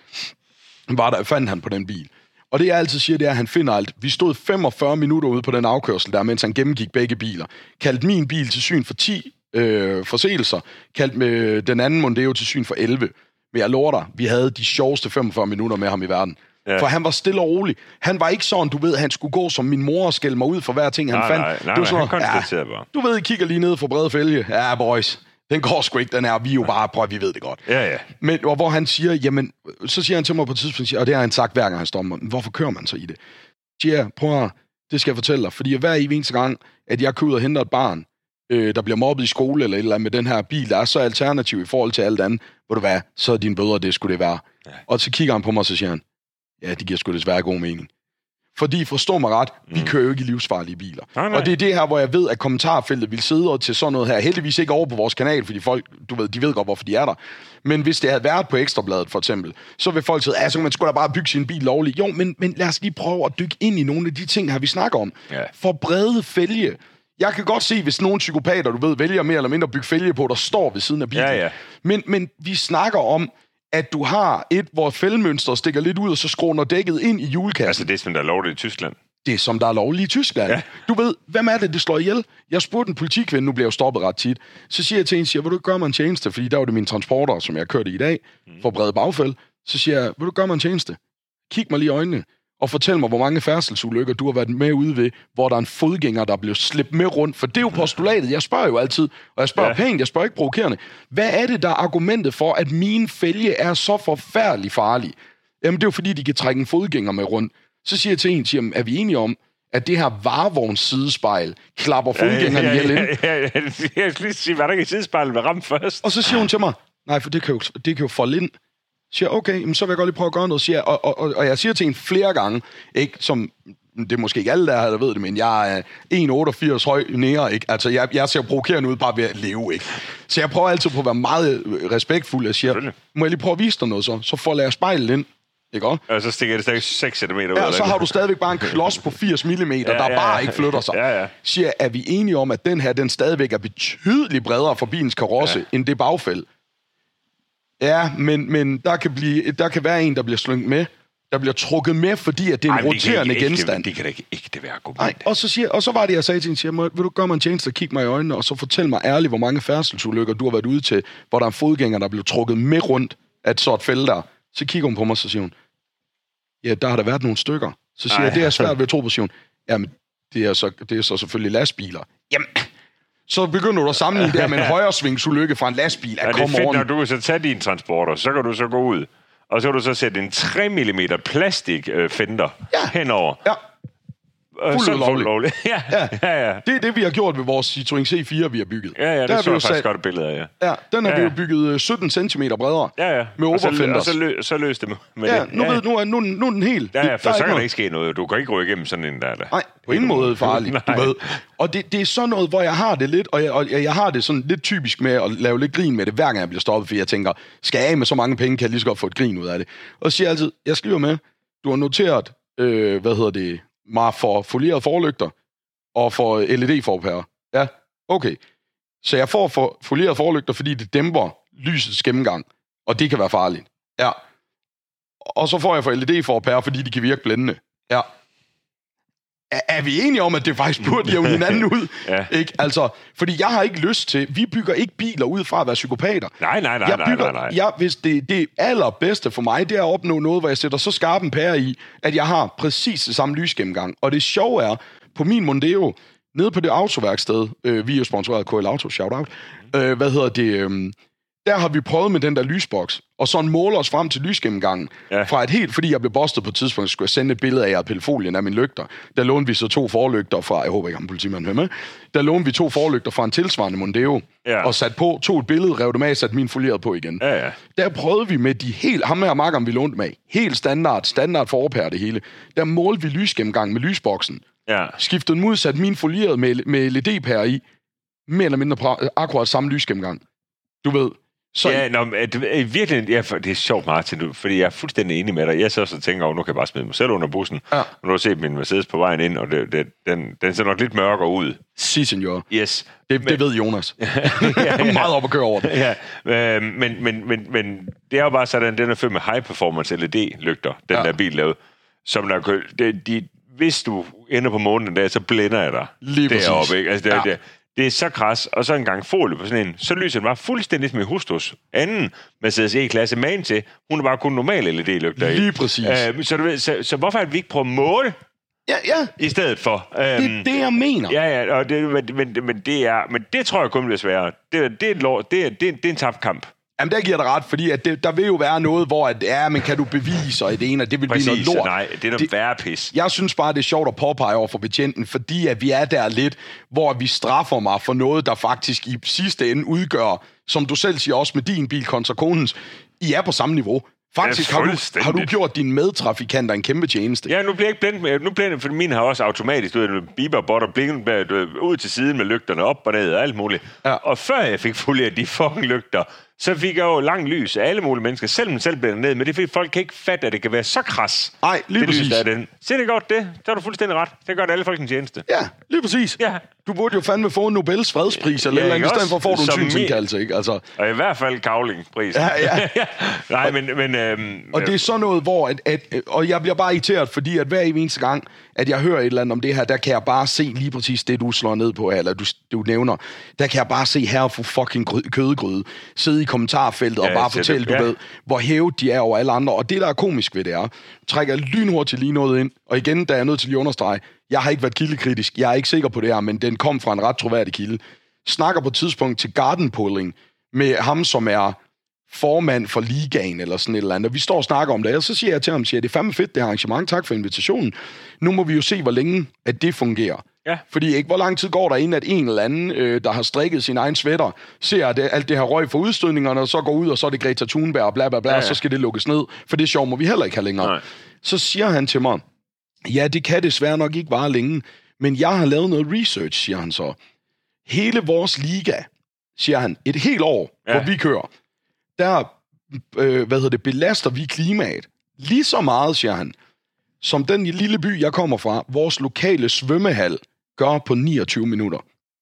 var der, fandt han på den bil. Og det jeg altid siger, det er, at han finder alt. Vi stod femogfyrre minutter ude på den afkørsel der, mens han gennemgik begge biler. Kaldte min bil til syn for ti øh, forseelser. Kaldte med den anden Mondeo til syn for elleve. Men jeg lover dig, vi havde de sjoveste femogfyrre minutter med ham i verden. Ja. For han var stille og rolig. Han var ikke sådan, du ved, han skulle gå som min mor og skælde mig ud for hver ting, han nej, fandt. Nej, nej, det var sådan, nej, han ja, bare. Du ved, I kigger lige ned for brede fælge. Ja, boys. Den går sgu ikke, den her. Vi er jo bare, prøv, vi ved det godt. Ja, ja. Men og hvor han siger, jamen, så siger han til mig på et tidspunkt, og det har han sagt hver gang han står mig, hvorfor kører man så i det? Så siger, prøv at, det skal jeg fortælle dig, fordi hver eneste gang, at jeg kører og henter et barn, øh, der bliver mobbet i skole eller et eller andet med den her bil, der er så alternativ i forhold til alt andet, hvor du hvad, så er dine bøder, det skulle det være. Ja. Og så kigger han på mig, og så siger han, ja, det giver sgu desværre god mening. Fordi, forstå mig ret, vi kører jo ikke i livsfarlige biler. Nej, nej. Og det er det her, hvor jeg ved, at kommentarfeltet vil sidde til sådan noget her. Heldigvis ikke over på vores kanal, fordi folk, du ved, de ved godt, hvorfor de er der. Men hvis det havde været på Ekstrabladet, for eksempel, så vil folk sige, at så kan man sgu da bare bygge sin bil lovligt. Jo, men, men lad os lige prøve at dykke ind i nogle af de ting, her vi snakker om. Ja. For brede fælge. Jeg kan godt se, hvis nogle psykopater, du ved, vælger mere eller mindre at bygge fælge på, der står ved siden af bilen. Ja, ja. Men, men vi snakker om, at du har et, hvor fældemønstret stikker lidt ud, og så skråner dækket ind i hjulkassen. Altså det, som der er lovligt i Tyskland. Det, som der er lovligt i Tyskland. Ja. Du ved, hvem er det, det slår ihjel? Jeg spurgte en politikvinde, nu bliver jeg stoppet ret tit. Så siger jeg til hende, siger, vil du gøre mig en tjeneste? Fordi der var det min transporter, som jeg kørte i dag, for brede bagfælde. Så siger jeg, vil du gøre mig en tjeneste? Kig mig lige i øjnene, og fortæl mig, hvor mange færdselsulykker du har været med ude ved, hvor der er en fodgænger, der bliver slæbt med rundt. For det er jo postulatet. Jeg spørger jo altid, og jeg spørger ja. pænt, jeg spørger ikke provokerende. Hvad er det, der er argumentet for, at min fælge er så forfærdelig farlig? Jamen, det er jo fordi, de kan trække en fodgænger med rundt. Så siger jeg til en, siger, er vi enige om, at det her varevogns sidespejl klapper fodgængeren ja, ja, ihjel ind? Ja, ja, ja. Jeg skal lige sige, var der ikke et sidespejl ved ramme først? Og så siger hun til mig, nej, for det kan jo, det kan jo folde ind. Siger okay, så vil jeg godt lige prøve at gøre noget. Siger, og, og, og, og jeg siger til en flere gange, ikke som, det er måske ikke alle der, der ved det, men jeg er en komma otteogfirs høj nære, ikke? Altså, jeg, jeg ser provokerende ud bare ved at leve, ikke? Så jeg prøver altid på at være meget respektfuld. Jeg siger, må jeg lige prøve at vise dig noget så? Så folder jeg spejlet ind. Ikke også? Og så stikker det stadig seks centimeter ud. Ja, så har du stadigvæk bare en klods på firs millimeter, ja, der ja, bare ja. ikke flytter sig. Ja, ja. Siger, er vi enige om, at den her, den stadigvæk er betydeligt bredere for bilens karosse, ja. end det bagfæld? Ja, men, men der, kan blive, der kan være en, der bliver slynget med, der bliver trukket med, fordi at det er en Ej, roterende det genstand. Det kan da ikke, ikke det være argument. Nej, og så, siger, og så var det, jeg sagde til hende, siger, vil du gøre mig en tjeneste og kigge mig i øjnene, og så fortæl mig ærligt, hvor mange færdselsulykker du har været ude til, hvor der er en fodgænger, der bliver trukket med rundt af et sort fælde der. Så kigger hun på mig, så siger hun, ja, der har der været nogle stykker. Så siger Ej. jeg, det er svært ved at tro på, siger hun, jamen, det er, så, det er så selvfølgelig lastbiler. Jamen, så begynder du at sammenligne det her med en højresvingsulykke fra en lastbil. Ja, det er fedt, når du kan så tage din transporter, så kan du så gå ud, og så kan du så sætte en tre millimeter plastik øh, fender ja. henover. Ja. Fuldt lovligt. lovligt. ja. Ja. ja, ja. Det er det, vi har gjort ved vores Citroën C fire, vi har bygget. Ja, ja, det der så jeg faktisk sat... godt et billede af, ja. Ja, den har ja, vi ja. jo bygget sytten centimeter bredere. Ja, ja. Med overfenders. Og så, lø- og så, lø- så løste det med ja, det. Nu ja, ved nu er, nu, nu er den helt. Ja, ja, for der så kan der ikke ske noget. Du kan ikke gå igennem sådan en der. der. Nej, på ingen måde farligt, du ved. Og det, det er sådan noget, hvor jeg har det lidt, og jeg, og jeg har det sådan lidt typisk med at lave lidt grin med det, hver gang jeg bliver stoppet, fordi jeg tænker, skal jeg af med så mange penge, kan jeg lige så godt få et grin ud af det. Og så siger jeg altid, jeg skriver med, du har noteret, øh, hvad hedder det, mig for folierede forlygter, og for L E D-forpærer. Ja, okay. Så jeg får for folierede forlygter, fordi det dæmper lysets gennemgang, og det kan være farligt. Ja. Og så får jeg for L E D-forpærer, fordi de kan virke blændende. Ja. Er, er vi enige om, at det faktisk burde jævne hinanden ud? ja. Ikke? Altså, fordi jeg har ikke lyst til, vi bygger ikke biler ud fra at være psykopater. Nej, nej, nej, jeg bygger, nej, nej, nej. Jeg, hvis det, det allerbedste for mig, det er at opnå noget, hvor jeg sætter så skarp en pære i, at jeg har præcis det samme lysgennemgang. Og det sjove er, på min Mondeo, nede på det autoværksted, øh, vi er jo sponsoreret af K L Auto, shout out, øh, hvad hedder det, øh, der har vi prøvet med den der lysboks, og så måler os frem til lysgennemgangen, ja. fra et helt, fordi jeg blev bustet på et tidspunkt, så skulle jeg sende et billede af, at jeg havde pillet folien af mine lygter. Der lånte vi så to forlygter fra, jeg håber ikke, at politimanden hører med, der lånte vi to forlygter fra en tilsvarende Mondeo, ja. og satte på, tog et billede, rev dem af, satte min folieret på igen. Ja, ja. Der prøvede vi med de helt, ham her makkeren vi lånte med, helt standard, standard forpære det hele, der målte vi lysgennemgang med lysboksen. Ja. Skiftede den modsat min folieret med, med L E D-pære i, mere eller mindre pra- akkurat samme lysgennemgang. Du ved. Så ja, nå, virkelig, ja, det er sjovt, Martin, du, fordi jeg er fuldstændig enig med dig. Jeg så også tænker over, nu kan jeg bare smide mig selv under bussen. Ja. Nu har du set min Mercedes på vejen ind, og det, det, den, den ser nok lidt mørkere ud. Si, senor. Yes. Det, men, det ved Jonas. ja, ja. Meget op at køre over det. Ja, øh, men, men, men, men det er jo bare sådan, den er født med high-performance L E D-lygter, den ja. der bil lavet, som der det, de, hvis du ender på månen der, så blænder jeg dig lige deroppe, ikke? Altså, det, ja. det, det er så kras, og så en gang folie på sådan en, så lyser den bare fuldstændig som i hustrus anden Mercedes E-klasse man til. Hun er bare kun normale L E D-lygter i. Lige præcis. Øh, så, du ved, så, så hvorfor er vi ikke prøve at måle ja, ja. i stedet for? Det er um, det, jeg mener. Ja, ja, og det, men, men, men, det er, men det tror jeg kun bliver sværere. Det, det, er, lort, det, er, det, er, det er en tabt kamp. Jamen, der giver dig ret, fordi at det, der vil jo være noget, hvor at, ja, men kan du bevise, og det ene, det vil Præcis, blive noget lort. nej, det er noget værre pis. Jeg synes bare, det er sjovt at påpege over for betjenten, fordi at vi er der lidt, hvor vi straffer mig for noget, der faktisk i sidste ende udgør, som du selv siger også med din bil kontra konens, I er på samme niveau. Faktisk har du, har du gjort dine medtrafikanter en kæmpe tjeneste. Ja, nu bliver jeg ikke blændet med. Nu bliver det, for min har også automatisk, du ved, biber, bot og blinken, ud til siden med lygterne, op og ned og alt muligt. Ja. Og før jeg fik fuldt de fucking lygter, så fik jeg jo lang lys af alle mulige mennesker, selv om selv bliver ned. Men det er fordi, folk kan ikke fatte, at det kan være så kras. Nej, lige det præcis. Lys, den. Se det godt, det. Så er du fuldstændig ret. Det gør det alle folk en tjeneste. Ja, lige præcis. Ja. Du burde jo fandme få en Nobels fredspris, eller ja, eller i stedet for får du en synsindkaldelse, ikke? Altså. Og i hvert fald Kavling-pris. Ja, ja. Nej, men... men øhm, og det er sådan noget, hvor... At, at, og jeg bliver bare irriteret, fordi at hver eneste gang, at jeg hører et eller andet om det her, der kan jeg bare se lige præcis det, du slår ned på, eller du, du nævner. Der kan jeg bare se her for fucking kødegryde sidde i kommentarfeltet ja, og bare fortælle, det, ja. du ved, hvor hævet de er over alle andre. Og det, der er komisk ved det er, trækker lynhurtigt lige noget ind. Og igen, der er jeg nødt til at understrege, jeg har ikke været kildekritisk. Jeg er ikke sikker på det her, men den kom fra en ret troværdig kilde. Snakker på et tidspunkt til garden pulling med ham, som er formand for ligaen eller sådan et eller andet. Vi står og snakker om det, og så siger jeg til ham, siger, det er fandme fedt, det her arrangement. Tak for invitationen. Nu må vi jo se, hvor længe at det fungerer. Ja. Fordi ikke, hvor lang tid går der inden, at en eller anden, øh, der har strikket sin egen sweater, ser at det, alt det her røg for udstødningerne, og så går ud, og så er det Greta Thunberg og bla bla bla, ja, ja. Og så skal det lukkes ned, for det sjov må vi heller ikke have længere. Nej. Så siger han til mig, ja, det kan desværre nok ikke vare længe, men jeg har lavet noget research, siger han så. Hele vores liga, siger han, et helt år, ja. Hvor vi kører, der øh, hvad hedder det, belaster vi klimaet lige så meget, siger han, som den lille by, jeg kommer fra, vores lokale svømmehal gør på niogtyve minutter.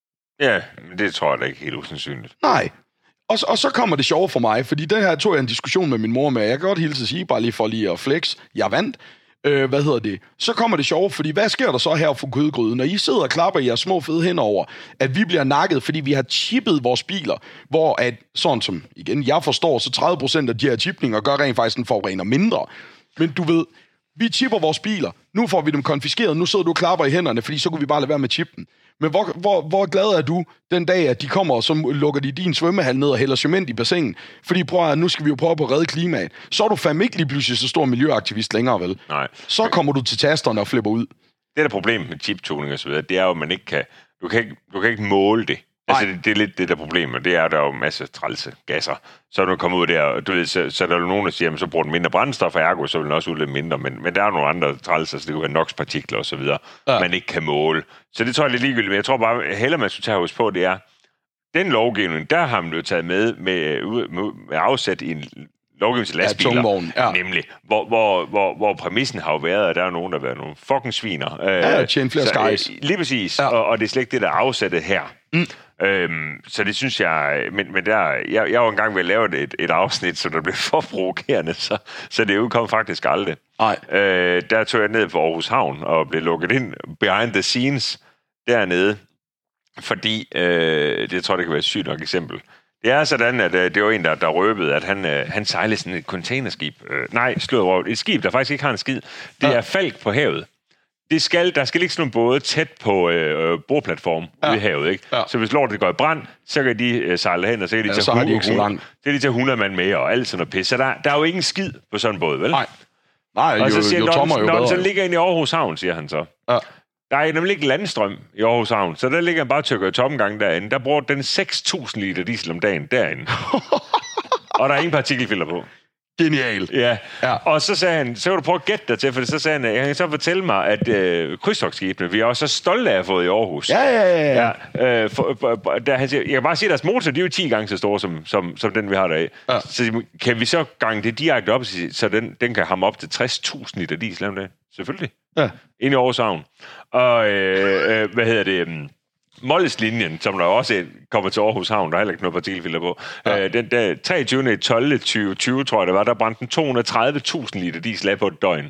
Ja, men det tror jeg da ikke helt usandsynligt. Nej. Og, og så kommer det sjove for mig, fordi den her tog jeg en diskussion med min mor med. Jeg kan godt hilse at sige, bare lige for lige at flex. Jeg vandt. Øh, hvad hedder det? Så kommer det sjove, fordi hvad sker der så her for kødgryden? Når I sidder og klapper jeres små fede henover, at vi bliver nakket, fordi vi har chippet vores biler, hvor at, sådan som, igen, jeg forstår, så tredive procent af de her chipninger gør rent faktisk, den forurener mindre. Men du ved, vi chipper vores biler, nu får vi dem konfiskeret, nu sidder du og klapper i hænderne, fordi så kunne vi bare lade være med chippen. Men hvor, hvor, hvor glad er du den dag, at de kommer, og så lukker de din svømmehal ned og hælder cement i bassinen? Fordi prøv at, nu skal vi jo prøve på at redde klimaet. Så er du fandme ikke lige pludselig så stor miljøaktivist længere, vel? Nej. Så kommer du til tasterne og flipper ud. Det der problem med chiptuning og så videre, det er jo, at man ikke kan, du kan ikke, du kan ikke måle det. Altså, det, det er lidt det der problem, og det er, der er jo masser af trælse gasser. Så er du kommet ud der, og du ved, så, så er der jo nogen, der siger, jamen, så bruger den mindre brændstof, og ergo, så vil den også udlede mindre. Men, men der er nogle andre trælser, så det kan være NOx-partikler og så videre, ja. Man ikke kan måle. Så det tror jeg lidt ligegyldigt, men jeg tror bare, heller man skulle tage hos på, det er, den lovgivning, der har man jo taget med, med, med, med afsæt i en lovgivning til lastbiler, ja, ja. Nemlig, hvor, hvor, hvor, hvor præmissen har jo været, at der er nogen, der har været nogle fucking sviner. Ja, øh, tjene flere skies. Lige præcis, ja. og, og det er slet ikke det, der er afsættet her. Mm. Øhm, så det synes jeg, men, men der, jeg, jeg var engang ved at lave et, et afsnit, så der blev for provokerende, så, så det udkom faktisk aldrig. Øh, der tog jeg ned på Aarhus Havn og blev lukket ind behind the scenes dernede, fordi, øh, det tror jeg, det kan være et sygt nok eksempel. Det er sådan, at øh, det var en, der, der røbede, at han, øh, han sejlede sådan et containerskib. Øh, nej, slået over. Et skib, der faktisk ikke har en skid. Det ja. Er Falk på havet. Det skal, der skal ligge sådan nogle både tæt på øh, bordplatform ja. Ude i havet, ikke? Ja. Så hvis lortet går i brand, så kan de øh, sejle hen, og så kan de, ja, tage, hundrede, de hundrede, så de tage hundrede mand med, og alt sådan noget pis. Så der, der er jo ikke en skid på sådan en båd, vel? Nej. Nej, og så siger, jo, jo tommer jo bedre. Når så ligger ind i Aarhus Havn, siger han så. Ja. Der er nemlig ikke landstrøm i Aarhus Havn, så der ligger han bare tykker i tomgang derinde. Der bruger den seks tusind liter diesel om dagen derinde. Og der er ingen partikelfilter på. Genial. Ja. Ja, og så sagde han, så kan du prøve at gætte dig til, for så sagde han, jeg kan så fortælle mig, at øh, krydstogtskibene, vi er også så stolte af at have fået i Aarhus. Ja, ja, ja. ja øh, for, for, der, han siger, jeg kan bare sige, at deres motor, de er jo ti gange så store, som, som, som den, vi har deraf. Ja. Så kan vi så gange det direkte op, så den, den kan hamre op til tres tusind liter diesel om dagen? Selvfølgelig. Ja. Ind i Aarhus Havn. Og, øh, øh, hvad hedder det... Molleslinjen, som der også kommer til Aarhus Havn, der er heller ikke noget partikelfilter på. Ja. Øh, den der treogtyvende tolvte tyve tyve, tror jeg det var, der brændte den to hundrede og tredive tusind liter diesel af på et døgn.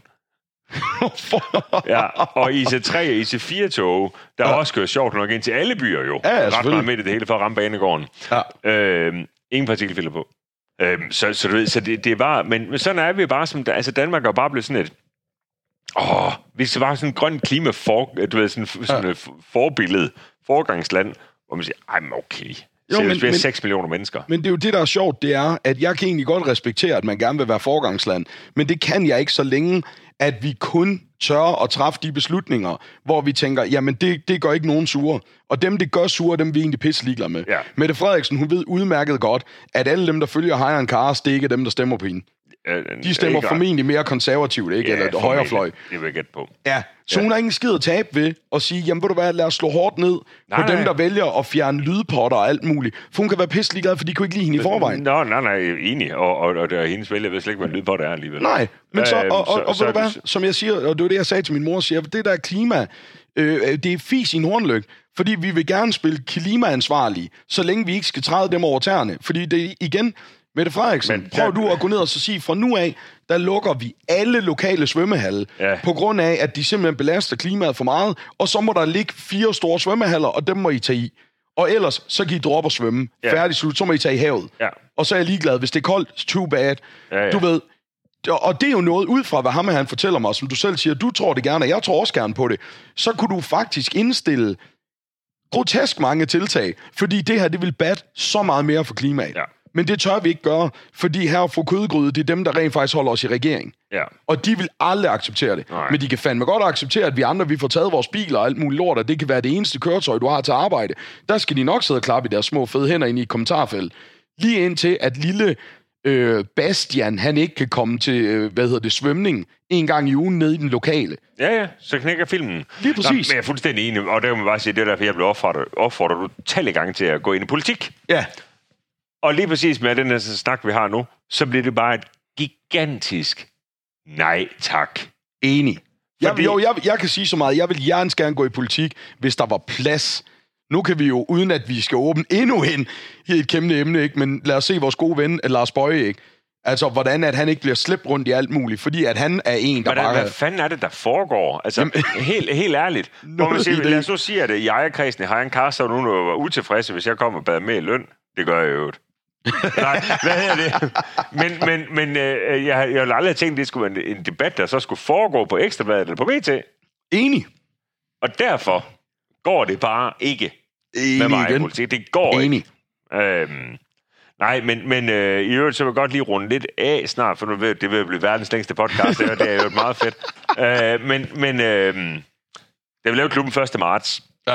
Ja, og I C tre og I C fire tog, der ja. Også kører sjovt nok ind til alle byer jo. Ja, ret meget midt i det hele for at ramme banegården. Ja. Øh, ingen partikelfilter på. Øh, så, så du ved, så det, det var, men, men sådan er vi bare som, altså Danmark er bare blevet sådan et, åh, vi skal bare sådan en grøn klimafor, du ved, sådan, sådan ja. Et forbillede, forgangsland, hvor man siger, ej, men okay. Jo, men, vi er seks millioner mennesker. Men det er jo det, der er sjovt, det er, at jeg kan egentlig godt respektere, at man gerne vil være forgangsland, men det kan jeg ikke så længe, at vi kun tør at træffe de beslutninger, hvor vi tænker, jamen det, det gør ikke nogen sure. Og dem, det gør sure, dem vi egentlig pisse ligeglade med. Ja. Mette Frederiksen, hun ved udmærket godt, at alle dem, der følger Hejren Kars, det ikke er dem, der stemmer på hende. De stemmer ikke, formentlig mere konservativt, ikke? Ja, eller højrefløj. Det vil jeg gætte på. Ja, så ja. Hun har ingen skid at tabe ved at sige, jamen ved du hvad, lad os slå hårdt ned nej, på nej. dem, der vælger at fjerne lydpotter og alt muligt. For hun kan være pisselig glad, for de kunne ikke lide hende i forvejen. Nå, nej, nej, enig. Og, og, og, og hendes vælger ved slet ikke, hvad en lydpotter er alligevel. Nej, men så, og, og, og, og så, ved du hvad, som jeg siger, og det var det, jeg sagde til min mor, siger, det der klima, øh, det er fis i en hornlyg. Fordi vi vil gerne spille klimaansvarlige, så længe vi ikke skal træde dem over tæerne. Fordi det igen, Mette Frederiksen, men, prøv du at gå ned og så sige, fra nu af, der lukker vi alle lokale svømmehalle, ja. på grund af, at de simpelthen belaster klimaet for meget, og så må der ligge fire store svømmehaller, og dem må I tage i. Og ellers, så kan I droppe og svømme. Ja. Færdig slut, så må I tage i havet. Ja. Og så er jeg ligeglad, hvis det er koldt, too bad. Ja, ja. Du ved, og det er jo noget ud fra, hvad ham han fortæller mig, som du selv siger, du tror det gerne, og jeg tror også gerne på det. Så kunne du faktisk indstille grotesk mange tiltag, fordi det her, det vil batte så meget mere for klimaet. Ja. Men det tør vi ikke gøre, fordi her for kødgryde, det er dem, der rent faktisk holder os i regering. Ja. Og de vil aldrig acceptere det. Nej. Men de kan fandme godt acceptere, at vi andre, vi får taget vores biler og alt muligt lort, og det kan være det eneste køretøj, du har til arbejde. Der skal de nok sidde og klappe i deres små fede hænder ind i et kommentarfelt. Lige indtil, at lille øh, Bastian, han ikke kan komme til, øh, hvad hedder det, svømning en gang i ugen nede i den lokale. Ja, ja, så knækker filmen. Lige præcis. Nå, men jeg er fuldstændig enig, og det kan man bare sige, det er derfor, jeg blev opfordret, opfordret du tallige gange til at gå ind i politik. Ja. Og lige præcis med den her snak, vi har nu, så bliver det bare et gigantisk nej tak. Enig. Jeg, Fordi... Jo, jeg, jeg kan sige så meget. Jeg vil hjertens gerne gå i politik, hvis der var plads. Nu kan vi jo, uden at vi skal åbne endnu hen i et kæmpe emne, ikke? Men lad os se vores gode ven, Lars Boje, ikke? Altså, hvordan at han ikke bliver slæbt rundt i alt muligt, fordi at han er en, der Hvordan, bare... Hvad fanden er det, der foregår? Altså, Jamen, helt, helt ærligt. Hvor man siger, lad os nu sige, at i ejerkredsen har en Karsten, og nu var utilfredse, hvis jeg kommer og bad med i løn. Det gør jeg jo. Nej, hvad hedder det? Men, men, men øh, jeg, jeg ville aldrig have tænkt, at det skulle være en, en debat, der så skulle foregå på Ekstrabladet eller på B T. Enig. Og derfor går det bare ikke Enig med mig igen. i politik. Det går Enig. ikke. Øhm, nej, men, men øh, i øvrigt så vil jeg godt lige runde lidt af snart, for nu ved, det vil blive verdens længste podcast, og det er jo meget fedt. Øh, men men øh, da vi lavede klubben første marts, ja.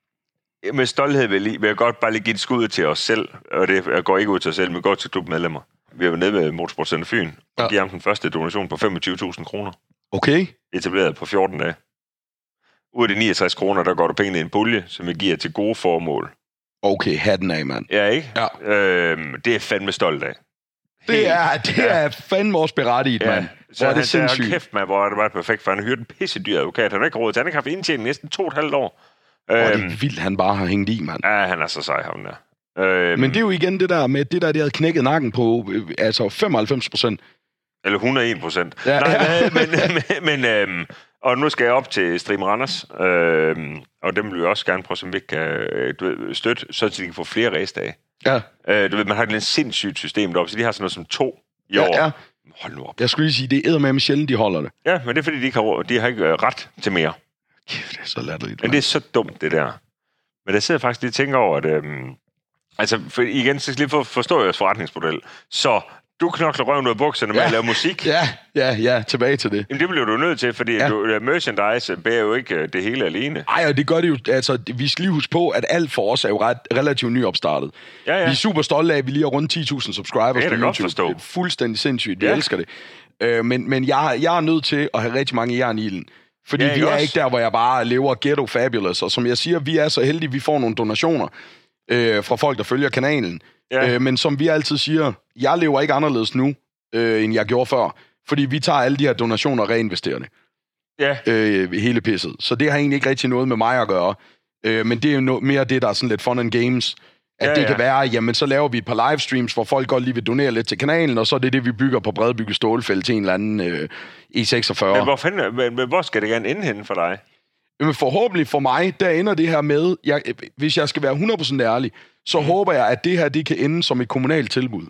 Med stolthed vil jeg, vil jeg godt bare lige give et skud til os selv, og det går ikke ud til os selv, men går til klubmedlemmer. Vi har været nede med Motorsportcenter Fyn, og ja. givet ham den første donation på femogtyve tusind kroner. Okay. Etableret på fjorten dage. Ud af de niogtres kroner, der går der pengene i en pulje, som vi giver til gode formål. Okay, hatten af, mand. Ja, ikke? Ja. Øhm, det er fandme stolt af. Det er, det er fandme også berettiget, ja. mand. Så er det sindssygt. Kæft, man, hvor er det bare perfekt, for han har hyret en pissedyr advokat. Han har ikke råd til, han har ikke haft indtjening næsten to og et halvt år. Og øhm, det er vildt, han bare har hængt i, mand. Ja, han er så sej, ham der. Øhm, Men det er jo igen det der med, det der, de havde knækket nakken på, altså femoghalvfems procent. Eller hundrede og en procent. Ja, Nej, ja. men, men, men øhm, og nu skal jeg op til Stream Randers, øhm, og dem vil jeg også gerne prøve, som vi ikke kan du ved, støtte, så de kan få flere race-dage. Ja. Øh, du ved, man har et sindssygt system deroppe, så de har sådan noget som to i ja, år. Ja. Hold nu op. Jeg skulle lige sige, det er eddermame sjældent, de holder det. Ja, men det er fordi, de ikke har, de har ikke ret til mere. Kæft, det er så latterligt. Men det er så dumt, det der. Men der sidder faktisk lige og tænker over, at øhm, altså, for, igen, så skal lige for, forstå jeres forretningsmodel. Så du knokler røven ud af bukserne med ja. at lave musik. Ja, ja, ja, tilbage til det. Jamen, det bliver du nødt til, fordi ja. du, merchandise bærer jo ikke det hele alene. Ej, og det gør det jo, altså, vi skal lige huske på, at alt for os er jo ret, relativt nyopstartet. Ja, ja. Vi er super stolte af, at vi lige har rundt ti tusind subscribers på YouTube. Det er fuldstændig sindssygt, vi ja. elsker det. Øh, men men jeg, jeg er nødt til at have rigtig mange jern i ilden. Fordi ja, vi er også. ikke der, hvor jeg bare lever ghetto fabulous. Og som jeg siger, vi er så heldige, vi får nogle donationer øh, fra folk, der følger kanalen. Ja. Øh, men som vi altid siger, jeg lever ikke anderledes nu, øh, end jeg gjorde før. Fordi vi tager alle de her donationer og reinvesterer det. Ja. Øh, hele pisset. Så det har egentlig ikke rigtig noget med mig at gøre. Øh, men det er jo no- mere det, der er sådan lidt fun and games. At ja, det ja. kan være, jamen så laver vi et par livestreams, hvor folk godt lige vil donere lidt til kanalen, og så er det det, vi bygger på Bredbygge Stålfelt til en eller anden øh, E seksogfyrre. Men hvor, fanden, men, men hvor skal det gerne ende henne for dig? Jamen forhåbentlig for mig, der ender det her med, jeg, hvis jeg skal være hundrede procent ærlig, så mm. håber jeg, at det her det kan ende som et kommunalt tilbud.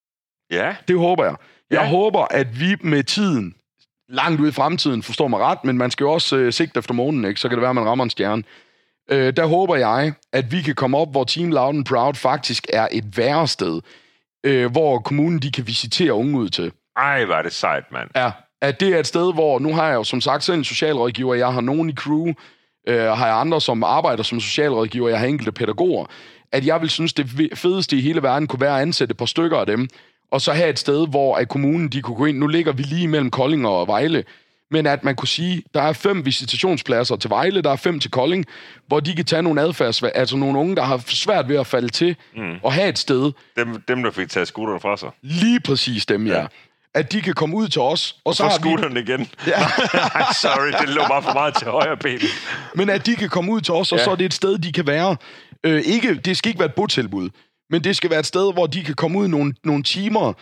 Ja. Det håber jeg. Jeg ja. håber, at vi med tiden, langt ude i fremtiden, forstår mig ret, men man skal jo også øh, sigte efter månen, ikke? Så kan det være, at man rammer en stjerne. Øh, der håber jeg, at vi kan komme op, hvor Team Loud and Proud faktisk er et værested, øh, hvor kommunen de kan visitere unge ud til. Ej, hvor er det sejt, mand. Ja, at det er et sted, hvor, nu har jeg jo som sagt selv en socialrådgiver, jeg har nogen i crew, øh, har jeg andre, som arbejder som socialrådgiver, jeg har enkelte pædagoger, at jeg vil synes, det fedeste i hele verden kunne være at ansætte et par stykker af dem, og så have et sted, hvor at kommunen de kunne gå ind. Nu ligger vi lige mellem Kolding og Vejle, men at man kunne sige, der er fem visitationspladser til Vejle, der er fem til Kolding, hvor de kan tage nogle adfærds, altså nogle unge, der har svært ved at falde til, mm. og have et sted. Dem, dem der fik taget scooteren fra sig. Lige præcis dem, ja. ja. At de kan komme ud til os. Og, og så få scooteren vi... igen. Ja. Sorry, det lå bare for meget til højre ben. Men at de kan komme ud til os, og ja. så er det et sted, de kan være. Øh, ikke, det skal ikke være et botilbud, men det skal være et sted, hvor de kan komme ud nogle, nogle timer,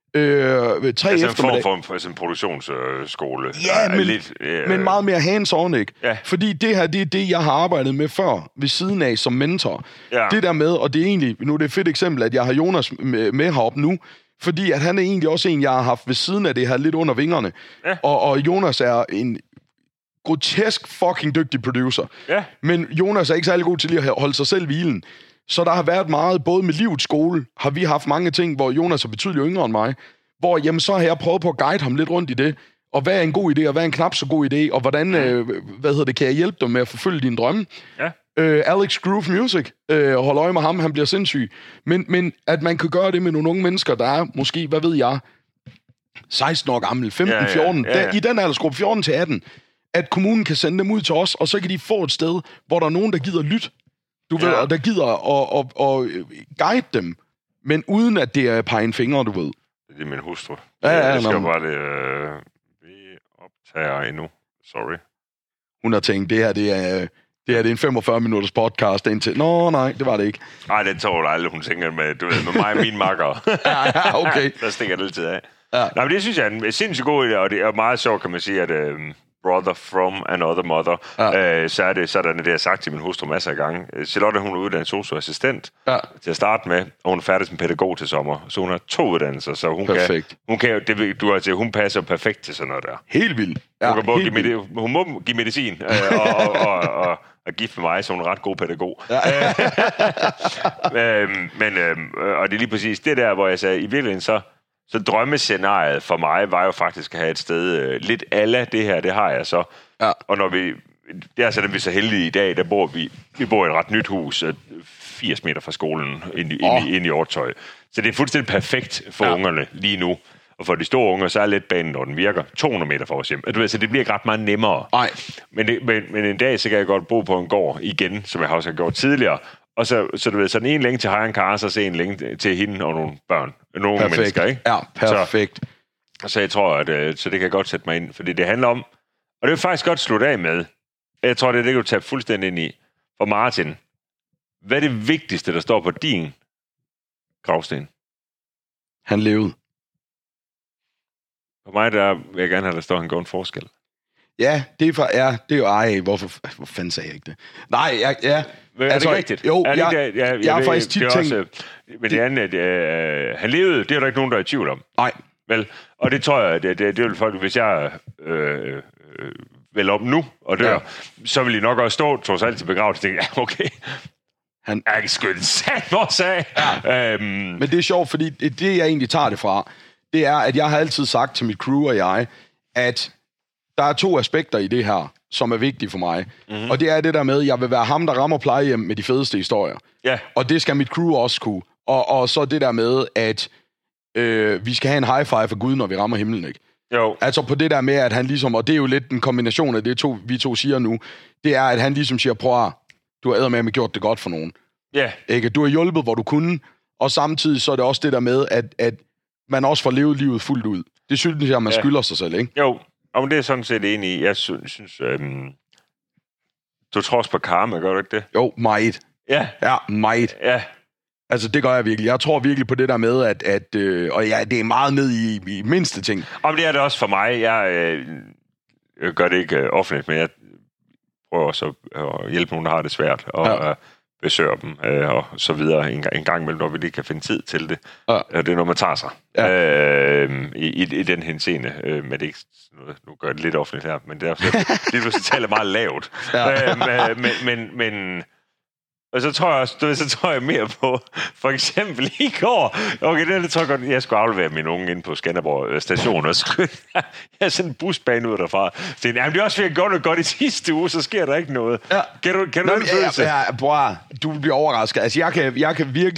Øh, tre altså eftermiddag. en form for, for en produktionsskole. Ja, men, lidt, øh, men meget mere hands-on, ikke? Ja. Fordi det her, det er det, jeg har arbejdet med før, ved siden af som mentor. Ja. Det der med, og det er egentlig, nu er det et fedt eksempel, at jeg har Jonas med, med heroppe nu, fordi at han er egentlig også en, jeg har haft ved siden af det her, lidt under vingerne. Ja. Og, og Jonas er en grotesk fucking dygtig producer. Ja. Men Jonas er ikke særlig god til lige at holde sig selv hvilen. Så der har været meget, både med livets skole, har vi haft mange ting, hvor Jonas er betydeligt yngre end mig, hvor jamen, så har jeg prøvet på at guide ham lidt rundt i det, og hvad er en god idé, og hvad er en knap så god idé, og hvordan, øh, hvad hedder det, kan jeg hjælpe dig med at forfølge dine drømme? Ja. Øh, Alex Groove Music, øh, hold øje med ham, han bliver sindssyg. Men, men at man kan gøre det med nogle unge mennesker, der er måske, hvad ved jeg, seksten år gammel, femten, fjorten, ja, ja, ja, ja. Der, i den aldersgruppe fjorten til atten, at kommunen kan sende dem ud til os, og så kan de få et sted, hvor der er nogen, der gider lytte. Du ved, ja. og der gider at, at, at, at guide dem, men uden at det er pege en finger, du ved. Det er min hustru. Ja, ja, jeg skal bare det... Øh, vi optager endnu. Sorry. Hun har tænkt, det her, det er, det her, det er en femogfyrre minutters podcast indtil... Nå, nej, det var det ikke. Nej, det tror jeg aldrig, hun tænker med, du ved, med mig og mine makker. ja, ja, okay. Der stikker det altid af. Ja. Nej, men det synes jeg er en sindssygt god idé, og det er meget sjovt, kan man sige, at... Øh, brother from another mother, ja. øh, så er det sådan, at det har sagt til min hustru masser af gange. Charlotte, hun er uddannet sosu-assistent ja. til at starte med, og hun er færdig som pædagog til sommer, så hun har to uddannelser, så hun perfekt. kan, hun kan det, du har til, hun passer perfekt til sådan noget der. Helt vildt. Ja, hun, kan både give medi- hun må give medicin øh, og, og, og, og, og gift med mig, så hun er en ret god pædagog. Ja. øh, men, øh, og det er lige præcis det der, hvor jeg sagde, i virkeligheden så Så drømmescenariet for mig var jo faktisk at have et sted øh, lidt alla det her, det har jeg så. Ja. Og når vi, det er sådan, at vi er så heldige i dag, der bor vi, vi bor i et ret nyt hus, firs meter fra skolen, ind, oh. ind, ind i Ortøj. Så det er fuldstændig perfekt for ja. ungerne lige nu. Og for de store unger, så er letbanen, når den virker, to hundrede meter fra vores hjem. Du ved, så det bliver ikke ret meget nemmere. Nej. Men, det, men, men en dag, så kan jeg godt bo på en gård igen, som jeg også har gjort tidligere. Og så, så du ved, sådan en længe til Hej en Kars, og så en længe til hende og nogle børn. Nogle perfekt. Mennesker, ikke? Ja, perfekt. Så, så jeg tror, at så det kan jeg godt sætte mig ind. Fordi det handler om, og det vil faktisk godt slutte af med, jeg tror, det er det, du tager fuldstændig ind i. For Martin, hvad er det vigtigste, der står på din gravsten? Han levede. For mig, der vil jeg gerne have, der står, han går en forskel. Ja, det er for, ja, det er jo, ej, hvorfor, hvor fanden sagde jeg ikke det? Nej, jeg, ja. Er altså, det rigtigt? Jo, er det jeg, ikke, jeg, jeg, jeg har faktisk tit tænkt... Også, men det andet, øh, han levede, det er der ikke nogen, der er i tvivl om. Nej. Vel, og det tror jeg, det, det, det vil folk, hvis jeg øh, øh, vel op nu og dør, ja. så vil I nok også stå, trods alt til begravelse, og tænke, ja, okay, han er ikke skønt sat vores af. Ja. Øhm. Men det er sjovt, fordi det, det, jeg egentlig tager det fra, det er, at jeg har altid sagt til mit crew og jeg, at der er to aspekter i det her, som er vigtige for mig. Mm-hmm. Og det er det der med, at jeg vil være ham, der rammer plejehjem med de fedeste historier. Yeah. Og det skal mit crew også kunne. Og, og så det der med, at øh, vi skal have en high five for Gud, når vi rammer himlen, ikke? Jo. Altså på det der med, at han ligesom, og det er jo lidt en kombination af det, to, vi to siger nu, det er, at han ligesom siger, prøv at, du har eddermame gjort det godt for nogen. Ja. Yeah. Ikke? Du har hjulpet, hvor du kunne, og samtidig så er det også det der med, at, at man også får levet livet fuldt ud. Det synes jeg, man yeah. skylder sig selv, ikke? Jo. Og det er sådan set enig i. Jeg synes, synes øhm, du tror også på karma, gør du ikke det? Jo, meget. Ja. Ja, meget. Ja. Altså, det gør jeg virkelig. Jeg tror virkelig på det der med, at, at øh, og ja, det er meget ned i, i mindste ting. Om det er det også for mig. Jeg, øh, jeg gør det ikke øh, offentligt, men jeg prøver også at, at hjælpe nogen, der har det svært, og ja. øh, besøger dem, øh, og så videre en, en gang imellem, når vi lige kan finde tid til det. Ja. Det er noget, man tager sig. Ja. Øh, i, i, I den henseende. Øh, men det er ikke noget, nu gør det lidt offentligt her, men det er lige pludselig taler meget lavt. Ja. Øh, men, men, men og så tror jeg også, du ved, så tror jeg mere på, for eksempel i går, okay, det, det tror jeg godt, jeg skulle aflevere min unge ind på Skanderborg station, og så jeg har sådan en busbane ud derfra. Så jamen, det er også, fordi jeg gjorde det godt i sidste uge, så sker der ikke noget. Ja. Kan du, kan du Nå, den følelse? Ja, ja, bror, du bliver overrasket. Altså, jeg kan, jeg kan virkelig,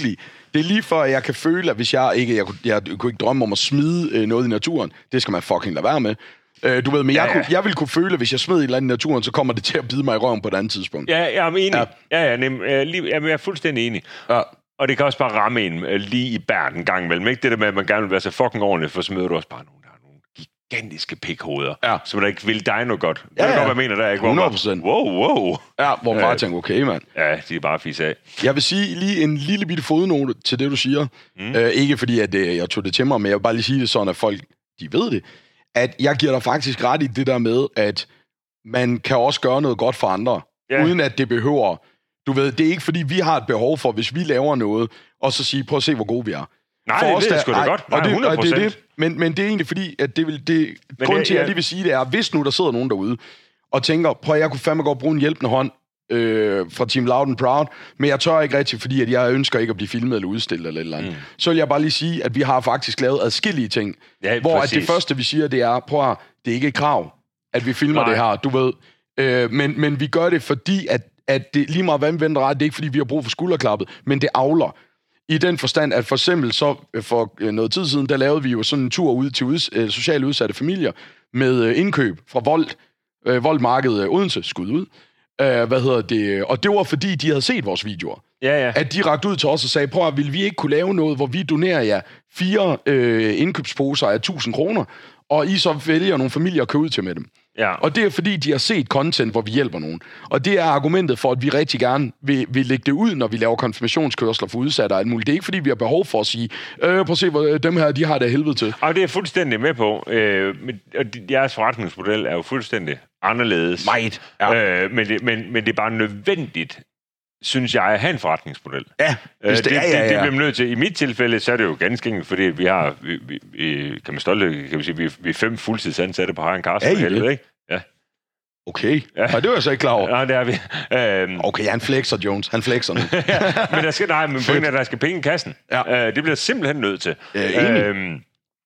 Det er lige før, jeg kan føle, at hvis jeg ikke... Jeg, jeg, jeg kunne ikke drømme om at smide øh, noget i naturen. Det skal man fucking lade være med. Øh, du ved, men ja, jeg, ja. Kunne, jeg ville kunne føle, at hvis jeg smed et eller andet i naturen, så kommer det til at bide mig i røven på et andet tidspunkt. Ja, jeg er enig. Ja, ja, ja nem, jeg, jeg er fuldstændig enig. Ja. Og det kan også bare ramme en lige i bæren en gang imellem. Ikke det der med, at man gerne vil være så fucking ordentlig, for så møder du også bare nogen, der har nogle gigantiske pikhoveder, ja. Som der ikke vil dig noget godt. Ja, ja. Det er godt, hvad jeg mener der, ikke? hundrede procent. Wow, wow. Ja, hvor man bare tænker, okay, mand. Ja, de er bare fis af. Jeg vil sige lige en lille bitte fodnote til det, du siger. Mm. Øh, ikke fordi, at øh, jeg tog det til mig, men jeg vil bare lige sige det sådan, at folk, de ved det. At jeg giver dig faktisk ret i det der med, at man kan også gøre noget godt for andre, yeah. uden at det behøver... Du ved, det er ikke fordi, vi har et behov for, hvis vi laver noget, og så sige, prøv at se, hvor gode vi er. Nej, for det, os, det er sgu da godt. Nej, og det, hundrede procent. Og det er det, men, men det er egentlig fordi, at det vil... Det, grunden til, at jeg lige vil sige det er, hvis nu der sidder nogen derude, og tænker, prøv at jeg kunne fandme godt bruge en hjælpende hånd øh, fra Team Loud and Proud, men jeg tør ikke rigtig, fordi at jeg ønsker ikke at blive filmet eller udstillet eller et eller andet. Mm. Så vil jeg bare lige sige, at vi har faktisk lavet adskillige ting, ja, hvor at det første, vi siger, det er, prøv at det er ikke et krav, at vi filmer Nej. det her, du ved. Øh, men, men vi gør det, fordi at, at det lige meget vandvendt ret, det er ikke, fordi vi har brug for skulderklappet, men det avler. I den forstand, at for eksempel så for noget tid siden, der lavede vi jo sådan en tur ud til uds, øh, socialt udsatte familier med øh, indkøb fra Volt, øh, Volt-markedet øh, Odense, skud ud. Øh, hvad hedder det? Og det var fordi, de havde set vores videoer. Ja, ja. At de rakte ud til os og sagde, prøv at vil vi ikke kunne lave noget, hvor vi donerer jer fire øh, indkøbsposer af tusind kroner, og I så vælger nogle familier at købe ud til med dem. Ja. Og det er fordi, de har set content, hvor vi hjælper nogen. Og det er argumentet for, at vi rigtig gerne vil, vil lægge det ud, når vi laver konfirmationskørsler for udsatte og alt muligt. Det er ikke fordi, vi har behov for at sige, øh, prøv at se, hvor dem her, de har det helvede til. Og det er jeg fuldstændig med på. Øh, men, og jeres forretningsmodel er jo fuldstændig anderledes. Meget. Ja. Øh, men, det, men, men det er bare nødvendigt, synes jeg, at have en forretningsmodel. Ja, øh, det, det, ja, ja, ja. det, det bliver man nødt til. I mit tilfælde, så er det jo ganske enkelt, fordi vi har, vi, vi, vi, kan man stolte, kan vi sige, vi, vi er fem fuldtidsansatte på Harren Carsten. Ja, helvede, ikke? Ja. Okay, ja. Og det var jeg så ikke klar over. Nej, det er vi. Øhm. Okay, han flexer, Jones. Han flexer nu. ja, men der skal, nej, men pointen er, at der skal penge i kassen. Ja. Øh, det bliver simpelthen nødt til. Ja, øhm,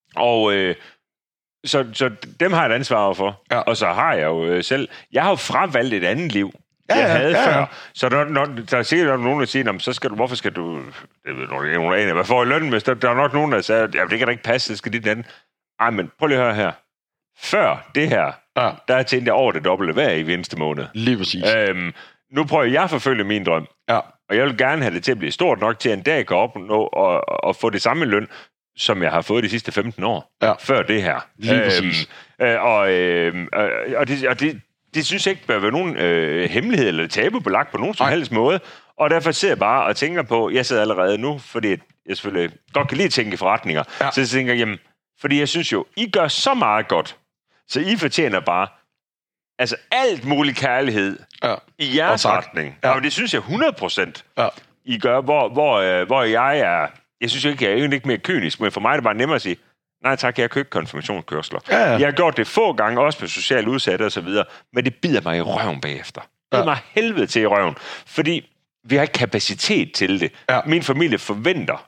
og øh, så, så dem har jeg et ansvar for. Ja. Og så har jeg jo øh, selv... Jeg har jo fravalgt et andet liv, ja, jeg havde ja, ja. før. Så når, når, der er sikkert nogen, der siger, så skal du, hvorfor skal du... Det ved du, nogen aner, hvad får I løn med? Der, der er nok nogen, der siger, ja, det kan da ikke passe, det skal dit andet. Ej, men prøv lige at høre her. Før det her, ja. der tjente jeg over det dobbelte hver i eneste måned. Lige præcis. Øhm, nu prøver jeg at forfølge min drøm. Ja. Og jeg vil gerne have det til at blive stort nok til, at en dag kan opnå og, og få det samme løn, som jeg har fået de sidste femten år. Ja. Før det her. Lige øhm, præcis. Øh, og øh, og, det, og det, det synes jeg ikke bør være nogen øh, hemmelighed eller tabubelagt på nogen som helst måde. Og derfor sidder jeg bare og tænker på, jeg sidder allerede nu, fordi jeg selvfølgelig godt kan lide at tænke i forretninger. Ja. Så jeg tænker, jamen, fordi jeg synes jo, I gør så meget godt, så I fortjener bare altså alt mulig kærlighed ja. i jeres retning. Ja. Og det synes jeg hundrede procent ja. I gør, hvor, hvor, øh, hvor jeg er... Jeg synes ikke, jeg er egentlig ikke mere kynisk, men for mig er det bare nemmere at sige, nej tak, jeg har købt konfirmationskørsler. Ja, ja. Jeg har gjort det få gange, også med socialt udsatte og så videre, men det bider mig i røven bagefter. Det bider ja. mig helvede til i røven, fordi vi har ikke kapacitet til det. Ja. Min familie forventer,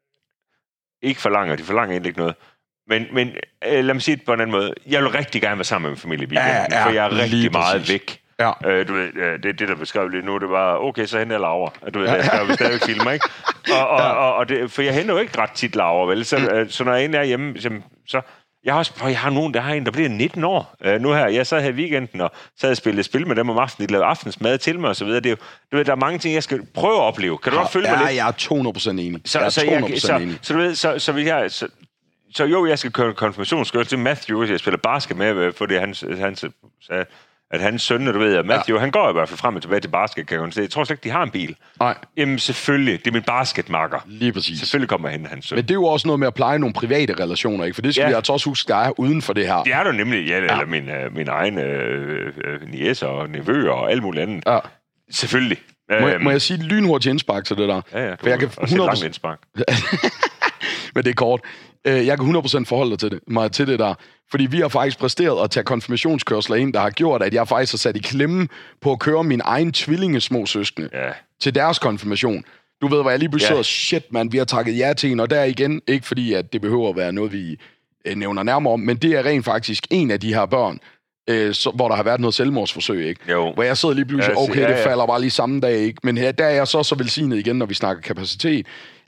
ikke forlanger, de forlanger egentlig ikke noget, men, men øh, lad mig sige det på en anden måde. Jeg vil rigtig gerne være sammen med min familie i weekenden, ja, ja, for jeg er rigtig meget præcis. væk. Ja. Øh, du ved, det, det der beskrev lige nu, det var, okay, så henter jeg Laura. Du ved, jeg skal jo stadig filme, ikke? Og, og, ja. og, og det, for jeg henter jo ikke ret tit Laura, vel? Så, mm. så når jeg er hjemme, så... Jeg har også, jeg har nogen, der har en, der bliver nitten år uh, nu her. Jeg sad her i weekenden og sad og spillede spil med dem om aftenen. De lavede aftensmad til mig og så videre. Det er jo, du ved, der er mange ting, jeg skal prøve at opleve. Kan du godt følge ja, mig lidt? Ja, jeg er to hundrede procent enig. Så, jeg er så, to hundrede procent jeg, enig. Så, så, du ved, så, så, vil jeg, så, så jo, jeg skal køre konfirmationskørsel til Matthew. Jeg spiller basket med, fordi hans, hans, at hans søn, du ved, at Matthew, ja. han går i hvert fald frem og tilbage til basket, kan jeg sige. Jeg tror slet ikke, de har en bil. Nej. Jamen selvfølgelig, det er min basketmakker. Lige præcis. Selvfølgelig kommer jeg hen hans søn. Men det er jo også noget med at pleje nogle private relationer, ikke? For det skal ja. vi altså også huske, der er uden for det her. Det er der nemlig, ja, ja. eller min, uh, min egen øh, øh, niece og nevøer og alt muligt andet. Ja. Selvfølgelig. Må, um, må jeg sige lynhurtigt indspark til det der? Ja, ja. For jeg kan hundrede procent langt indspark. Men det er kort. Jeg kan hundrede procent forholde dig til det, mig til det der. Fordi vi har faktisk præsteret at tage konfirmationskørsler ind, der har gjort, at jeg faktisk har sat i klemme på at køre min egen tvillingesmå søskende ja. til deres konfirmation. Du ved, hvor jeg lige pludselig ja. shit, man, vi har takket ja til en, og der igen, ikke fordi, at det behøver at være noget, vi øh, nævner nærmere om, men det er rent faktisk en af de her børn, øh, så, hvor der har været noget selvmordsforsøg, ikke? Jo. Hvor jeg sidder lige pludselig, okay, ja, ja. det falder bare lige samme dag, ikke? Men her, der er jeg så så velsignet igen, når vi snakker kapacitet,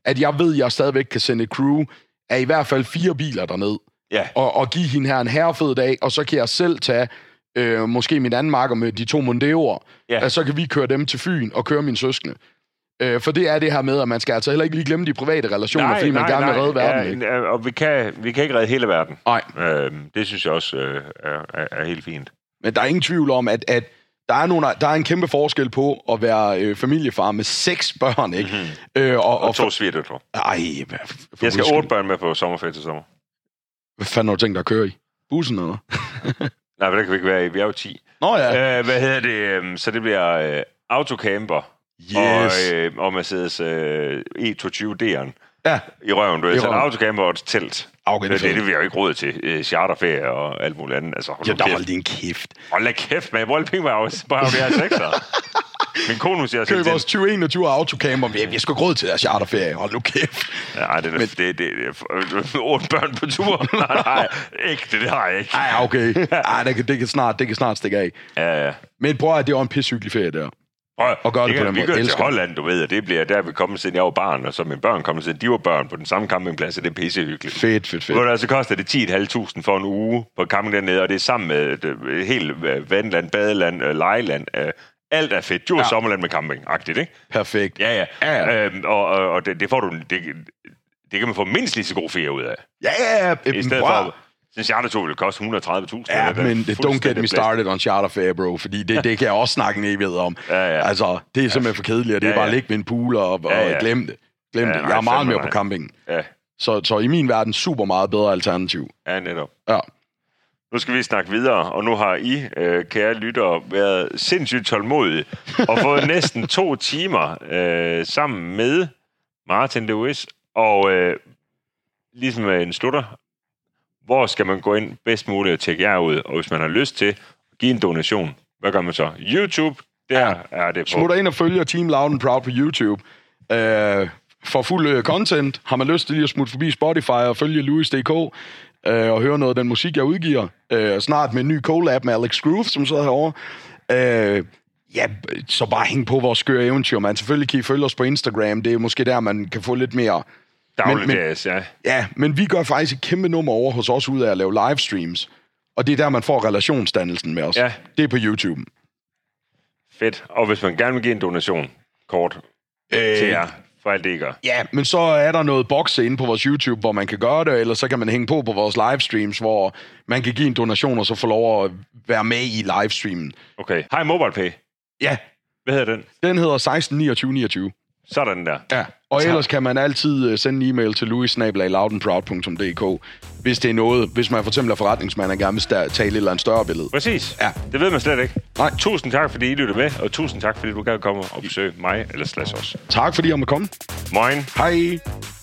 at jeg ved, at jeg stadigvæk kan sende et crew af i hvert fald fire biler derned, ja. og, og give hende her en herrefed dag, og så kan jeg selv tage øh, måske min anden makker med de to Mondeo'er, ja. Så kan vi køre dem til Fyn og køre mine søskende. Øh, for det er det her med, at man skal altså heller ikke lige glemme de private relationer, nej, fordi man nej, gerne vil redde verden. Ikke? Ja, og vi kan, vi kan ikke redde hele verden. Nej. Øh, det synes jeg også øh, er, er, er helt fint. Men der er ingen tvivl om, at, at der, er nogle, der er en kæmpe forskel på at være øh, familiefar med seks børn, ikke? Mm-hmm. Øh, og, og, og to svigerdøtre. Ej, hvad, jeg skal otte børn med på sommerferie til sommer. Hvad fanden har du tænkt dig at køre i? Bussen eller? Nej, men det kan vi ikke være i. Vi er jo ti. Nå ja. Øh, hvad hedder det? Så det bliver øh, autocamper. Yes. Og, øh, og Mercedes øh, E toogtyve D'eren ja. I røven. Du har så autocamper og et telt. Okay, det, det, det vi har jo ikke råd til. Øh, charterferie og alt muligt andet. Altså, ja, der hold din kæft. Hold da kæft, man. Hvor er det penge, var jeg bare ved at sekser? Min kone siger så... Køb vores tyve enogtyve autocamper. Vi har sgu ikke råd til deres charterferie. Hold nu kæft. Nej, det er... Men... Det, det, det, det otte børn på tur. nej, nej, ikke. Det, det har jeg ikke. Nej, okay. Ej, det, kan, det, kan snart, det kan snart stikke af. Ja, ja. Men prøv at det var en pissehyggelig ferie der. Og, og gør det, det på den vi måde. Vi kører til Holland, du ved, og det bliver der, vi kommer siden jeg var barn, og så mine børn kommer siden de var børn på den samme campingplads, og det er pissehyggeligt. Fedt, fedt, fedt. Hvor der så koster det ti tusind fem hundrede for en uge på camping dernede, og det er sammen med et helt vandland, badeland, lejeland. Alt er fedt. Jo, ja. Sommerland med camping-agtigt, ikke? Perfekt. Ja, ja. ja, ja. Øhm, og og, og det, det får du... Det, det kan man få mindst lige så god ferie ud af. Ja, ja, ja. I stedet for... Den chartertur vil koste et hundrede og tredive tusind. Ja, men don't get me started on charterferie, bro, fordi det, det kan jeg også snakke en evighed om. Ja, ja. Altså, det er simpelthen for kedeligt, og det er ja, ja. bare at ligge ved en pool og, og ja, ja. glemme det. Glem ja, det. Jeg er meget mere på campingen. Ja. Så, så i min verden, super meget bedre alternativ. Ja, netop. Ja. Nu skal vi snakke videre, og nu har I, øh, kære lyttere, været sindssygt tålmodige og fået næsten to timer øh, sammen med Martin Lewis, og øh, ligesom en slutter, hvor skal man gå ind bedst muligt og tjekke jer ud? Og hvis man har lyst til at give en donation, hvad gør man så? YouTube, der ja. er det på. Smutter ind og følger Team Loud and Proud på YouTube. Øh, for fuld uh, content. Har man lyst til lige at smutte forbi Spotify og følge Louis punktum d k øh, og høre noget af den musik, jeg udgiver. Øh, snart med en ny collab med Alex Groove, som sidder herovre. Øh, ja, så bare hæng på vores skøre eventyr, man. Selvfølgelig kan I følge os på Instagram. Det er måske der, man kan få lidt mere... Dagligdags, ja. Ja, men vi gør faktisk et kæmpe nummer over hos os ud af at lave livestreams. Og det er der, man får relationsdannelsen med os. Ja. Det er på YouTube. Fedt. Og hvis man gerne vil give en donation, kort, øh, til jer, for alt det I gør. Ja, men så er der noget bokse inde på vores YouTube, hvor man kan gøre det, eller så kan man hænge på på vores livestreams, hvor man kan give en donation, og så få lov at være med i livestreamen. Okay. Har I MobilePay? Ja. Hvad hedder den? Den hedder seksten niogtyve niogtyve. Sådan der. Ja, og så. Ellers kan man altid sende en e-mail til louis snabel-a loud and proud punktum d k, hvis det er noget, hvis man for eksempel er forretningsmand og gerne vil tage et eller andet større billede. Præcis. Ja. Det ved man slet ikke. Nej. Tusind tak, fordi I lyttede med, og tusind tak, fordi du kan komme og besøge mig eller slash os. Tak, fordi jeg måtte komme. Moin. Hej.